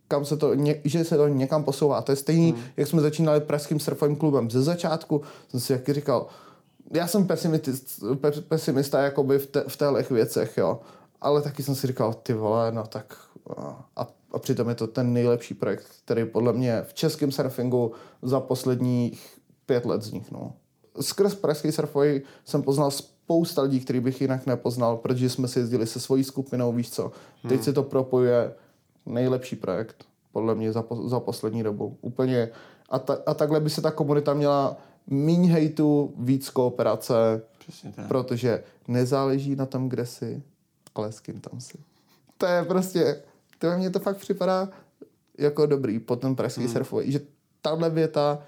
že se to někam posouvá. To je stejný, jak jsme začínali pražským surfovým klubem. Ze začátku jsem si taky říkal, já jsem pesimista jakoby v těchto věcech, jo. Ale taky jsem si říkal, ty vole, no tak... A přitom je to ten nejlepší projekt, který podle mě v českém surfingu za posledních 5 let vzniknul. Skrz pražský surfový jsem poznal spousta lidí, který bych jinak nepoznal, protože jsme si jezdili se svojí skupinou, víš co. Teď se to propojuje, nejlepší projekt, podle mě za poslední dobu. Úplně. A takhle by se ta komunita měla míň hejtu, víc kooperace, protože nezáleží na tom, kde jsi, ale s kým tam jsi. To je prostě... To mně to fakt připadá jako dobrý po ten pražský surfový, že tahle věta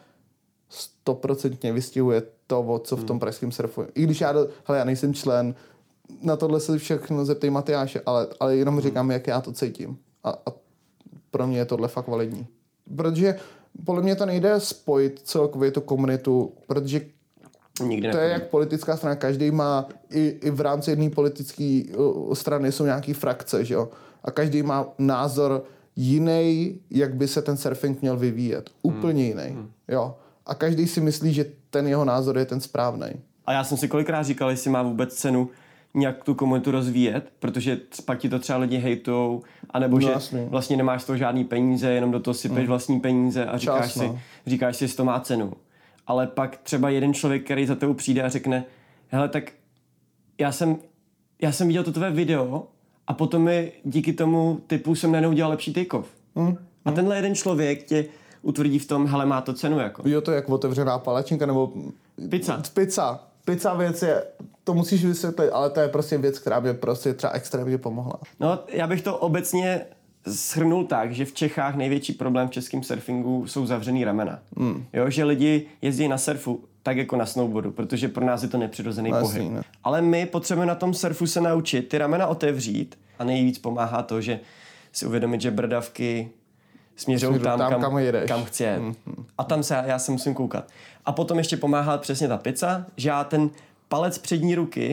100% vystihuje to, co v tom pražském surfu. I když já nejsem člen, na tohle se všechno zeptej Matyáše, ale jenom říkám, jak já to cítím. A pro mě je tohle fakt validní. Protože podle mě to nejde spojit celkově tu komunitu, protože to je jak politická strana, každý má, i v rámci jedné politické strany jsou nějaký frakce, že jo? A každý má názor jiný, jak by se ten surfing měl vyvíjet. Úplně jiný. Jo. A každý si myslí, že ten jeho názor je ten správný. A já jsem si kolikrát říkal, jestli má vůbec cenu nějak tu komunitu rozvíjet, protože pak ti to třeba lidi hejtujou, anebo že vlastně nemáš z toho žádný peníze, jenom do toho sypeš vlastní peníze a říkáš si, jestli to má cenu. Ale pak třeba jeden člověk, který za tebou přijde a řekne, hele, tak já jsem viděl to tvé video a potom mi díky tomu typu jsem najednou udělal lepší take-off. A tenhle jeden člověk tě utvrdí v tom, hele, má to cenu jako. Jo, to je jak otevřená palačinka nebo... Pizza věc je, to musíš vysvětlit, ale to je prostě věc, která by prostě třeba extrémně pomohla. No, já bych to obecně shrnul tak, že v Čechách největší problém v českém surfingu jsou zavřený ramena. Jo, že lidi jezdí na surfu tak jako na snowboardu, protože pro nás je to nepřirozený pohyb. Ne. Ale my potřebujeme na tom surfu se naučit ty ramena otevřít a nejvíc pomáhá to, že si uvědomit, že brdavky směřují tam, kam chci jet. A tam já se musím koukat. A potom ještě pomáhá přesně ta pizza, že já ten palec přední ruky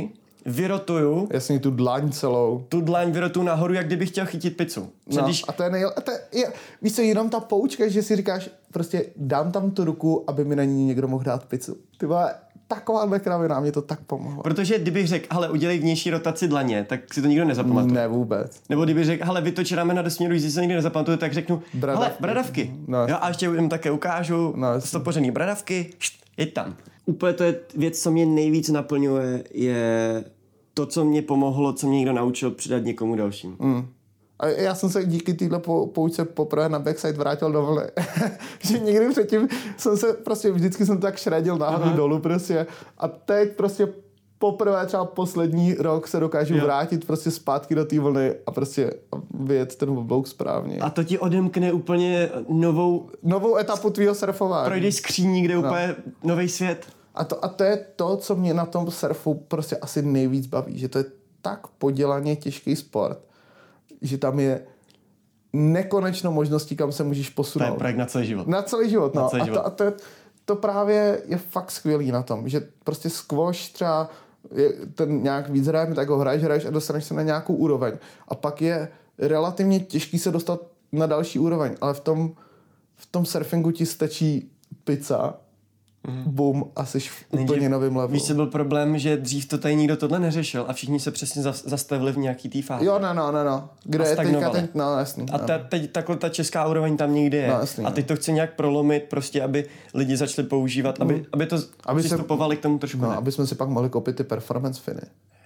vyrotuju. Jasně, tu dlaň celou. Tu dlaň vyrotuju nahoru, jak kdybych chtěl chytit pizzu. A to je víš co, jenom ta poučka, že si říkáš, prostě dám tam tu ruku, aby mi na ní někdo mohl dát pizzu. Ty vole, taková kravina, mě to tak pomohlo. Protože kdybych řekl, hele, udělej vnější rotaci dlaně, tak si to nikdo nezapamatuje. Ne, vůbec. Nebo kdybych řekl, hele, vytoč ramena do směru, když se nikdy nezapamatuje, tak řeknu, hele, bradavky. No, jo, a ještě jim také ukážu, stopořený bradavky, jeď tam. Úplně to je věc, co mě nejvíc naplňuje, je to, co mě pomohlo, co mě někdo naučil předat někomu dalšímu. A já jsem se díky téhle poučce poprvé na backside vrátil do vlny. Že nikdy předtím jsem se prostě vždycky jsem tak šradil nahoru dolů prostě. A teď prostě poprvé třeba poslední rok se dokážu vrátit prostě zpátky do té vlny a prostě vyjet ten oblouk správně. A to ti odemkne úplně novou etapu tvýho surfování. Projdeš skříní, kde úplně nový svět. A to je to, co mě na tom surfu prostě asi nejvíc baví. Že to je tak podělaně těžký sport, že tam je nekonečno možností, kam se můžeš posunout. To je projekt na celý život. Na celý život, no. To právě je fakt skvělý na tom, že prostě squash třeba ten nějak víc hrajeme, tak ho hraješ a dostaneš se na nějakou úroveň. A pak je relativně těžký se dostat na další úroveň, ale v tom surfingu ti stačí pizza, boom, a jsi v úplně novým levelu. Víš, co byl problém, že dřív to tady nikdo tohle neřešil a všichni se přesně zastavili v nějaký té fázi. Jo, no. Kde je teďka no jasný. A teď takhle ta česká úroveň tam někde je. No, jasný, a teď to chce nějak prolomit, prostě, aby lidi začali používat, aby to přistupovali k tomu trošku. No, aby jsme si pak mohli koupit ty performance finy.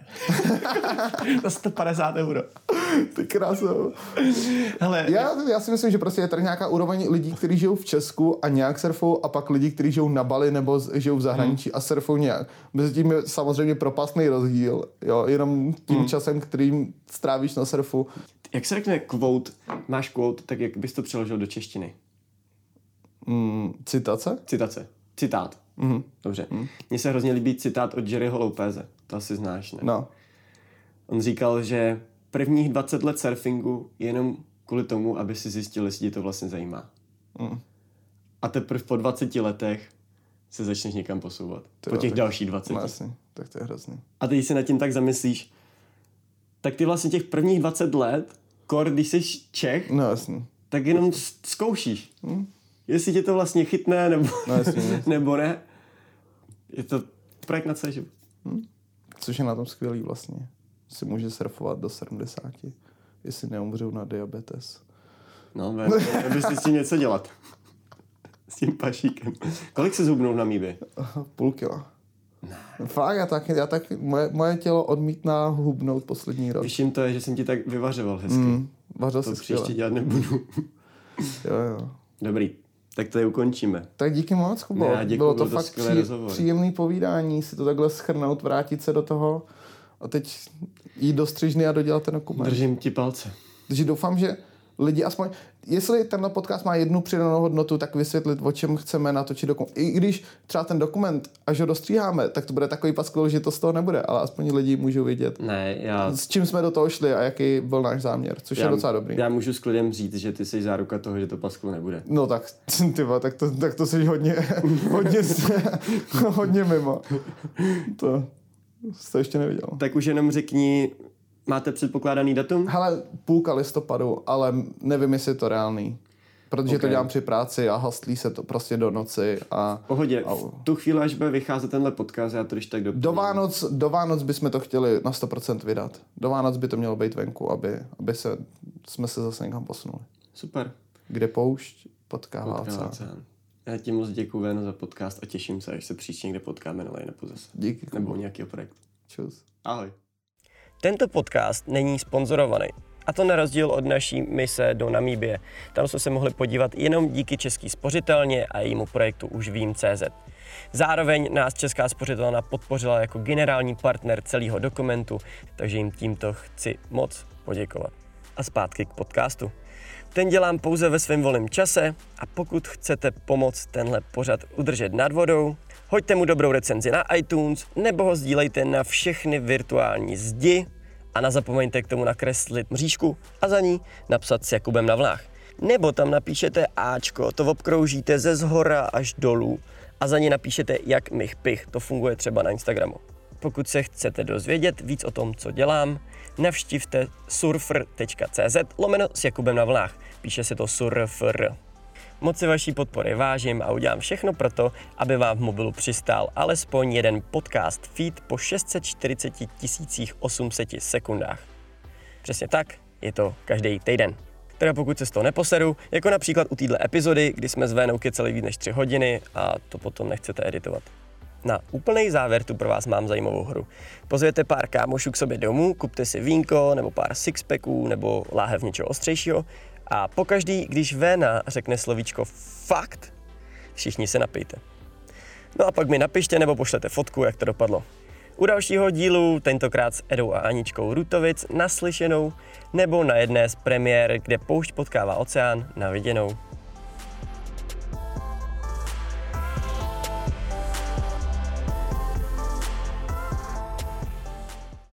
Za 150 €. Ty krásou. Hele, já si myslím, že prostě je tady nějaká úroveň lidí, kteří žijou v Česku a nějak surfou, a pak lidi, kteří žijou na Bali nebo žijou v zahraničí a surfou nějak. Mezi tím je samozřejmě propastný rozdíl, jo, jenom tím časem, kterým strávíš na surfu. Jak se řekne quote, máš quote, tak jak bys to přeložil do češtiny? Citace? Citát. Dobře. Mně se hrozně líbí citát od Jerryho Lopeze. To asi znáš, ne? No. On říkal, že prvních 20 let surfingu je jenom kvůli tomu, aby si zjistil, jestli tě to vlastně zajímá. A teprve po 20 letech se začneš někam posouvat. Po těch dalších 20. No, jasný. Tak to je hrozný. A teď si nad tím tak zamyslíš, tak ty vlastně těch prvních 20 let, když jsi Čech, no, jasný. tak jenom zkoušíš. Jestli tě to vlastně chytne, nebo, nebo ne. Je to projekt na celý život. Což je na tom skvělý vlastně. Si může surfovat do 70, jestli neumřou na diabetes. No, bys si s tím něco dělat. S tím pašíkem. Kolik se zhubnul v Namíbii? 0,5 kila. Ne. Fakt, já tak moje tělo odmítná hubnout poslední rok. Víš, jim to je, že jsem ti tak vyvařoval hezky. Vařil to se skvěle. příště dělat nebudu. Jo. Dobrý, tak to je ukončíme. Tak díky moc, Kubo. Bylo to fakt příjemný povídání, si to takhle shrnout, vrátit se do toho a teď jít do střižny a dodělat ten dokument. Držím ti palce. Takže doufám, že lidi aspoň, jestli tenhle podcast má jednu přidanou hodnotu, tak vysvětlit, o čem chceme natočit dokument. I když třeba ten dokument, až ho dostříháme, tak to bude takový paskvil, že to z toho nebude, ale aspoň lidi můžou vidět, s čím jsme do toho šli a jaký byl náš záměr, což je docela dobrý. Já můžu s klidem říct, že ty jsi záruka toho, že to paskvil nebude. No tak, tak to jsi hodně mimo. To jsi to ještě neviděl. Tak už jenom řekni, máte předpokládaný datum? Hele, 0,5 listopadu, ale nevím, jestli je to reálný. Protože to dělám při práci a hastlí se to prostě do noci. A pohodě, v tu chvíli, až bude vycházet tenhle podcast, já to když tak do Vánoc bychom to chtěli na 100% vydat. Do Vánoc by to mělo být venku, aby jsme se zase někam posunuli. Super. Kde poušť potká válce. Já ti moc děkuju, Véno, za podcast a těším se, až se příště někde potkáme na line-upu zase. Díky. Nebo nějaký projekt. Čus. Ahoj. Tento podcast není sponzorovaný. A to na rozdíl od naší mise do Namíbie. Tam jsme se mohli podívat jenom díky České spořitelně a jejímu projektu Už vím.cz. Zároveň nás Česká spořitelna podpořila jako generální partner celého dokumentu, takže jim tímto chci moc poděkovat. A zpátky k podcastu. Ten dělám pouze ve svém volném čase a pokud chcete pomoct tenhle pořad udržet nad vodou, hoďte mu dobrou recenzi na iTunes nebo ho sdílejte na všechny virtuální zdi a nezapomeňte k tomu nakreslit mřížku a za ní napsat s Jakubem na vlnách. Nebo tam napíšete Ačko, to obkroužíte ze zhora až dolů a za ní napíšete jak mich pich, to funguje třeba na Instagramu. pokud se chcete dozvědět víc o tom, co dělám, navštivte surfer.cz/, s Jakubem na vlnách. Píše se to surfr. Moc si vaší podpory vážím a udělám všechno pro to, aby vám v mobilu přistál alespoň jeden podcast feed po 640 800 sekundách. Přesně tak, je to každý týden. Teda pokud se z toho neposeru, jako například u téhle epizody, kdy jsme s Vénou keceli víc než 3 hodiny a to potom nechcete editovat. Na úplný závěr tu pro vás mám zajímavou hru. Pozvěte pár kámošů k sobě domů, kupte si vínko nebo pár sixpacků nebo láhev něčeho ostřejšího a pokaždý, když Véna řekne slovíčko fakt, všichni se napijte. No a pak mi napište nebo pošlete fotku, jak to dopadlo. U dalšího dílu, tentokrát s Edou a Aničkou Rutovic, naslyšenou, nebo na jedné z premiér, kde poušť potkává oceán, na viděnou.